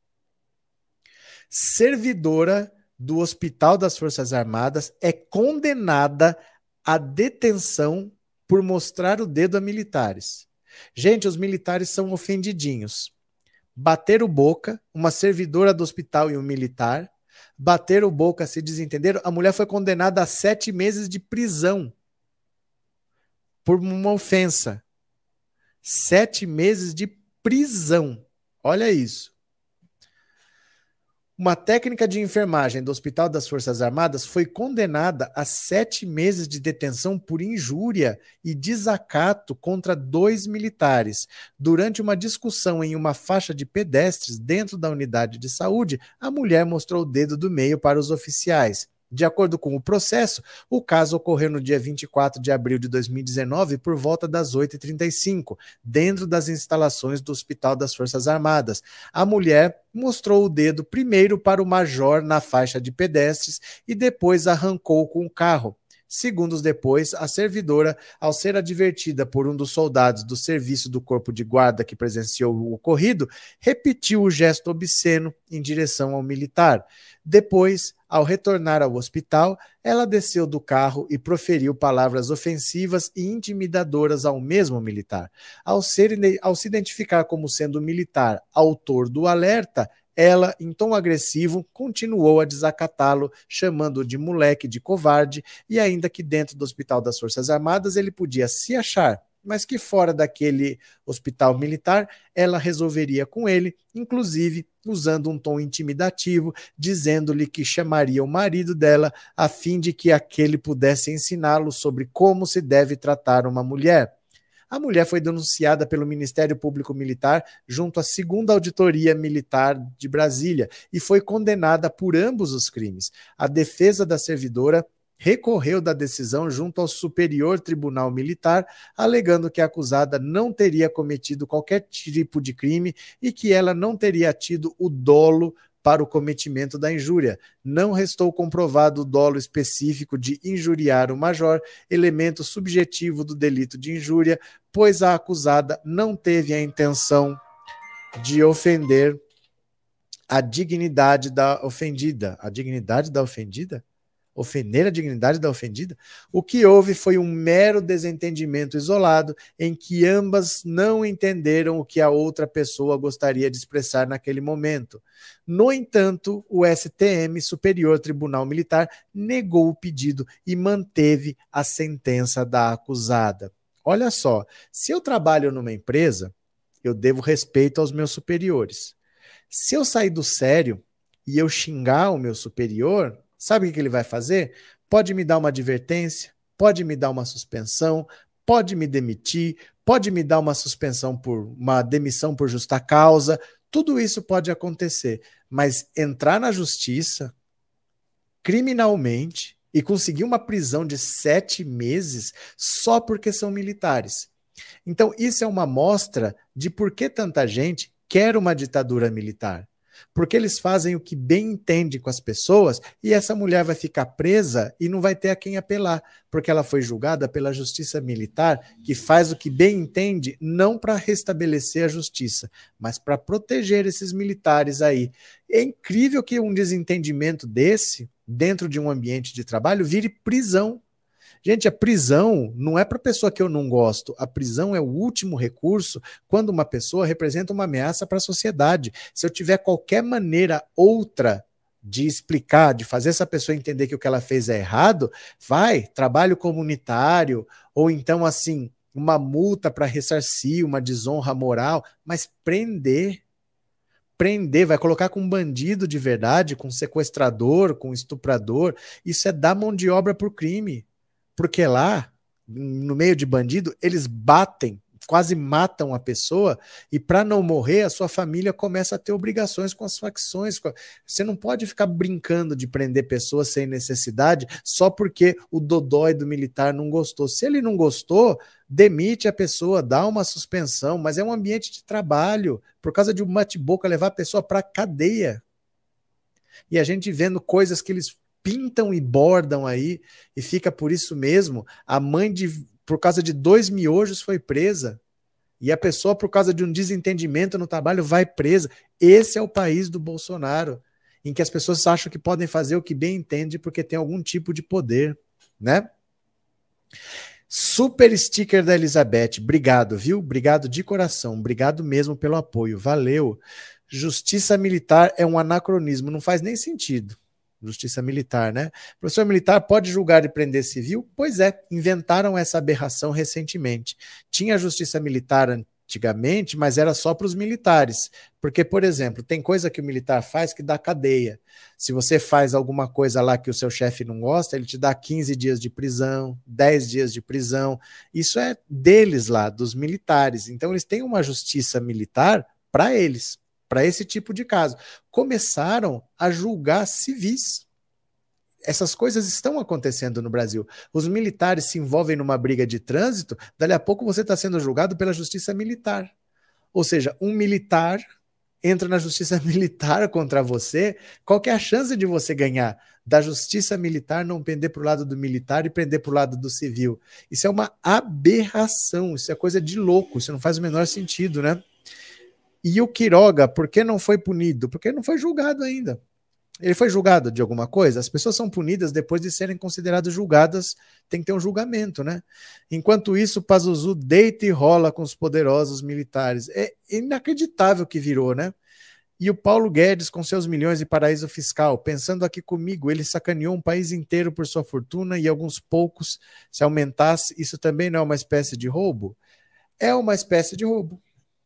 Servidora do Hospital das Forças Armadas é condenada à detenção por mostrar o dedo a militares. Gente, os militares são ofendidinhos. Bateram boca, uma servidora do hospital e um militar, bateram boca, se desentenderam, a mulher foi condenada a sete meses de prisão por uma ofensa. Sete meses de prisão. Olha isso. Uma técnica de enfermagem do Hospital das Forças Armadas foi condenada a sete meses de detenção por injúria e desacato contra dois militares. Durante uma discussão em uma faixa de pedestres dentro da unidade de saúde, a mulher mostrou o dedo do meio para os oficiais. De acordo com o processo, o caso ocorreu no dia vinte e quatro de abril de dois mil e dezenove, por volta das oito e trinta e cinco, dentro das instalações do Hospital das Forças Armadas. A mulher mostrou o dedo primeiro para o major na faixa de pedestres e depois arrancou com o carro. Segundos depois, a servidora, ao ser advertida por um dos soldados do serviço do corpo de guarda que presenciou o ocorrido, repetiu o gesto obsceno em direção ao militar. Depois, ao retornar ao hospital, ela desceu do carro e proferiu palavras ofensivas e intimidadoras ao mesmo militar. Ao, ser, ao se identificar como sendo o militar autor do alerta, ela, em tom agressivo, continuou a desacatá-lo, chamando-o de moleque, de covarde, e ainda que dentro do Hospital das Forças Armadas ele podia se achar, mas que fora daquele hospital militar, ela resolveria com ele, inclusive usando um tom intimidativo, dizendo-lhe que chamaria o marido dela a fim de que aquele pudesse ensiná-lo sobre como se deve tratar uma mulher. A mulher foi denunciada pelo Ministério Público Militar junto à segunda Auditoria Militar de Brasília e foi condenada por ambos os crimes. A defesa da servidora recorreu da decisão junto ao Superior Tribunal Militar, alegando que a acusada não teria cometido qualquer tipo de crime e que ela não teria tido o dolo para o cometimento da injúria. Não restou comprovado o dolo específico de injuriar o major, elemento subjetivo do delito de injúria, pois a acusada não teve a intenção de ofender a dignidade da ofendida. A dignidade da ofendida? Ofender a dignidade da ofendida? O que houve foi um mero desentendimento isolado em que ambas não entenderam o que a outra pessoa gostaria de expressar naquele momento. No entanto, o S T M, Superior Tribunal Militar, negou o pedido e manteve a sentença da acusada. Olha só, se eu trabalho numa empresa, eu devo respeito aos meus superiores. Se eu sair do sério e eu xingar o meu superior, sabe o que ele vai fazer? Pode me dar uma advertência, pode me dar uma suspensão, pode me demitir, pode me dar uma suspensão por uma demissão por justa causa. Tudo isso pode acontecer, mas entrar na justiça criminalmente e conseguir uma prisão de sete meses só porque são militares. Então, isso é uma mostra de por que tanta gente quer uma ditadura militar. Porque eles fazem o que bem entende com as pessoas e essa mulher vai ficar presa e não vai ter a quem apelar, porque ela foi julgada pela justiça militar, que faz o que bem entende, não para restabelecer a justiça, mas para proteger esses militares aí. É incrível que um desentendimento desse, dentro de um ambiente de trabalho, vire prisão. Gente, a prisão não é para pessoa que eu não gosto. A prisão é o último recurso quando uma pessoa representa uma ameaça para a sociedade. Se eu tiver qualquer maneira outra de explicar, de fazer essa pessoa entender que o que ela fez é errado, vai, trabalho comunitário, ou então, assim, uma multa para ressarcir uma desonra moral, mas prender... Prender, vai colocar com um bandido de verdade, com um sequestrador, com um estuprador, isso é dar mão de obra para o crime. Porque lá, no meio de bandido, eles batem, quase matam a pessoa, e para não morrer, a sua família começa a ter obrigações com as facções. Você não pode ficar brincando de prender pessoas sem necessidade só porque o dodói do militar não gostou. Se ele não gostou, demite a pessoa, dá uma suspensão, mas é um ambiente de trabalho, por causa de um bate-boca levar a pessoa para a cadeia. E a gente vendo coisas que eles pintam e bordam aí, e fica por isso mesmo. A mãe, de, por causa de dois miojos, foi presa, e a pessoa, por causa de um desentendimento no trabalho, vai presa. Esse é o país do Bolsonaro, em que as pessoas acham que podem fazer o que bem entende porque tem algum tipo de poder, né? Super sticker da Elizabeth, obrigado, viu? Obrigado de coração, obrigado mesmo pelo apoio, valeu. Justiça militar é um anacronismo, não faz nem sentido. Justiça militar, né? O professor militar pode julgar e prender civil? Pois é, inventaram essa aberração recentemente. Tinha a justiça militar antigamente, mas era só para os militares. Porque, por exemplo, tem coisa que o militar faz que dá cadeia. Se você faz alguma coisa lá que o seu chefe não gosta, ele te dá quinze dias de prisão, dez dias de prisão. Isso é deles lá, dos militares. Então, eles têm uma justiça militar para eles, para esse tipo de caso. Começaram a julgar civis. Essas coisas estão acontecendo no Brasil. Os militares se envolvem numa briga de trânsito, dali a pouco você está sendo julgado pela justiça militar. Ou seja, um militar entra na justiça militar contra você, qual que é a chance de você ganhar? Da justiça militar não pender para o lado do militar e pender para o lado do civil. Isso é uma aberração, isso é coisa de louco, isso não faz o menor sentido, né? E o Quiroga, por que não foi punido? Porque não foi julgado ainda. Ele foi julgado de alguma coisa? As pessoas são punidas depois de serem consideradas julgadas, tem que ter um julgamento, né? Enquanto isso, o Pazuzu deita e rola com os poderosos militares. É inacreditável que virou, né? E o Paulo Guedes, com seus milhões de paraíso fiscal, pensando aqui comigo, ele sacaneou um país inteiro por sua fortuna e alguns poucos, se aumentasse, isso também não é uma espécie de roubo? É uma espécie de roubo.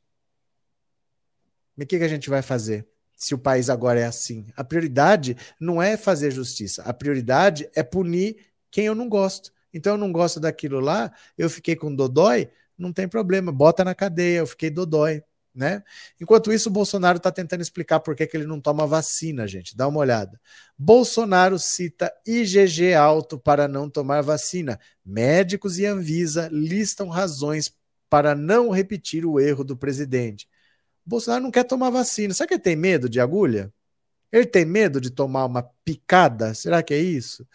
E o que, que a gente vai fazer? Se o país agora é assim. A prioridade não é fazer justiça. A prioridade é punir quem eu não gosto. Então eu não gosto daquilo lá, eu fiquei com dodói, não tem problema, bota na cadeia, eu fiquei dodói, né? Enquanto isso, o Bolsonaro está tentando explicar por que, que ele não toma vacina, gente. Dá uma olhada. Bolsonaro cita I G G alto para não tomar vacina. Médicos e Anvisa listam razões para não repetir o erro do presidente. Bolsonaro não quer tomar vacina. Será que ele tem medo de agulha? Ele tem medo de tomar uma picada? Será que é isso?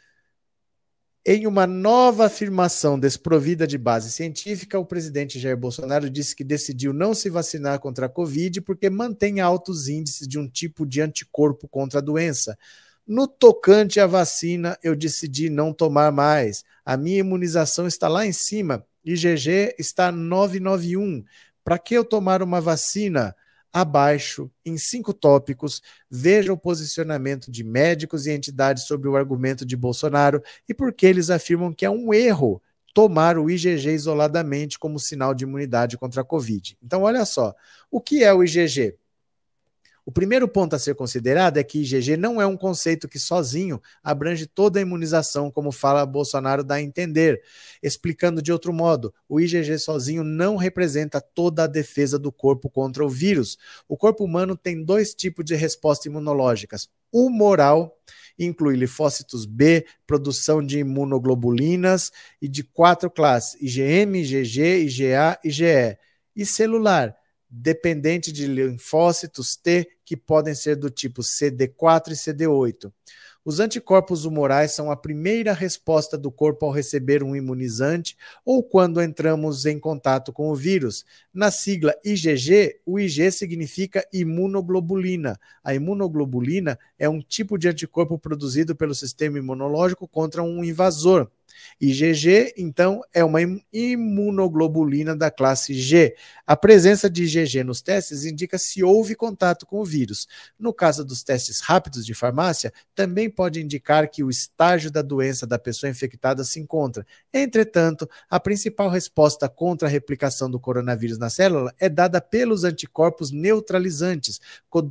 Em uma nova afirmação desprovida de base científica, o presidente Jair Bolsonaro disse que decidiu não se vacinar contra a Covid porque mantém altos índices de um tipo de anticorpo contra a doença. No tocante à vacina, eu decidi não tomar mais. A minha imunização está lá em cima. I G G está novecentos e noventa e um. Para que eu tomar uma vacina? Abaixo, em cinco tópicos, veja o posicionamento de médicos e entidades sobre o argumento de Bolsonaro e por que eles afirmam que é um erro tomar o I G G isoladamente como sinal de imunidade contra a Covid. Então, olha só, o que é o I G G? O primeiro ponto a ser considerado é que I G G não é um conceito que sozinho abrange toda a imunização, como fala Bolsonaro dá a entender. Explicando de outro modo, o I G G sozinho não representa toda a defesa do corpo contra o vírus. O corpo humano tem dois tipos de resposta imunológicas. Humoral, inclui linfócitos B, produção de imunoglobulinas e de quatro classes, I G M, I G G, I G A e I G E. E celular, dependente de linfócitos T, que podem ser do tipo C D quatro e C D oito. Os anticorpos humorais são a primeira resposta do corpo ao receber um imunizante ou quando entramos em contato com o vírus. Na sigla I G G, o I G significa imunoglobulina. A imunoglobulina é um tipo de anticorpo produzido pelo sistema imunológico contra um invasor. I G G, então, é uma imunoglobulina da classe G. A presença de I G G nos testes indica se houve contato com o vírus. No caso dos testes rápidos de farmácia, também pode indicar que o estágio da doença da pessoa infectada se encontra. Entretanto, a principal resposta contra a replicação do coronavírus na célula é dada pelos anticorpos neutralizantes,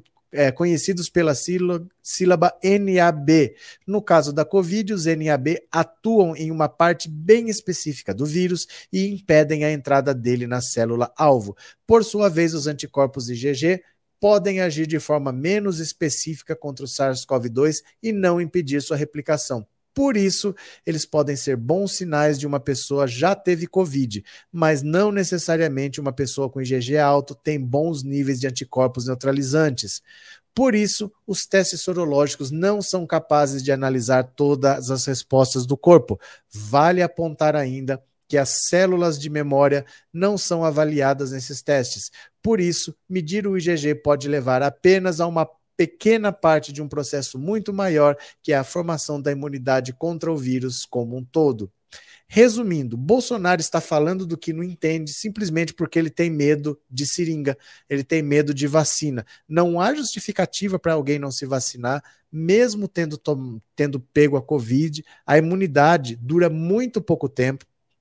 É, conhecidos pela sílaba N A B. No caso da Covid, os N A B atuam em uma parte bem específica do vírus e impedem a entrada dele na célula-alvo. Por sua vez, os anticorpos I G G podem agir de forma menos específica contra o SARS-CoV dois e não impedir sua replicação. Por isso, eles podem ser bons sinais de uma pessoa já teve Covid, mas não necessariamente uma pessoa com I G G alto tem bons níveis de anticorpos neutralizantes. Por isso, os testes sorológicos não são capazes de analisar todas as respostas do corpo. Vale apontar ainda que as células de memória não são avaliadas nesses testes. Por isso, medir o I G G pode levar apenas a uma pequena parte de um processo muito maior, que é a formação da imunidade contra o vírus como um todo. Resumindo, Bolsonaro está falando do que não entende simplesmente porque ele tem medo de seringa, ele tem medo de vacina. Não há justificativa para alguém não se vacinar, mesmo tendo, tendo pego a Covid. A imunidade dura muito pouco tempo,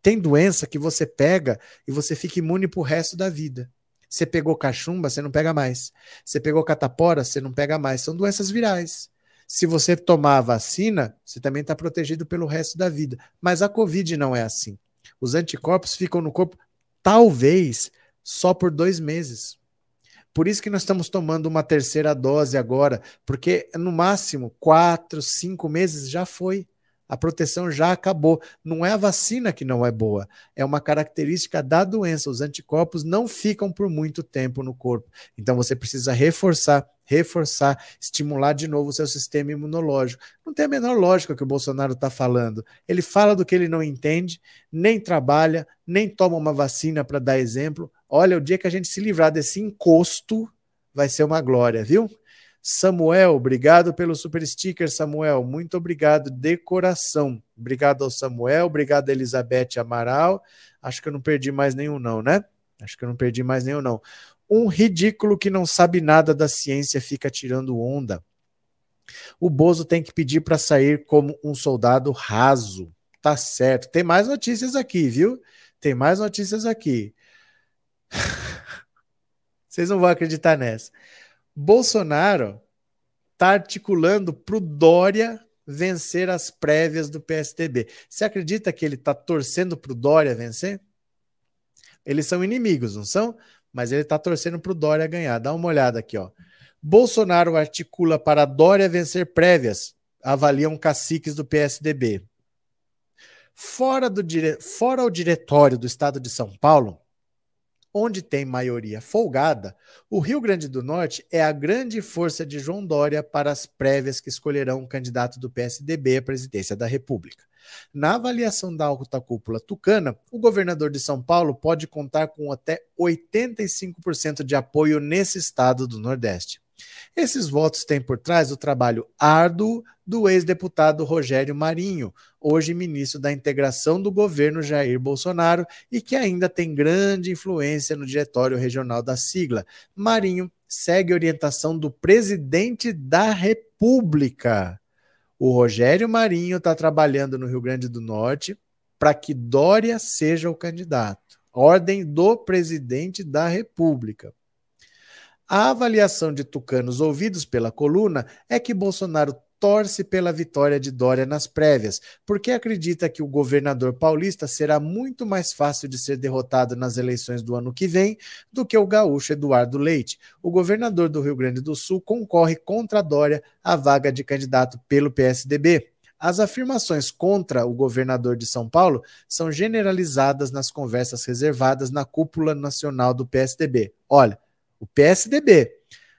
Tem doença que você pega e você fica imune pro resto da vida. Você pegou cachumba, você não pega mais. Você pegou catapora, você não pega mais. São doenças virais. Se você tomar a vacina, você também está protegido pelo resto da vida. Mas a Covid não é assim. Os anticorpos ficam no corpo, talvez, só por dois meses. Por isso que nós estamos tomando uma terceira dose agora, porque no máximo quatro, cinco meses já foi. A proteção já acabou. Não é a vacina que não é boa, é uma característica da doença. Os anticorpos não ficam por muito tempo no corpo. Então você precisa reforçar, reforçar, estimular de novo o seu sistema imunológico. Não tem a menor lógica o que o Bolsonaro está falando. Ele fala do que ele não entende, nem trabalha, nem toma uma vacina para dar exemplo. Olha, o dia que a gente se livrar desse encosto, vai ser uma glória, viu? Samuel, obrigado pelo super sticker, Samuel. Muito obrigado de coração. Obrigado ao Samuel, obrigado a Elizabeth Amaral. Acho que eu não perdi mais nenhum não, né? Acho que eu não perdi mais nenhum não. Um ridículo que não sabe nada da ciência fica tirando onda. O Bozo tem que pedir para sair como um soldado raso. Tá certo. Tem mais notícias aqui, viu? Tem mais notícias aqui. Vocês não vão acreditar nessa. Bolsonaro está articulando para o Dória vencer as prévias do P S D B. Você acredita que ele está torcendo para o Dória vencer? Eles são inimigos, não são? Mas ele está torcendo para o Dória ganhar. Dá uma olhada aqui, ó. Bolsonaro articula para Dória vencer prévias, avaliam caciques do P S D B. Fora, do dire... Fora o diretório do Estado de São Paulo, onde tem maioria folgada, o Rio Grande do Norte é a grande força de João Dória para as prévias que escolherão o candidato do P S D B à presidência da República. Na avaliação da alta cúpula tucana, o governador de São Paulo pode contar com até oitenta e cinco por cento de apoio nesse estado do Nordeste. Esses votos têm por trás o trabalho árduo do ex-deputado Rogério Marinho, hoje ministro da Integração do governo Jair Bolsonaro e que ainda tem grande influência no diretório regional da sigla. Marinho segue orientação do presidente da República. O Rogério Marinho está trabalhando no Rio Grande do Norte para que Dória seja o candidato. Ordem do presidente da República. A avaliação de tucanos ouvidos pela coluna é que Bolsonaro torce pela vitória de Dória nas prévias, porque acredita que o governador paulista será muito mais fácil de ser derrotado nas eleições do ano que vem do que o gaúcho Eduardo Leite. O governador do Rio Grande do Sul concorre contra Dória à vaga de candidato pelo P S D B. As afirmações contra o governador de São Paulo são generalizadas nas conversas reservadas na cúpula nacional do P S D B. Olha, o P S D B,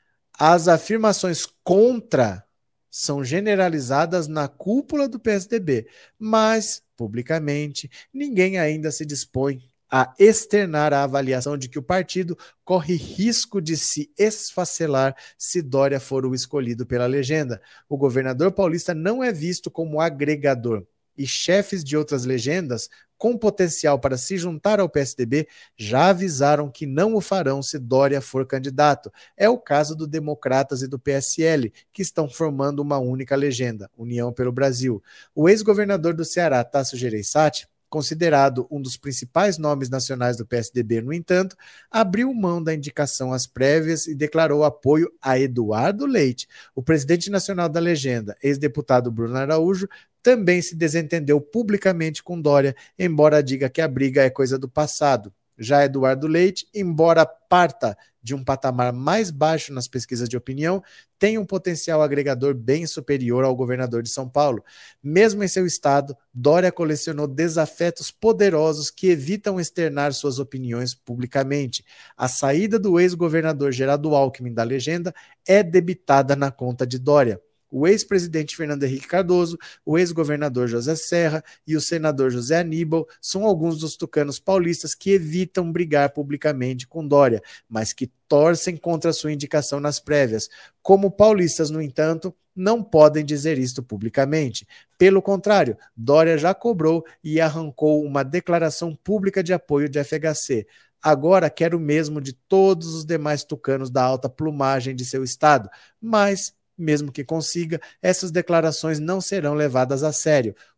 as afirmações contra são generalizadas na cúpula do P S D B, mas, publicamente, ninguém ainda se dispõe a externar a avaliação de que o partido corre risco de se esfacelar se Dória for o escolhido pela legenda. O governador paulista não é visto como agregador, e chefes de outras legendas com potencial para se juntar ao P S D B já avisaram que não o farão se Dória for candidato. É o caso do Democratas e do P S L, que estão formando uma única legenda, União pelo Brasil. O ex-governador do Ceará, Tasso Gereissati, considerado um dos principais nomes nacionais do P S D B, no entanto, abriu mão da indicação às prévias e declarou apoio a Eduardo Leite. O presidente nacional da legenda, ex-deputado Bruno Araújo, também se desentendeu publicamente com Dória, embora diga que a briga é coisa do passado. Já Eduardo Leite, embora parta de um patamar mais baixo nas pesquisas de opinião, tem um potencial agregador bem superior ao governador de São Paulo. Mesmo em seu estado, Dória colecionou desafetos poderosos que evitam externar suas opiniões publicamente. A saída do ex-governador Geraldo Alckmin da legenda é debitada na conta de Dória. O ex-presidente Fernando Henrique Cardoso, o ex-governador José Serra e o senador José Aníbal são alguns dos tucanos paulistas que evitam brigar publicamente com Dória, mas que torcem contra sua indicação nas prévias. Como paulistas, no entanto, não podem dizer isto publicamente. Pelo contrário, Dória já cobrou e arrancou uma declaração pública de apoio de F H C. Agora quer o mesmo de todos os demais tucanos da alta plumagem de seu estado, mas mesmo que consiga, essas declarações não serão levadas a sério.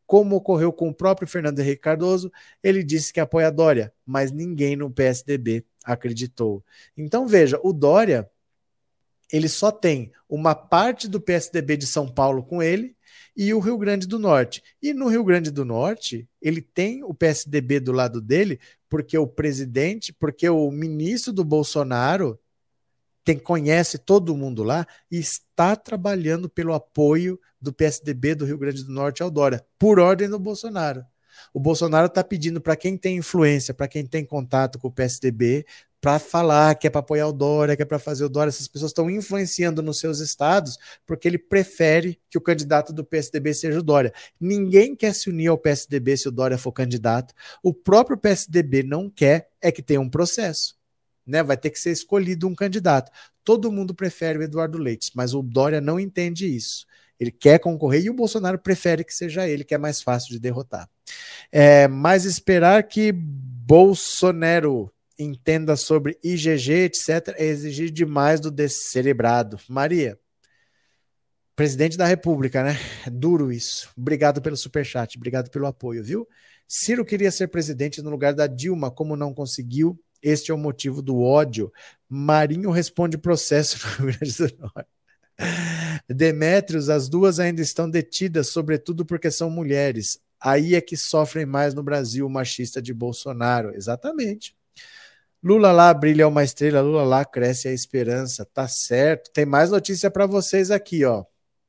como ocorreu com o próprio Fernando Henrique Cardoso, ele disse que apoia Dória, mas ninguém no P S D B acreditou. Então veja, o Dória, ele só tem uma parte do P S D B de São Paulo com ele e o Rio Grande do Norte. E no Rio Grande do Norte, ele tem o P S D B do lado dele, porque o presidente, porque o ministro do Bolsonaro tem, conhece todo mundo lá e está trabalhando pelo apoio do P S D B do Rio Grande do Norte ao Dória, por ordem do Bolsonaro. O Bolsonaro está pedindo para quem tem influência, para quem tem contato com o P S D B, para falar que é para apoiar o Dória, que é para fazer o Dória. Essas pessoas estão influenciando nos seus estados porque ele prefere que o candidato do P S D B seja o Dória. Ninguém quer se unir ao P S D B se o Dória for candidato. O próprio P S D B não quer é que tenha um processo, né? Vai ter que ser escolhido um candidato. Todo mundo prefere o Eduardo Leite, mas o Dória não entende isso. Ele quer concorrer e o Bolsonaro prefere que seja ele, que é mais fácil de derrotar. É, mas esperar que Bolsonaro entenda sobre I G G, etcétera, é exigir demais do descerebrado. Maria, presidente da República, né? É duro isso. Obrigado pelo superchat, obrigado pelo apoio, viu? Ciro queria ser presidente no lugar da Dilma, como não conseguiu, este é o motivo do ódio. Marinho responde processo no Rio Grande do Norte. Demétrios, as duas ainda estão detidas, sobretudo porque são mulheres. Aí é que sofrem mais no Brasil, o machista de Bolsonaro. Exatamente. Lula lá brilha uma estrela, Lula lá cresce a esperança. Tá certo. Tem mais notícia para vocês aqui, ó.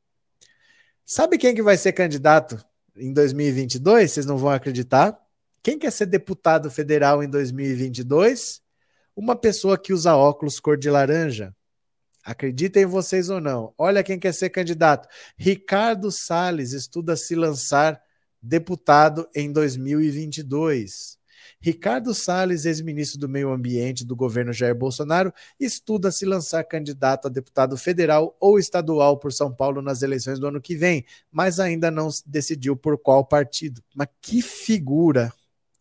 Sabe quem que vai ser candidato em dois mil e vinte e dois? Vocês não vão acreditar. Quem quer ser deputado federal em dois mil e vinte e dois? Uma pessoa que usa óculos cor de laranja. Acreditem vocês ou não. Olha quem quer ser candidato. Ricardo Salles estuda se lançar deputado em dois mil e vinte e dois. Ricardo Salles, ex-ministro do Meio Ambiente do governo Jair Bolsonaro, estuda se lançar candidato a deputado federal ou estadual por São Paulo nas eleições do ano que vem, mas ainda não decidiu por qual partido. Mas que figura!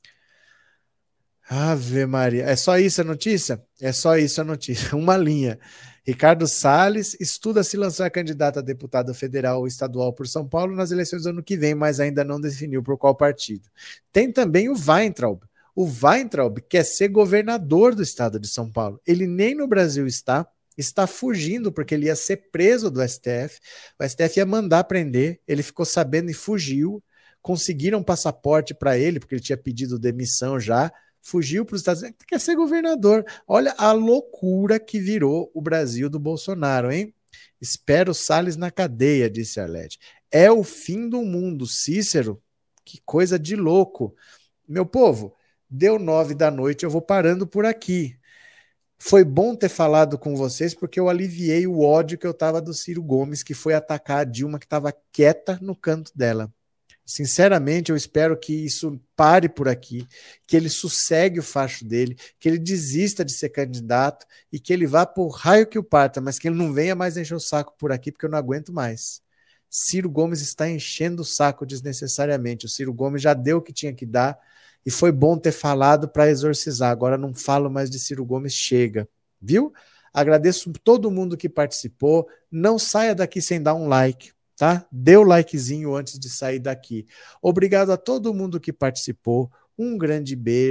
Ave Maria. É só isso a notícia? É só isso a notícia. Uma linha. Ricardo Salles estuda se lançar candidato a deputado federal ou estadual por São Paulo nas eleições do ano que vem, mas ainda não definiu por qual partido. Tem também o Weintraub. O Weintraub quer ser governador do estado de São Paulo. Ele nem no Brasil está, está fugindo porque ele ia ser preso do S T F. O S T F ia mandar prender, ele ficou sabendo e fugiu. Conseguiram passaporte para ele, porque ele tinha pedido demissão já. Fugiu para os Estados Unidos, quer ser governador. Olha a loucura que virou o Brasil do Bolsonaro, hein? Espero Salles na cadeia, disse Arlete. É o fim do mundo, Cícero. Que coisa de louco. Meu povo, deu nove da noite, eu vou parando por aqui. Foi bom ter falado com vocês, porque eu aliviei o ódio que eu tava do Ciro Gomes, que foi atacar a Dilma, que estava quieta no canto dela. Sinceramente, eu espero que isso pare por aqui, que ele sossegue o facho dele, que ele desista de ser candidato e que ele vá por raio que o parta, mas que ele não venha mais encher o saco por aqui, porque eu não aguento mais. Ciro Gomes está enchendo o saco desnecessariamente. O Ciro Gomes já deu o que tinha que dar e foi bom ter falado para exorcizar. Agora não falo mais de Ciro Gomes, chega, viu? Agradeço todo mundo que participou. Não saia daqui sem dar um like. Tá? Dê o likezinho antes de sair daqui. Obrigado a todo mundo que participou. Um grande beijo.